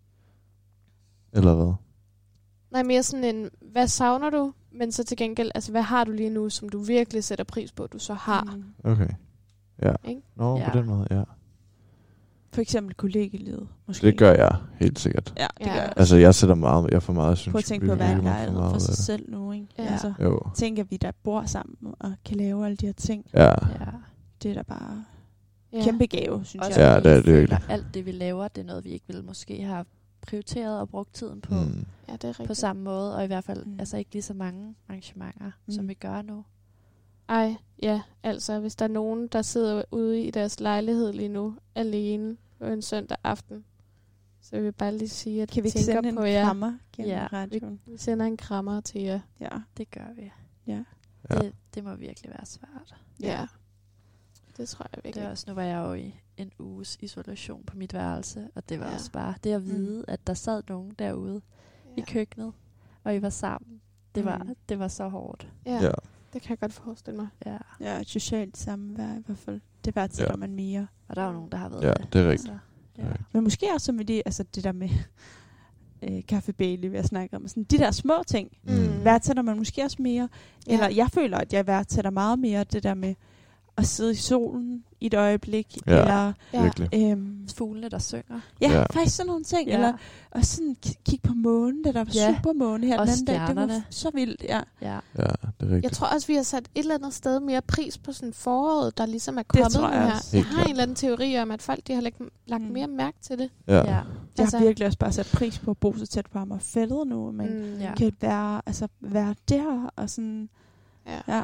Eller hvad? Nej, mere sådan en, hvad savner du? Men så til gengæld, altså hvad har du lige nu, som du virkelig sætter pris på, du så har? Mm. Okay. Ja. Ikke? Nå, Ja. på den måde, ja. For eksempel kollegelivet, måske. Det gør jeg helt sikkert. Ja, det Ja. gør jeg. Altså, jeg sætter meget, jeg får meget, synes Prøv at tænke på, hvad virkelig jeg meget er for for meget sig af det. selv nu, ikke? Ja. Altså, Jo. tænk, at vi der bor sammen og kan lave alle de her ting. Ja. Ja. Det er da bare Ja. kæmpe gave, synes Også jeg. Ja, fordi det er jeg det føler, virkelig. Alt det, vi laver, det er noget, vi ikke ville måske have prioriteret og brugt tiden på. Mm. Ja, det er rigtigt. På samme måde, og i hvert fald Mm. altså ikke lige så mange arrangementer, Mm. som vi gør nu. Ej, ja, altså hvis der er nogen, der sidder ude i deres lejlighed lige nu, alene på en søndag aften, så vil vi bare lige sige, at Kan vi ikke tænker sende en på jer. krammer gennem Ja. radioen? Vi sender en krammer til jer. Ja. Det gør vi. Ja. Ja. Det, det må virkelig være svært. Ja. Det tror jeg Det virkelig. er også, nu var jeg jo i en uges isolation på mit værelse, og det var Ja. ja. også bare det at vide, mm. at der sad nogen derude ja. i køkkenet, og I var sammen. Det var, Mm. det var så hårdt. Ja, Ja. det kan jeg godt forestille mig. Ja. Ja, et socialt samvær i hvert fald. Det værdsætter Ja. man mere. Og der er jo nogen, der har været Ja, det er rigtigt. Altså, Det er ja. rigtigt. Men måske også med det, altså det der med øh, Café Bailey, vi har snakket om. Sådan, de der små ting, Mm. værdsætter man måske også mere. Ja. Eller jeg føler, at jeg værdsætter meget mere det der med at sidde i solen i et øjeblik. Ja. Eller Ja. Virkelig. øhm, Fuglene, der synger. ja, Ja. ja, faktisk sådan nogle ting. Ja. Eller og sådan k- kigge på månen, det der var Ja. supermåne her Og den anden dag. Det var stjernerne. så vildt, ja. Ja. Ja, det er rigtigt. Jeg tror også, vi har sat et eller andet sted mere pris på sådan foråret, der ligesom er Det kommet tror nu jeg her. også. Jeg Helt har en klart. eller anden teori om, at folk de har lagt, lagt Mm. mere mærke til det. Ja. ja. Jeg Altså- har virkelig også bare sat pris på at bo så tæt på Amagerfælled nu. Man Mm. Ja. kan være, altså, være der og sådan... Ja. Ja.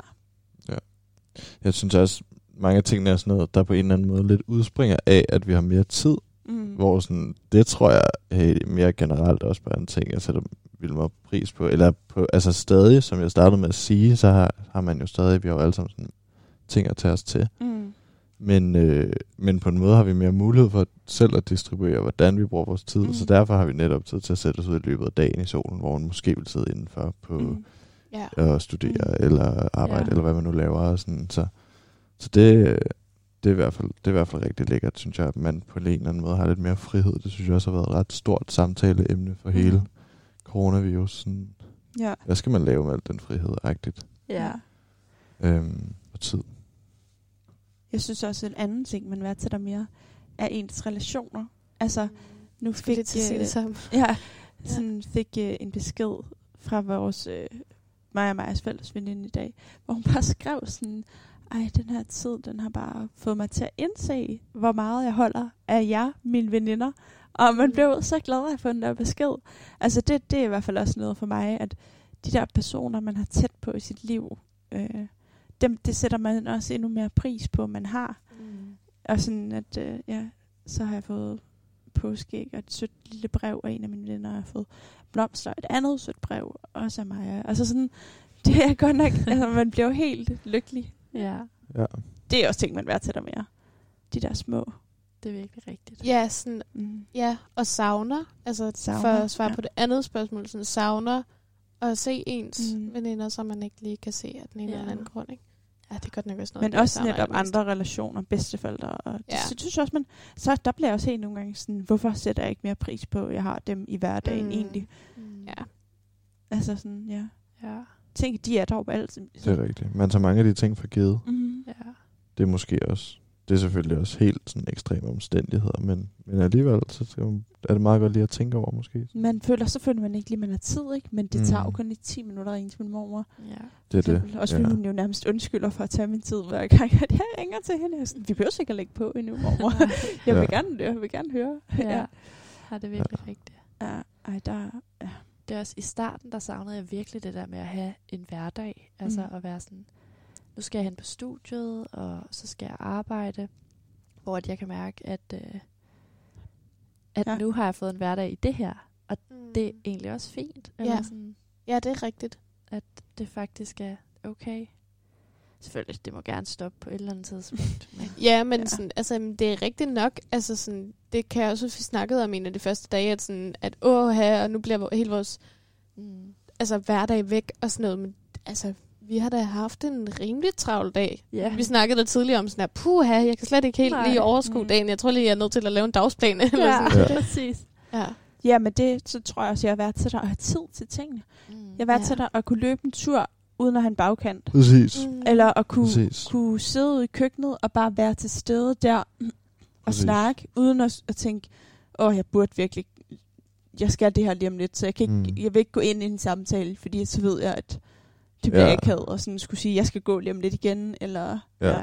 Jeg synes også, mange af tingene er sådan noget, der på en eller anden måde lidt udspringer af, at vi har mere tid. Mm. Hvor sådan, det tror jeg hey, mere generelt også bare en ting, jeg sætter vildt meget pris på. Eller på, altså stadig, som jeg startede med at sige, så har, har man jo stadig, vi har jo alle sammen sådan ting at tage os til. Mm. Men, øh, men på en måde har vi mere mulighed for selv at distribuere, hvordan vi bruger vores tid. Mm. Mm. Så derfor har vi netop tid til at sætte os ud i løbet af dagen i solen, hvor man måske vil sidde indenfor på Mm. Ja. at studere Mm. eller arbejde, Ja. eller hvad man nu laver. Og sådan. Så, så det, det, er i hvert fald, det er i hvert fald rigtig lækkert, synes jeg, at man på en eller anden måde har lidt mere frihed. Det synes jeg også har været et ret stort samtaleemne for Mm. hele coronavirus. Sådan, Ja. hvad skal man lave med al den frihed, agtigt? Ja. Øhm, og tid. Jeg synes også, en anden ting, man værdsætter mere, er ens relationer. Altså, nu Fik fik, det til at sige øh, det samme. ja, sådan fik øh, en besked fra vores, øh, mig og Majas fælles veninde i dag, hvor hun bare skrev sådan, ej, den her tid, den har bare fået mig til at indse, hvor meget jeg holder af jer, mine veninder. Og man blev så glad af at få den der besked. Altså, det, det er i hvert fald også noget for mig, at de der personer, man har tæt på i sit liv, øh, dem, det sætter man også endnu mere pris på, man har. Mm. Og sådan, at øh, ja, så har jeg fået påskeæg og et sødt lille brev af en af mine venner. Jeg har fået blomster og et andet sødt brev, også af mig. Altså sådan, det er godt nok, altså man bliver jo helt lykkelig. Ja, Ja. Det er også ting, man værdsætter mere. De der små. det er virkelig rigtigt. Ja, sådan, Mm. ja, og savner. Altså Savner, for at svare ja. på det andet spørgsmål, sådan savner at se ens Mm. mm. veninder, som man ikke lige kan se af den ene Ja. eller anden grund, ikke? Ja, det er godt nok også noget, Men af det, jeg også savner netop allermest. andre relationer, bedsteforældre. Og det, Ja. så synes jeg også, man, så der bliver jeg også helt nogle gange sådan, hvorfor sætter jeg ikke mere pris på, at jeg har dem i hverdagen Mm. egentlig? Mm. Ja. Altså sådan, ja. Ja. Tænk, de er der jo altid. Det er rigtigt. Man tager mange af de ting for givet. Mm. Ja. Det er måske også det er selvfølgelig også helt sådan ekstreme omstændigheder, men, men alligevel så skal man, er det meget godt lige at tænke over måske. Man føler, så føler man ikke lige, man har tid, ikke? Men det Mm. tager jo kun i ti minutter at ringe til min mormor. Ja. Det er Eksempel. det. Også fordi hun jo nærmest undskylder for at tage min tid hver gang, at jeg ringer til hende. Jeg er sådan, vi behøver sikkert lægge på endnu, mormor. jeg, vil Ja. gerne, jeg vil gerne høre. Ja. ja. ja, det er virkelig ja. rigtigt. ja. Ej, der... Ja. Det er også i starten, der savnede jeg virkelig det der med at have en hverdag. Altså Mm. at være sådan, nu skal jeg hen på studiet, og så skal jeg arbejde. Hvor at jeg kan mærke, at, øh, at Ja. ja. nu har jeg fået en hverdag i det her. Og Mm. det er egentlig også fint. Eller Ja. sådan, Ja, det er rigtigt. at det faktisk er okay. Selvfølgelig, det må gerne stoppe på et eller andet tidspunkt. Men Ja, men Ja. ja. Sådan, altså, men det er rigtigt nok. Altså, sådan, det kan jeg også, vi snakkede om en af de første dage, at, sådan, at åh, her, og nu bliver vor- hele vores mm, altså, hverdag væk og sådan noget. Men altså, vi har da haft en rimelig travl dag. ja. Vi snakkede der tidligere om sådan her, puha, jeg kan slet ikke helt Nej. lige overskue Mm. dagen. Jeg tror lige, jeg er nødt til at lave en dagsplan. Eller ja, sådan. Ja. præcis. Ja. ja, men det så tror jeg også, jeg har været til dig at have tid til tingene. Mm. Jeg har været Ja. til dig at kunne løbe en tur, uden at have en bagkant. Præcis. Mm. Eller at kunne, Præcis. kunne sidde ude i køkkenet og bare være til stede der og Præcis. snakke, uden at, at tænke, åh, jeg burde virkelig, jeg skal det her lige om lidt, så jeg, kan ikke, Mm. jeg vil ikke gå ind i en samtale, fordi så ved jeg, at det bliver Ja. ja. akavet, og sådan skulle sige, jeg skal gå lige om lidt igen, eller Ja. ja. Ja.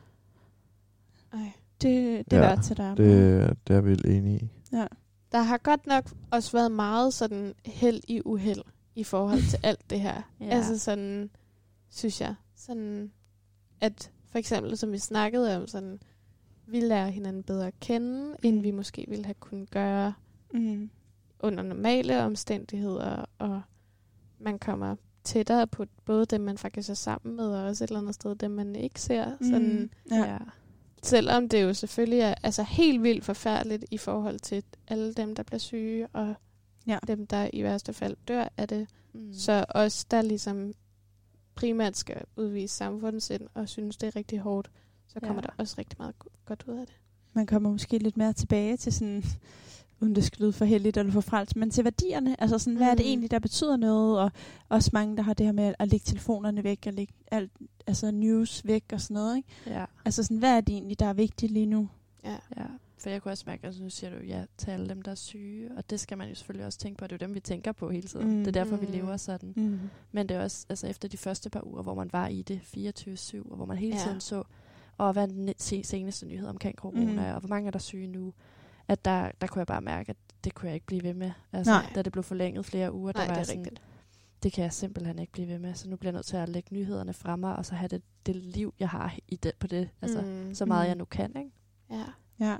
Ej. det, det Ja, er værd til dig. Det, det er vi helt enige i. Ja. Der har godt nok også været meget sådan held i uheld i forhold til alt det her. Ja. Altså sådan, synes jeg. Sådan, at for eksempel, som vi snakkede om, sådan, vi lærer hinanden bedre at kende, end vi måske ville have kunnet gøre Mm. under normale omstændigheder, og man kommer tættere på både dem, man faktisk er sammen med, og også et eller andet sted, dem man ikke ser. Sådan, Mm. Ja. Ja. selvom det jo selvfølgelig er altså helt vildt forfærdeligt i forhold til alle dem, der bliver syge, og Ja. dem, der i værste fald dør af det. Mm. Så os, der ligesom primært skal udvise samfundssind og synes, det er rigtig hårdt, så kommer Ja. der også rigtig meget go- godt ud af det. Man kommer måske lidt mere tilbage til sådan, uden det skal lyde for heldigt eller for frelst, men til værdierne. Altså sådan, hvad er det Mm. egentlig, der betyder noget? Og også mange, der har det her med at lægge telefonerne væk, og lægge alt, altså news væk og sådan noget, ikke? Ja. Altså sådan, hvad er det egentlig, der er vigtigt lige nu? Ja. Ja, for jeg kunne også mærke, at nu siger du ja til alle dem, der er syge, og det skal man jo selvfølgelig også tænke på, det er jo dem, vi tænker på hele tiden. Mm. Det er derfor, vi Mm. lever sådan. Mm. Men det er også altså, efter de første par uger, hvor man var i det fireogtyve syv, og hvor man hele Ja. tiden så, og hvad er den se- seneste nyhed omkring corona, Mm. og hvor mange er der syge nu, at der, der kunne jeg bare mærke, at det kunne jeg ikke blive ved med. Altså, Nej. da det blev forlænget flere uger, Nej, der var det er jeg sådan, rigtigt. det kan jeg simpelthen ikke blive ved med, så nu bliver jeg nødt til at lægge nyhederne fra mig, og så have det, det liv, jeg har i det, på det, altså Mm. så meget Mm. jeg nu kan, ikke? Ja. Ja.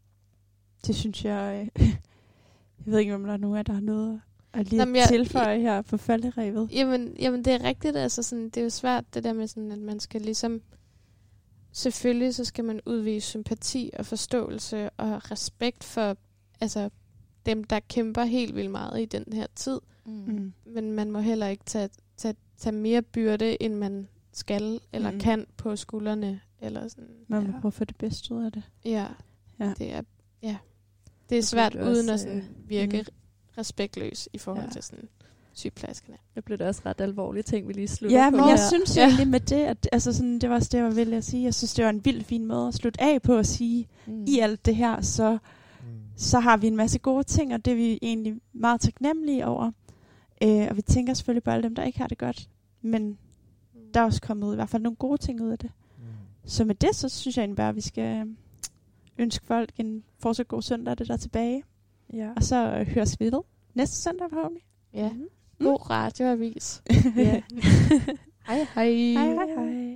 Det synes jeg... Øh, jeg ved ikke, om der er nogen af, der har noget at lige Jamen, jeg- tilføje her på falderevet. Jamen, jamen, det er rigtigt. Altså, sådan, det er jo svært, det der med, sådan, at man skal ligesom... Selvfølgelig så skal man udvise sympati og forståelse og respekt for altså, dem, der kæmper helt vildt meget i den her tid. Mm. Men man må heller ikke tage, tage, tage mere byrde, end man skal eller Mm. mm. kan på skuldrene. Eller sådan. Man må Ja. prøve at få det bedste ud af det. Ja, Ja. det er, ja. Det er Så svært bliver det uden også, at sådan øh, virke mm. respektløs i forhold Ja. til sådan sygeplejerskerne. Det blev det også ret alvorlige ting, vi lige slutter Ja, på men her. jeg synes jo Ja. egentlig med det, at altså sådan, det var også det, jeg var ved at sige. Jeg synes, det var en vild fin måde at slutte af på at sige, Mm. i alt det her, så, så har vi en masse gode ting, og det er vi egentlig meget taknemmelige over. Øh, og vi tænker selvfølgelig på alle dem, der ikke har det godt. Men der er også kommet i hvert fald nogle gode ting ud af det. Så med det, så synes jeg egentlig bare, at vi skal ønske folk en fortsat god søndag, det der er tilbage. Ja. Og så øh, høres vi ved næste søndag forhåbentlig. Ja, Mm. god radioavis. Ja. Hej hej. Hej hej hej.